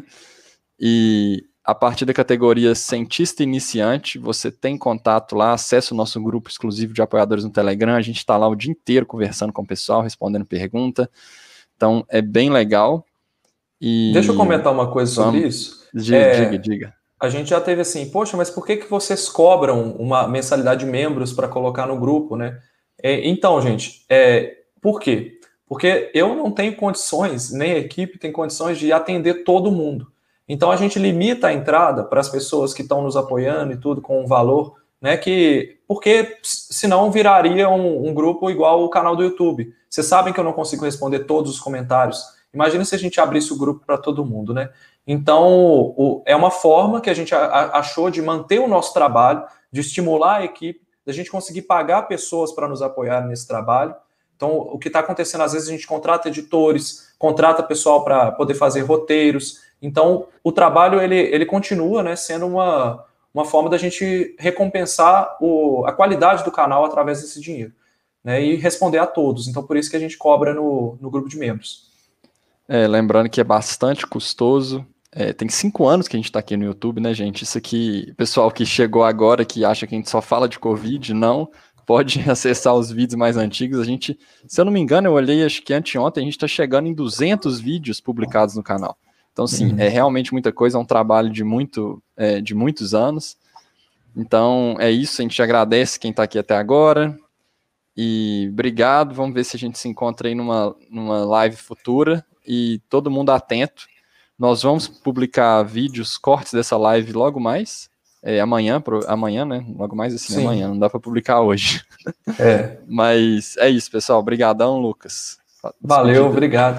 E a partir da categoria Cientista Iniciante, você tem contato lá, acessa o nosso grupo exclusivo de apoiadores no Telegram. A gente está lá o dia inteiro conversando com o pessoal, respondendo pergunta. Então, é bem legal. Deixa eu comentar uma coisa sobre isso. Diga. A gente já teve assim, poxa, mas por que vocês cobram uma mensalidade de membros para colocar no grupo, né? Então, gente, por quê? Porque eu não tenho condições, nem a equipe tem condições de atender todo mundo. Então a gente limita a entrada para as pessoas que estão nos apoiando e tudo com um valor, né? Porque senão viraria um grupo igual o canal do YouTube. Vocês sabem que eu não consigo responder todos os comentários. Imagina se a gente abrisse o grupo para todo mundo, né? Então, é uma forma que a gente achou de manter o nosso trabalho, de estimular a equipe, da gente conseguir pagar pessoas para nos apoiar nesse trabalho. Então, o que está acontecendo, às vezes a gente contrata editores, contrata pessoal para poder fazer roteiros. Então, o trabalho, ele continua, né, sendo uma forma da gente recompensar a qualidade do canal através desse dinheiro, né, e responder a todos. Então, por isso que a gente cobra no grupo de membros. Lembrando que é bastante custoso. Tem 5 anos que a gente está aqui no YouTube, né, gente? Isso aqui, pessoal que chegou agora, que acha que a gente só fala de Covid, não. Pode acessar os vídeos mais antigos. A gente, se eu não me engano, eu olhei, acho que anteontem, a gente está chegando em 200 vídeos publicados no canal. Então, sim, é realmente muita coisa, é um trabalho de muitos anos. Então, é isso, a gente agradece quem está aqui até agora. E obrigado, vamos ver se a gente se encontra aí numa live futura. E todo mundo atento. Nós vamos publicar vídeos, cortes dessa live logo mais. Amanhã, né? Logo mais assim, sim. Amanhã, não dá para publicar hoje. Mas é isso, pessoal. Obrigadão, Lucas. Valeu, obrigado.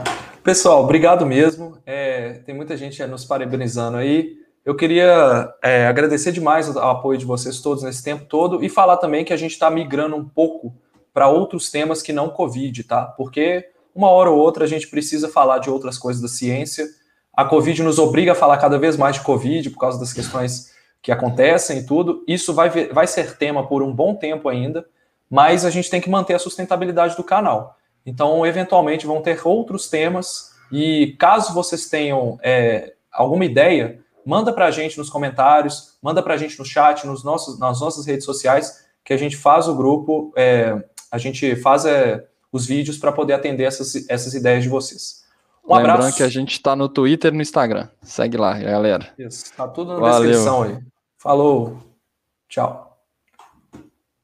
Pessoal, obrigado mesmo. Tem muita gente nos parabenizando aí. Eu queria agradecer demais o apoio de vocês todos nesse tempo todo e falar também que a gente está migrando um pouco para outros temas que não Covid, tá? Porque uma hora ou outra a gente precisa falar de outras coisas da ciência. A Covid nos obriga a falar cada vez mais de Covid por causa das questões que acontecem e tudo. Isso vai ser tema por um bom tempo ainda, mas a gente tem que manter a sustentabilidade do canal. Então, eventualmente, vão ter outros temas e caso vocês tenham alguma ideia, manda para a gente nos comentários, manda para a gente no chat, nas nossas redes sociais, que a gente faz o grupo, a gente faz os vídeos para poder atender essas ideias de vocês. Lembrando abraço. que a gente está no Twitter e no Instagram. Segue lá, galera. Isso, tá tudo na Valeu. descrição aí. Falou, tchau.